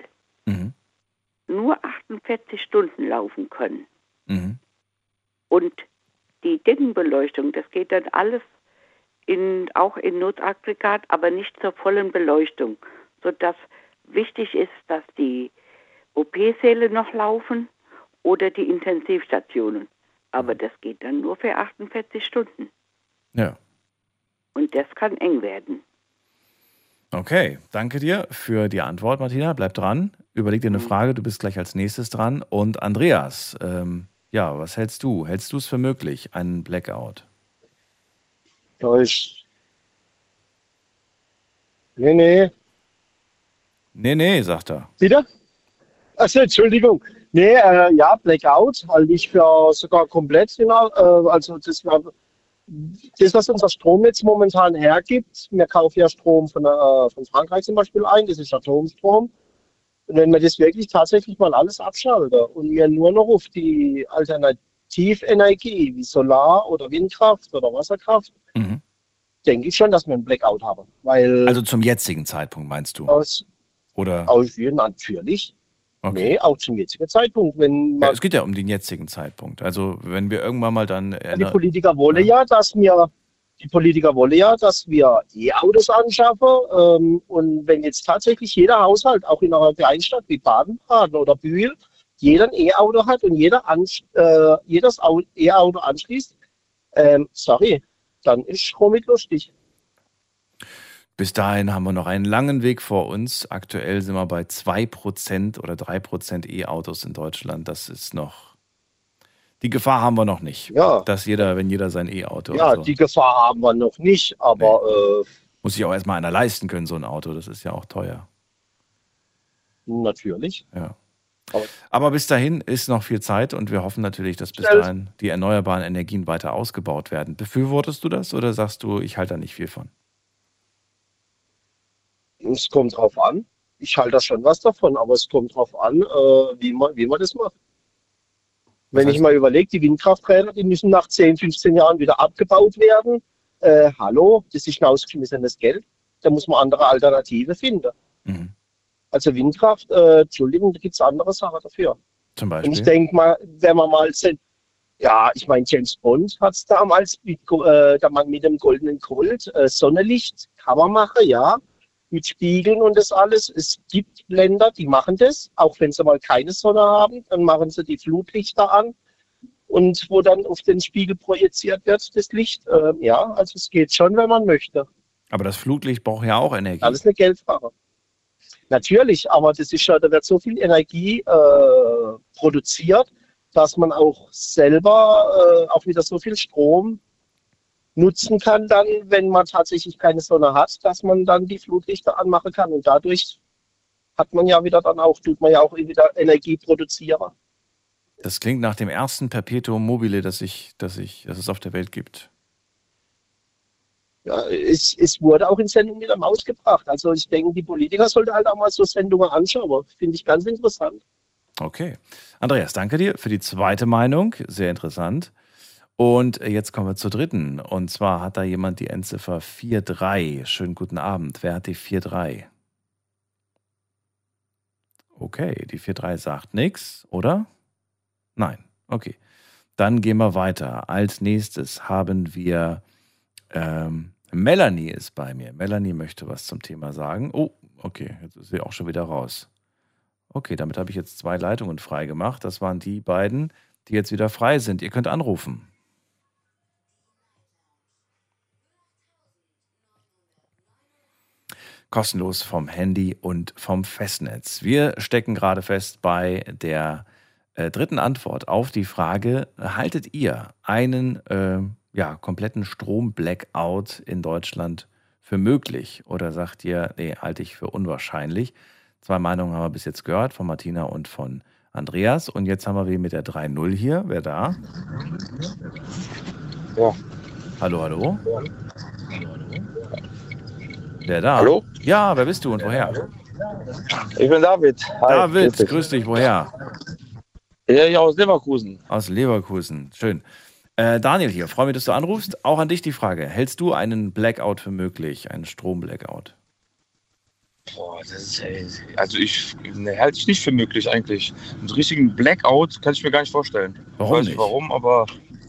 nur 48 Stunden laufen können. Und die Deckenbeleuchtung, das geht dann alles auch in Notaggregat, aber nicht zur vollen Beleuchtung, sodass wichtig ist, dass die OP-Säle noch laufen oder die Intensivstationen. Aber das geht dann nur für 48 Stunden. Ja. Und das kann eng werden. Okay, danke dir für die Antwort, Martina. Bleib dran. Überleg dir eine Frage, du bist gleich als nächstes dran. Und Andreas, was hältst du? Hältst du es für möglich, einen Blackout? Nee, sagt er. Bitte? Achso, Entschuldigung. Blackout halte ich für sogar komplett. Also das, was unser Stromnetz momentan hergibt, wir kaufen ja Strom von Frankreich zum Beispiel ein, das ist Atomstrom. Und wenn wir das wirklich tatsächlich mal alles abschalten und wir nur noch auf die Alternativenergie wie Solar- oder Windkraft oder Wasserkraft, denke ich schon, dass wir einen Blackout haben. Also zum jetzigen Zeitpunkt meinst du? Natürlich. Okay. Nee, auch zum jetzigen Zeitpunkt. Es geht ja um den jetzigen Zeitpunkt. Also wenn wir irgendwann mal dann... Die Politiker wollen ja, dass wir E-Autos anschaffen. Und wenn jetzt tatsächlich jeder Haushalt, auch in einer Kleinstadt wie Baden-Baden oder Bühl, jeder ein E-Auto hat und jedes E-Auto anschließt, dann ist Strom mit lustig. Bis dahin haben wir noch einen langen Weg vor uns. Aktuell sind wir bei 2% oder 3% E-Autos in Deutschland. Das ist noch... Die Gefahr haben wir noch nicht. Ja. Wenn jeder sein E-Auto... Ja, die Gefahr haben wir noch nicht, aber... Muss sich auch erstmal einer leisten können, so ein Auto. Das ist ja auch teuer. Natürlich. Ja. Aber bis dahin ist noch viel Zeit und wir hoffen natürlich, dass bis dahin die erneuerbaren Energien weiter ausgebaut werden. Befürwortest du das oder sagst du, ich halte da nicht viel von? Es kommt drauf an. Ich halte da schon was davon, aber es kommt drauf an, wie man das macht. Wenn ich mal überlege, die Windkrafträder, die müssen nach 10, 15 Jahren wieder abgebaut werden. Das ist ein ausgeschmissenes Geld. Da muss man andere Alternative finden. Also Windkraft, Entschuldigung, da gibt es andere Sachen dafür. Zum Beispiel? Und ich denke mal, wenn man mal... James Bond hat es damals mit dem goldenen Gold, Sonnenlicht kann man machen, ja. Mit Spiegeln und das alles. Es gibt Länder, die machen das, auch wenn sie mal keine Sonne haben, dann machen sie die Flutlichter an und wo dann auf den Spiegel projiziert wird, das Licht. Also es geht schon, wenn man möchte. Aber das Flutlicht braucht ja auch Energie. Alles eine Geldfrage. Natürlich, aber das ist ja, da wird so viel Energie produziert, dass man auch selber auch wieder so viel Strom nutzen kann, dann, wenn man tatsächlich keine Sonne hat, dass man dann die Flutlichter anmachen kann. Und dadurch hat man ja wieder dann auch, tut man ja auch wieder Energie produzieren. Das klingt nach dem ersten Perpetuum mobile, das es auf der Welt gibt. Ja, es wurde auch in Sendungen wieder ausgebracht. Also ich denke, die Politiker sollten halt auch mal so Sendungen anschauen. Finde ich ganz interessant. Okay. Andreas, danke dir für die zweite Meinung. Sehr interessant. Und jetzt kommen wir zur dritten. Und zwar hat da jemand die Endziffer 43. Schönen guten Abend. Wer hat die 43? Okay, die 43 sagt nichts, oder? Nein. Okay. Dann gehen wir weiter. Als nächstes haben wir Melanie ist bei mir. Melanie möchte was zum Thema sagen. Oh, okay, jetzt ist sie auch schon wieder raus. Okay, damit habe ich jetzt 2 Leitungen frei gemacht. Das waren die beiden, die jetzt wieder frei sind. Ihr könnt anrufen. Kostenlos vom Handy und vom Festnetz. Wir stecken gerade fest bei der dritten Antwort auf die Frage, haltet ihr einen kompletten Strom-Blackout in Deutschland für möglich? Oder sagt ihr, nee, halte ich für unwahrscheinlich? 2 Meinungen haben wir bis jetzt gehört, von Martina und von Andreas. Und jetzt haben wir wen mit der 3-0 hier. Wer da? Ja. Hallo, hallo? Wer da? Hallo? Ja, wer bist du und woher? Ich bin David. Hi, David, grüß dich. Woher? Ja, aus Leverkusen. Aus Leverkusen, schön. Daniel hier, freue mich, dass du anrufst. Auch an dich die Frage, hältst du einen Blackout für möglich, einen Strom-Blackout? Boah, halte ich nicht für möglich eigentlich. Einen richtigen Blackout kann ich mir gar nicht vorstellen. Warum ich weiß nicht? Warum, aber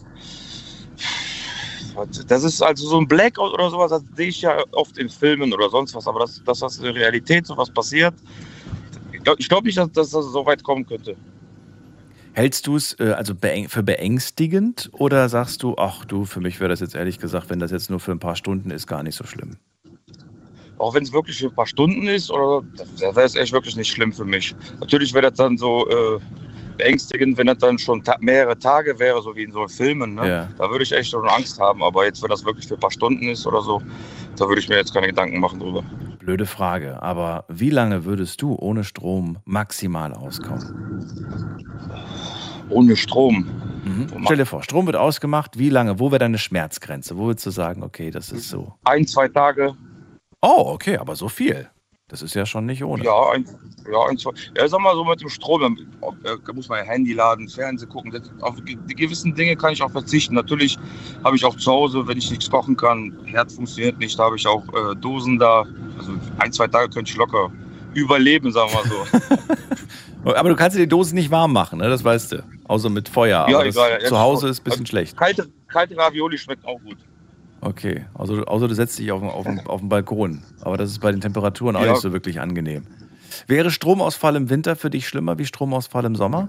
das ist also so ein Blackout oder sowas, das sehe ich ja oft in Filmen oder sonst was, aber dass das in der Realität sowas passiert, ich glaube nicht, dass das so weit kommen könnte. Hältst du es für beängstigend oder sagst du, ach du, für mich wäre das jetzt ehrlich gesagt, wenn das jetzt nur für ein paar Stunden ist, gar nicht so schlimm? Auch wenn es wirklich für ein paar Stunden ist, oder das wäre es echt wirklich nicht schlimm für mich. Natürlich wäre das dann so beängstigend, wenn das dann schon mehrere Tage wäre, so wie in so Filmen. Ne? Ja. Da würde ich echt schon Angst haben. Aber jetzt, wenn das wirklich für ein paar Stunden ist oder so, da würde ich mir jetzt keine Gedanken machen drüber. Blöde Frage, aber wie lange würdest du ohne Strom maximal auskommen? Ohne Strom? Stell dir vor, Strom wird ausgemacht, wie lange? Wo wäre deine Schmerzgrenze? Wo würdest du sagen, okay, das ist so? 1-2 Tage. Oh, okay, aber so viel. Das ist ja schon nicht ohne. Ja, 1-2. Ja, sag mal so mit dem Strom, da muss man ja Handy laden, Fernsehen gucken. Auf die gewissen Dinge kann ich auch verzichten. Natürlich habe ich auch zu Hause, wenn ich nichts kochen kann, Herd funktioniert nicht, da habe ich auch Dosen da. Also 1-2 Tage könnte ich locker überleben, sagen wir mal so. Aber du kannst dir die Dosen nicht warm machen, ne? Das weißt du. Außer mit Feuer. Ja, aber egal. Zu Hause ist ein bisschen schlecht. Kalte Ravioli schmeckt auch gut. Okay, außer du setzt dich auf den Balkon. Aber das ist bei den Temperaturen auch nicht so wirklich angenehm. Wäre Stromausfall im Winter für dich schlimmer wie Stromausfall im Sommer?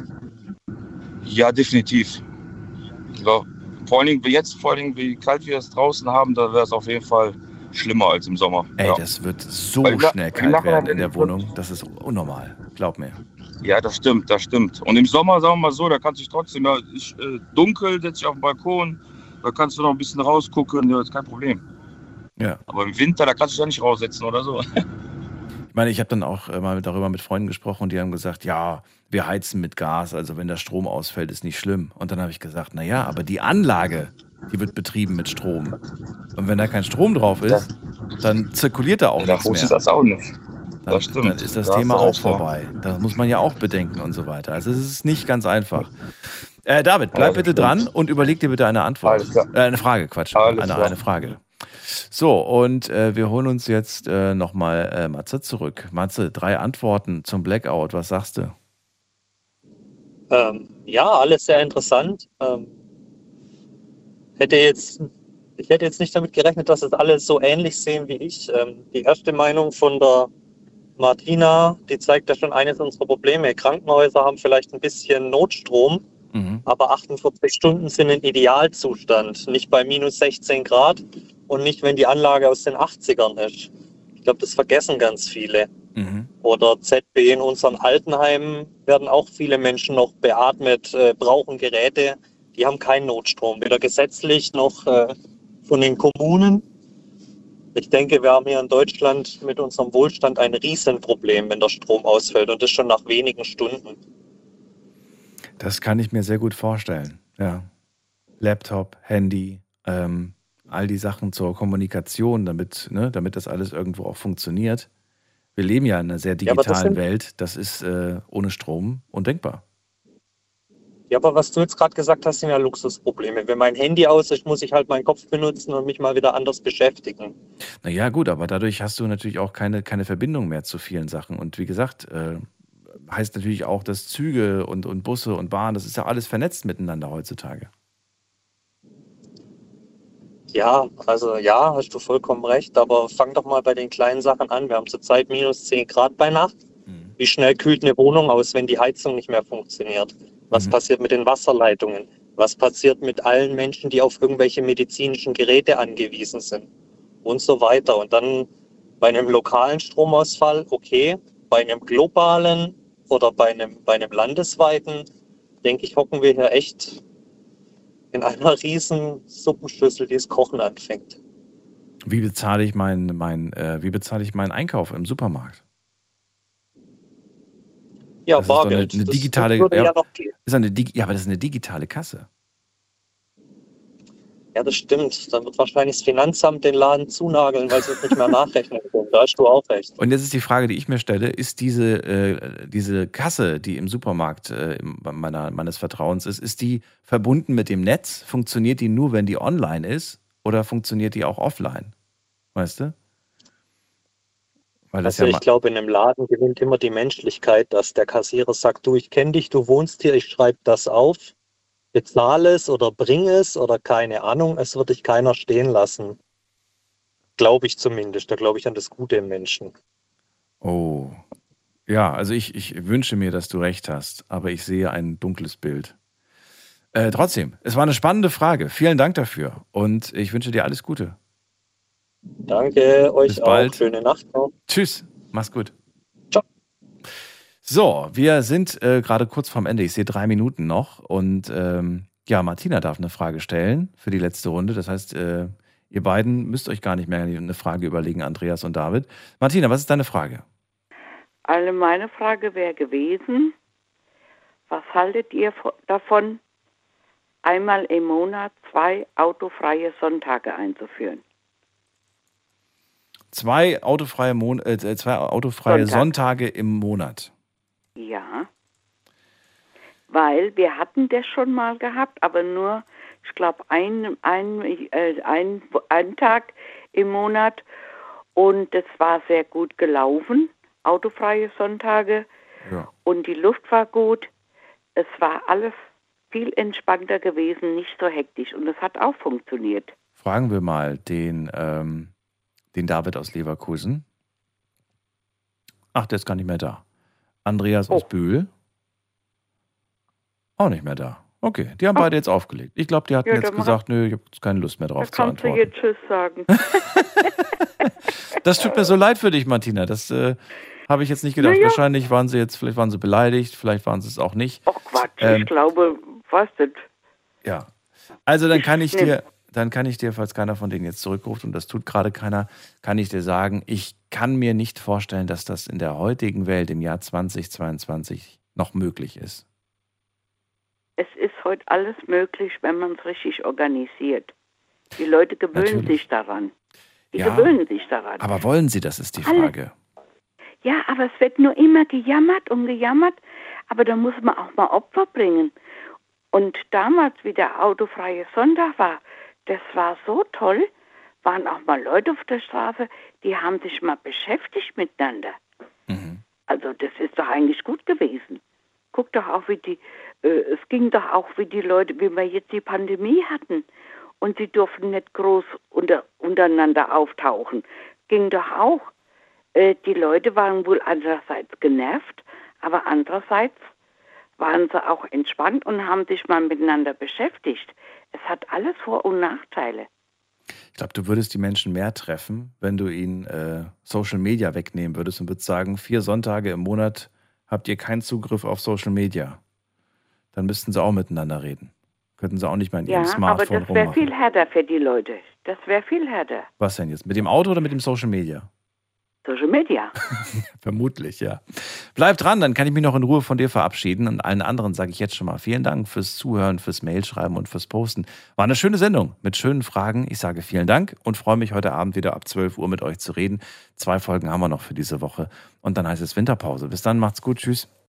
Ja, definitiv. Ja, vor allen Dingen, wie kalt wir es draußen haben, da wäre es auf jeden Fall schlimmer als im Sommer. Ey, ja. Das wird so schnell kalt werden in der Wohnung. Das ist unnormal, glaub mir. Ja, das stimmt. Und im Sommer, sagen wir mal so, da kannst du dich trotzdem, dunkel, setzt dich auf den Balkon, da kannst du noch ein bisschen rausgucken, das ist kein Problem. Ja. Aber im Winter, da kannst du dich ja nicht raussetzen oder so. Ich meine, ich habe dann auch mal darüber mit Freunden gesprochen und die haben gesagt, ja, wir heizen mit Gas, also wenn der Strom ausfällt, ist nicht schlimm. Und dann habe ich gesagt, naja, aber die Anlage, die wird betrieben mit Strom. Und wenn da kein Strom drauf ist, dann zirkuliert da auch nichts mehr. Dann das auch nicht. Das stimmt. Dann ist das Thema auch vorbei. Das muss man ja auch bedenken und so weiter. Also es ist nicht ganz einfach. David, bleib bitte dran und überleg dir bitte eine Antwort. Eine Frage, Quatsch. Eine Frage. So, und wir holen uns jetzt nochmal Matze zurück. Matze, 3 Antworten zum Blackout. Was sagst du? Ja, alles sehr interessant. Ich hätte jetzt nicht damit gerechnet, dass es alle so ähnlich sehen wie ich. Die erste Meinung von der Martina, die zeigt ja schon eines unserer Probleme. Krankenhäuser haben vielleicht ein bisschen Notstrom, aber 48 Stunden sind ein Idealzustand. Nicht bei minus 16 Grad und nicht, wenn die Anlage aus den 80ern ist. Ich glaube, das vergessen ganz viele. Oder ZB in unseren Altenheimen werden auch viele Menschen noch beatmet, brauchen Geräte, die haben keinen Notstrom, weder gesetzlich noch von den Kommunen. Ich denke, wir haben hier in Deutschland mit unserem Wohlstand ein Riesenproblem, wenn der Strom ausfällt und das schon nach wenigen Stunden. Das kann ich mir sehr gut vorstellen, ja. Laptop, Handy, all die Sachen zur Kommunikation, damit das alles irgendwo auch funktioniert. Wir leben ja in einer sehr digitalen Welt. Das ist ohne Strom undenkbar. Ja, aber was du jetzt gerade gesagt hast, sind ja Luxusprobleme. Wenn mein Handy aus ist, muss ich halt meinen Kopf benutzen und mich mal wieder anders beschäftigen. Naja, gut, aber dadurch hast du natürlich auch keine Verbindung mehr zu vielen Sachen. Und wie gesagt, heißt natürlich auch, dass Züge und Busse und Bahnen, das ist ja alles vernetzt miteinander heutzutage. Ja, also ja, hast du vollkommen recht, aber fang doch mal bei den kleinen Sachen an. Wir haben zurzeit minus 10 Grad bei Nacht. Wie schnell kühlt eine Wohnung aus, wenn die Heizung nicht mehr funktioniert? Was passiert mit den Wasserleitungen? Was passiert mit allen Menschen, die auf irgendwelche medizinischen Geräte angewiesen sind? Und so weiter. Und dann bei einem lokalen Stromausfall, okay, bei einem globalen oder bei einem landesweiten, denke ich, hocken wir hier echt in einer riesen Suppenschüssel, die das Kochen anfängt. Wie bezahle ich meinen Einkauf im Supermarkt? Ja, das Bargeld. Ist eine digitale, das würde ja noch gehen. Aber das ist eine digitale Kasse. Ja, das stimmt. Dann wird wahrscheinlich das Finanzamt den Laden zunageln, weil sie es nicht mehr nachrechnen können. Da hast du auch recht. Und jetzt ist die Frage, die ich mir stelle, ist diese Kasse, die im Supermarkt meines Vertrauens ist die verbunden mit dem Netz? Funktioniert die nur, wenn die online ist? Oder funktioniert die auch offline? Weißt du? Weil das ich glaube, in einem Laden gewinnt immer die Menschlichkeit, dass der Kassierer sagt, du, ich kenne dich, du wohnst hier, ich schreibe das auf, bezahle es oder bring es oder keine Ahnung, es wird dich keiner stehen lassen. Glaube ich zumindest, da glaube ich an das Gute im Menschen. Oh, ja, also ich wünsche mir, dass du recht hast, aber ich sehe ein dunkles Bild. Trotzdem, es war eine spannende Frage. Vielen Dank dafür und ich wünsche dir alles Gute. Danke, euch Bis bald. auch. Schöne Nacht noch. Tschüss, mach's gut. Ciao. So, wir sind gerade kurz vorm Ende. Ich sehe 3 Minuten noch und Martina darf eine Frage stellen für die letzte Runde. Das heißt, ihr beiden müsst euch gar nicht mehr eine Frage überlegen, Andreas und David. Martina, was ist deine Frage? Also meine Frage wäre gewesen, was haltet ihr davon, einmal im Monat 2 autofreie Sonntage einzuführen? 2 autofreie Sonntage im Monat. Ja, weil wir hatten das schon mal gehabt, aber nur, ich glaube, einen Tag im Monat und das war sehr gut gelaufen, autofreie Sonntage und die Luft war gut. Es war alles viel entspannter gewesen, nicht so hektisch und es hat auch funktioniert. Fragen wir mal den David aus Leverkusen. Ach, der ist gar nicht mehr da. Andreas aus Bühl. Auch nicht mehr da. Okay, die haben beide jetzt aufgelegt. Ich glaube, die hatten jetzt gesagt, nö, ich habe keine Lust mehr drauf zu antworten. Da kannst du jetzt Tschüss sagen. Das tut mir so leid für dich, Martina. Das habe ich jetzt nicht gedacht. Wahrscheinlich waren sie vielleicht waren sie beleidigt, vielleicht waren sie es auch nicht. Ach Quatsch, ich glaube, was denn? Ja, also dann kann ich dir, falls keiner von denen jetzt zurückruft, und das tut gerade keiner, kann ich dir sagen, ich kann mir nicht vorstellen, dass das in der heutigen Welt im Jahr 2022 noch möglich ist. Es ist heute alles möglich, wenn man es richtig organisiert. Die Leute gewöhnen sich daran. Die gewöhnen sich daran. Aber wollen sie, das ist die Frage. Ja, aber es wird nur immer gejammert und gejammert, aber da muss man auch mal Opfer bringen. Und damals, wie der autofreie Sonntag war, das war so toll, waren auch mal Leute auf der Straße, die haben sich mal beschäftigt miteinander. Also das ist doch eigentlich gut gewesen. Guck doch auch, es ging doch auch wie die Leute, wie wir jetzt die Pandemie hatten und sie durften nicht groß untereinander auftauchen. Ging doch auch. Die Leute waren wohl andererseits genervt, aber andererseits waren sie auch entspannt und haben sich mal miteinander beschäftigt. Es hat alles Vor- und Nachteile. Ich glaube, du würdest die Menschen mehr treffen, wenn du ihnen Social Media wegnehmen würdest und würdest sagen, 4 Sonntage im Monat habt ihr keinen Zugriff auf Social Media. Dann müssten sie auch miteinander reden. Könnten sie auch nicht mehr in ihrem Smartphone aber das wäre rummachen. viel härter für die Leute. Das wäre viel härter. Was denn jetzt? Mit dem Auto oder mit dem Social Media? Social Media. Vermutlich, ja. Bleib dran, dann kann ich mich noch in Ruhe von dir verabschieden. Und allen anderen sage ich jetzt schon mal vielen Dank fürs Zuhören, fürs Mailschreiben und fürs Posten. War eine schöne Sendung mit schönen Fragen. Ich sage vielen Dank und freue mich heute Abend wieder ab 12 Uhr mit euch zu reden. 2 Folgen haben wir noch für diese Woche. Und dann heißt es Winterpause. Bis dann, macht's gut. Tschüss.